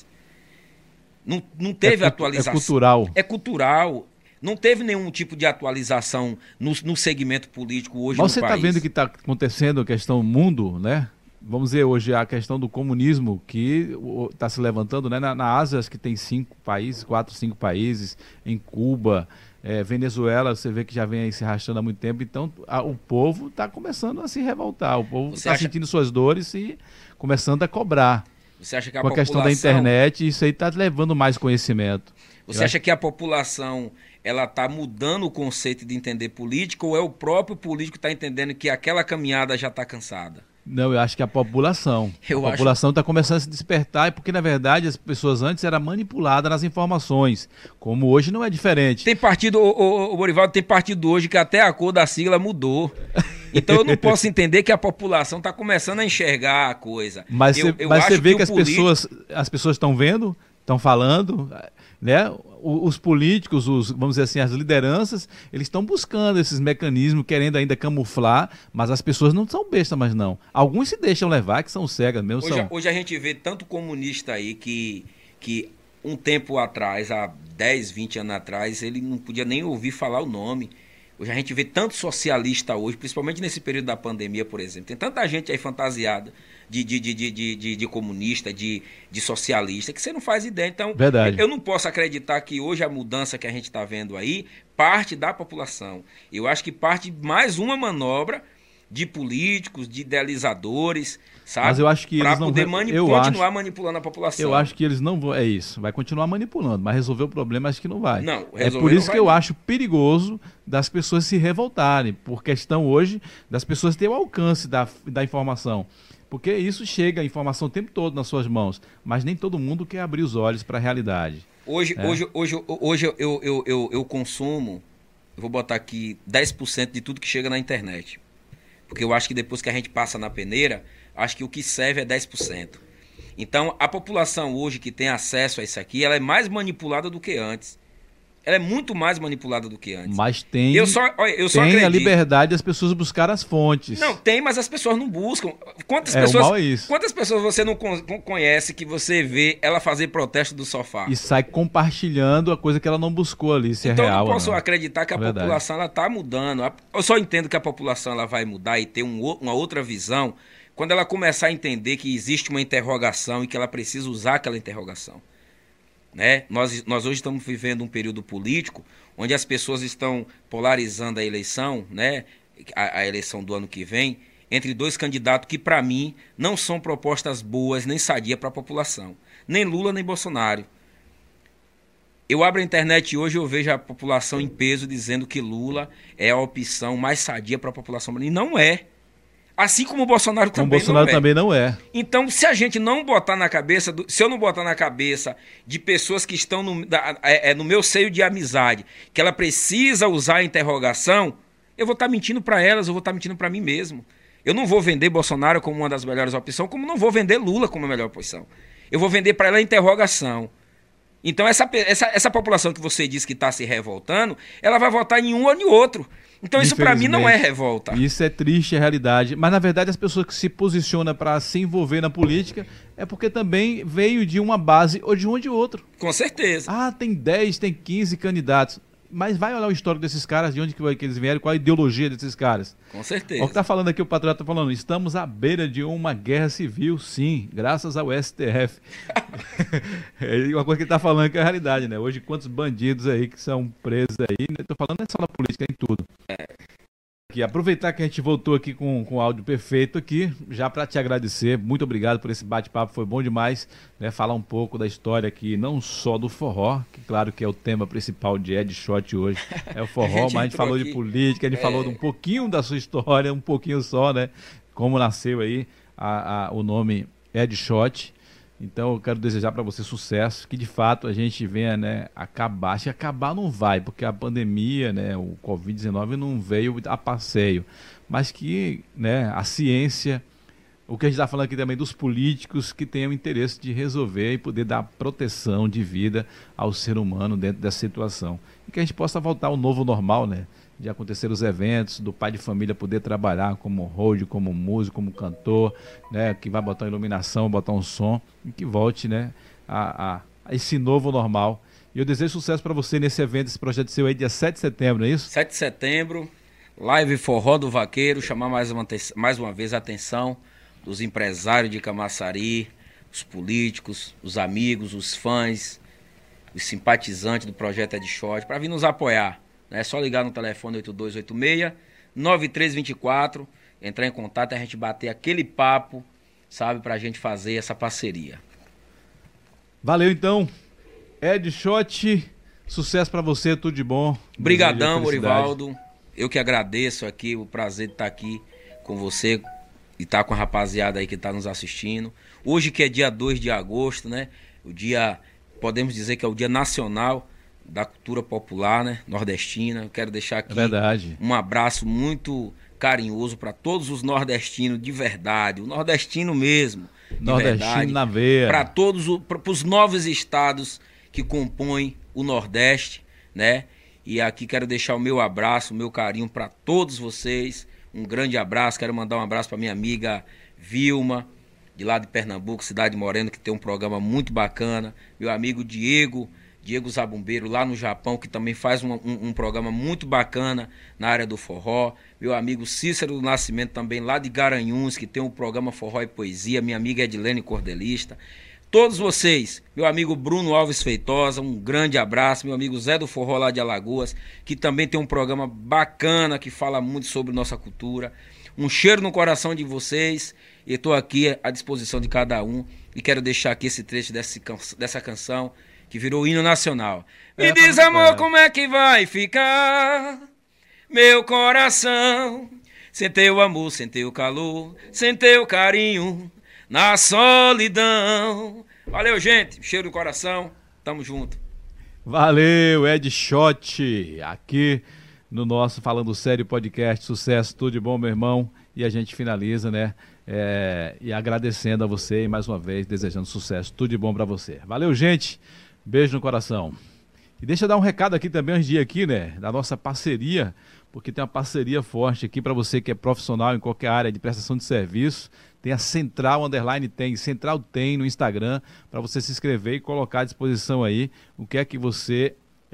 Não, não teve é, atualização. É cultural. É cultural. Não teve nenhum tipo de atualização no, no segmento político hoje Mas no você país. está vendo o que está acontecendo, a questão mundo, né? Vamos ver hoje a questão do comunismo que está se levantando, né? Na, na Ásia, acho que tem cinco países, quatro, cinco países, em Cuba, é, Venezuela, você vê que já vem aí se arrastando há muito tempo. Então, a, o povo está começando a se revoltar, o povo está acha... sentindo suas dores e começando a cobrar. Você acha que a Com a população... questão da internet, isso aí está levando mais conhecimento. Você acha que a população ela está mudando o conceito de entender política ou é o próprio político que está entendendo que aquela caminhada já está cansada? Não, eu acho que a população. Eu a acho... população está começando a se despertar, porque na verdade as pessoas antes eram manipuladas nas informações, como hoje não é diferente. Tem partido, o, o, o Borivaldo, tem partido hoje que até a cor da sigla mudou. Então eu não posso entender que a população está começando a enxergar a coisa. Mas eu, você eu mas acho você vê que, que as político... pessoas as pessoas estão vendo, estão falando, né? Os políticos, os, vamos dizer assim, as lideranças, eles estão buscando esses mecanismos, querendo ainda camuflar, mas as pessoas não são bestas mais não. Alguns se deixam levar, que são cegas mesmo. Hoje, são... hoje a gente vê tanto comunista aí que, que um tempo atrás, há dez, vinte anos atrás, ele não podia nem ouvir falar o nome. Hoje a gente vê tanto socialista hoje, principalmente nesse período da pandemia, por exemplo. Tem tanta gente aí fantasiada de, de, de, de, de, de, de comunista, de, de socialista, que você não faz ideia. Então, Verdade. Eu não posso acreditar que hoje a mudança que a gente está vendo aí parte da população. Eu acho que parte de mais uma manobra de políticos, de idealizadores, sabe? Mas eu acho que para eles não poder vão... mani... eu continuar acho... manipulando a população. Eu acho que eles não vão. É isso. Vai continuar manipulando, mas resolver o problema acho que não vai. Não, é por isso que não eu não. acho perigoso das pessoas se revoltarem, por questão hoje das pessoas terem o alcance da, da informação. Porque isso chega, a informação o tempo todo nas suas mãos, mas nem todo mundo quer abrir os olhos para a realidade. Hoje, é. hoje, hoje, hoje eu, eu, eu, eu consumo, eu vou botar aqui dez por cento de tudo que chega na internet. Porque eu acho que depois que a gente passa na peneira, acho que o que serve é dez por cento. Então, a população hoje que tem acesso a isso aqui, ela é mais manipulada do que antes. Ela é muito mais manipulada do que antes. Mas tem, eu só, olha, eu só tem acredito. a liberdade das pessoas buscar as fontes. Não, tem, mas as pessoas não buscam. Quantas é, pessoas, o mal é isso. Quantas pessoas você não conhece que você vê ela fazer protesto do sofá? E sai compartilhando a coisa que ela não buscou ali, se então, é real. Então eu não posso não. acreditar que a é população está mudando. Eu só entendo que a população ela vai mudar e ter um, uma outra visão quando ela começar a entender que existe uma interrogação e que ela precisa usar aquela interrogação. Né? Nós, nós hoje estamos vivendo um período político onde as pessoas estão polarizando a eleição, né? a, a eleição do ano que vem, entre dois candidatos que, para mim, não são propostas boas nem sadias para a população. Nem Lula, nem Bolsonaro. Eu abro a internet hoje e eu vejo a população em peso dizendo que Lula é a opção mais sadia para a população. E não é. Assim como o Bolsonaro Como o também Bolsonaro não é. também não é. Então, se a gente não botar na cabeça, do, se eu não botar na cabeça de pessoas que estão no, da, é, é, no meu seio de amizade, que ela precisa usar a interrogação, eu vou estar mentindo para elas, eu vou estar mentindo para mim mesmo. Eu não vou vender Bolsonaro como uma das melhores opções, como não vou vender Lula como a melhor opção. Eu vou vender para ela a interrogação. Então, essa, essa, essa população que você disse que está se revoltando, ela vai votar em um ou em outro. Então, isso para mim não é revolta. Isso é triste, é realidade. Mas, na verdade, as pessoas que se posicionam para se envolver na política é porque também veio de uma base ou de um ou de outro. Com certeza. Ah, tem dez, tem quinze candidatos. Mas vai olhar o histórico desses caras, de onde que eles vieram, qual a ideologia desses caras. Com certeza. Olha o que está falando aqui, o patriota está falando, estamos à beira de uma guerra civil, sim, graças ao S T F. É uma coisa que ele está falando que é a realidade, né? Hoje, quantos bandidos aí que são presos aí, né? Estou falando não é só na política, é em tudo. É. Aqui, aproveitar que a gente voltou aqui com, com o áudio perfeito aqui, já para te agradecer, muito obrigado por esse bate-papo, foi bom demais, né, falar um pouco da história aqui, não só do forró, que claro que é o tema principal de Ed Shot hoje, é o forró, a mas a gente falou aqui de política, a gente é... falou de um pouquinho da sua história, um pouquinho só, né, como nasceu aí a, a, o nome Ed Shot. Então eu quero desejar para você sucesso, que de fato a gente venha, né, acabar, acho que acabar não vai, porque a pandemia, né, o covid dezenove não veio a passeio, mas que, né, a ciência, o que a gente está falando aqui também dos políticos que tenham interesse de resolver e poder dar proteção de vida ao ser humano dentro dessa situação. E que a gente possa voltar ao novo normal, né, de acontecer os eventos, do pai de família poder trabalhar como road, como músico, como cantor, né, que vai botar iluminação, botar um som, e que volte, né, a, a, a esse novo normal. E eu desejo sucesso para você nesse evento, esse projeto seu aí, dia sete de setembro, não é isso? sete de setembro, live Forró do Vaqueiro, chamar mais uma, mais uma vez a atenção dos empresários de Camaçari, os políticos, os amigos, os fãs, os simpatizantes do projeto Ed Shot, para vir nos apoiar. É só ligar no telefone oito dois oito seis, nove três dois quatro, entrar em contato e a gente bater aquele papo, sabe, pra gente fazer essa parceria. Valeu então, Ed Shot, sucesso pra você, tudo de bom. Brigadão, Morivaldo, eu que agradeço aqui, o prazer de estar aqui com você e estar com a rapaziada aí que tá nos assistindo. Hoje que é dia dois de agosto, né, o dia, podemos dizer que é o dia nacional da cultura popular, né, nordestina. Eu quero deixar aqui verdade. um abraço muito carinhoso para todos os nordestinos de verdade, o nordestino mesmo, de nordestino verdade, na veia, para todos os novos estados que compõem o Nordeste, né? E aqui quero deixar o meu abraço, o meu carinho para todos vocês. Um grande abraço. Quero mandar um abraço para minha amiga Vilma, de lá de Pernambuco, cidade de Moreno, que tem um programa muito bacana. Meu amigo Diego Diego Zabumbeiro, lá no Japão, que também faz um, um, um programa muito bacana na área do forró. Meu amigo Cícero do Nascimento, também lá de Garanhuns, que tem um programa Forró e Poesia. Minha amiga Edilene Cordelista. Todos vocês, meu amigo Bruno Alves Feitosa, um grande abraço. Meu amigo Zé do Forró lá de Alagoas, que também tem um programa bacana, que fala muito sobre nossa cultura. Um cheiro no coração de vocês. E estou aqui à disposição de cada um. E quero deixar aqui esse trecho desse, dessa canção, que virou hino nacional. Me é, diz, amor, é. como é que vai ficar meu coração sem teu amor, sem teu calor, sem teu carinho, na solidão. Valeu, gente. Cheiro no coração. Tamo junto. Valeu, Ed Shot, aqui no nosso Falando Sério podcast. Sucesso, tudo de bom, meu irmão. E a gente finaliza, né? É, e agradecendo a você e mais uma vez desejando sucesso, tudo de bom pra você. Valeu, gente. Beijo no coração. E deixa eu dar um recado aqui também, antes de ir aqui, né, da nossa parceria, porque tem uma parceria forte aqui para você que é profissional em qualquer área de prestação de serviço. Tem a Central Underline Tem, Central Tem no Instagram, para você se inscrever e colocar à disposição aí o que é que você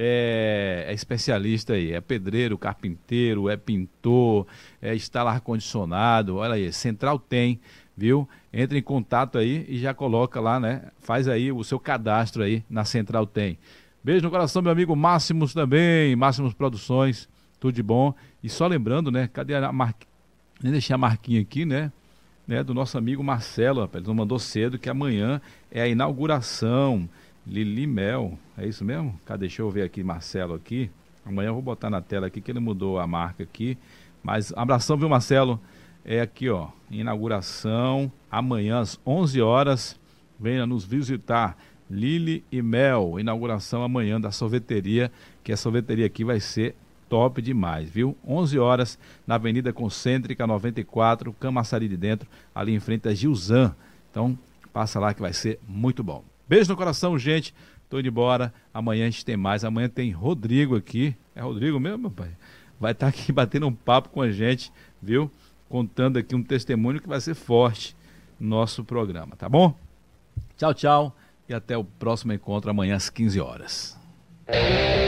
é, é especialista aí. É pedreiro, carpinteiro, é pintor, é instalar ar-condicionado, olha aí, Central Tem. Viu? Entre em contato aí e já coloca lá, né? Faz aí o seu cadastro aí na Central Tem. Beijo no coração, meu amigo Máximos também, Máximos Produções, tudo de bom. E só lembrando, né? Cadê a marquinha? Nem deixei a marquinha aqui, né? né? Do nosso amigo Marcelo, rapaz, ele não mandou cedo, que amanhã é a inauguração. Lili Mel, é isso mesmo? Cadê? Deixa eu ver aqui, Marcelo aqui. Amanhã eu vou botar na tela aqui que ele mudou a marca aqui. Mas abração, viu, Marcelo? é aqui, ó, inauguração amanhã às onze horas. Venha nos visitar. Lili e Mel, inauguração amanhã da sorveteria, que a sorveteria aqui vai ser top demais, viu? onze horas na Avenida Concêntrica noventa e quatro, Camaçari de Dentro, ali em frente a Gilzan. Então, passa lá que vai ser muito bom. Beijo no coração, gente. Tô indo embora. Amanhã a gente tem mais. Amanhã tem Rodrigo aqui. É Rodrigo mesmo, meu pai? Vai estar aqui batendo um papo com a gente, viu? Contando aqui um testemunho que vai ser forte no nosso programa, tá bom? Tchau, tchau. E até o próximo encontro amanhã às quinze horas.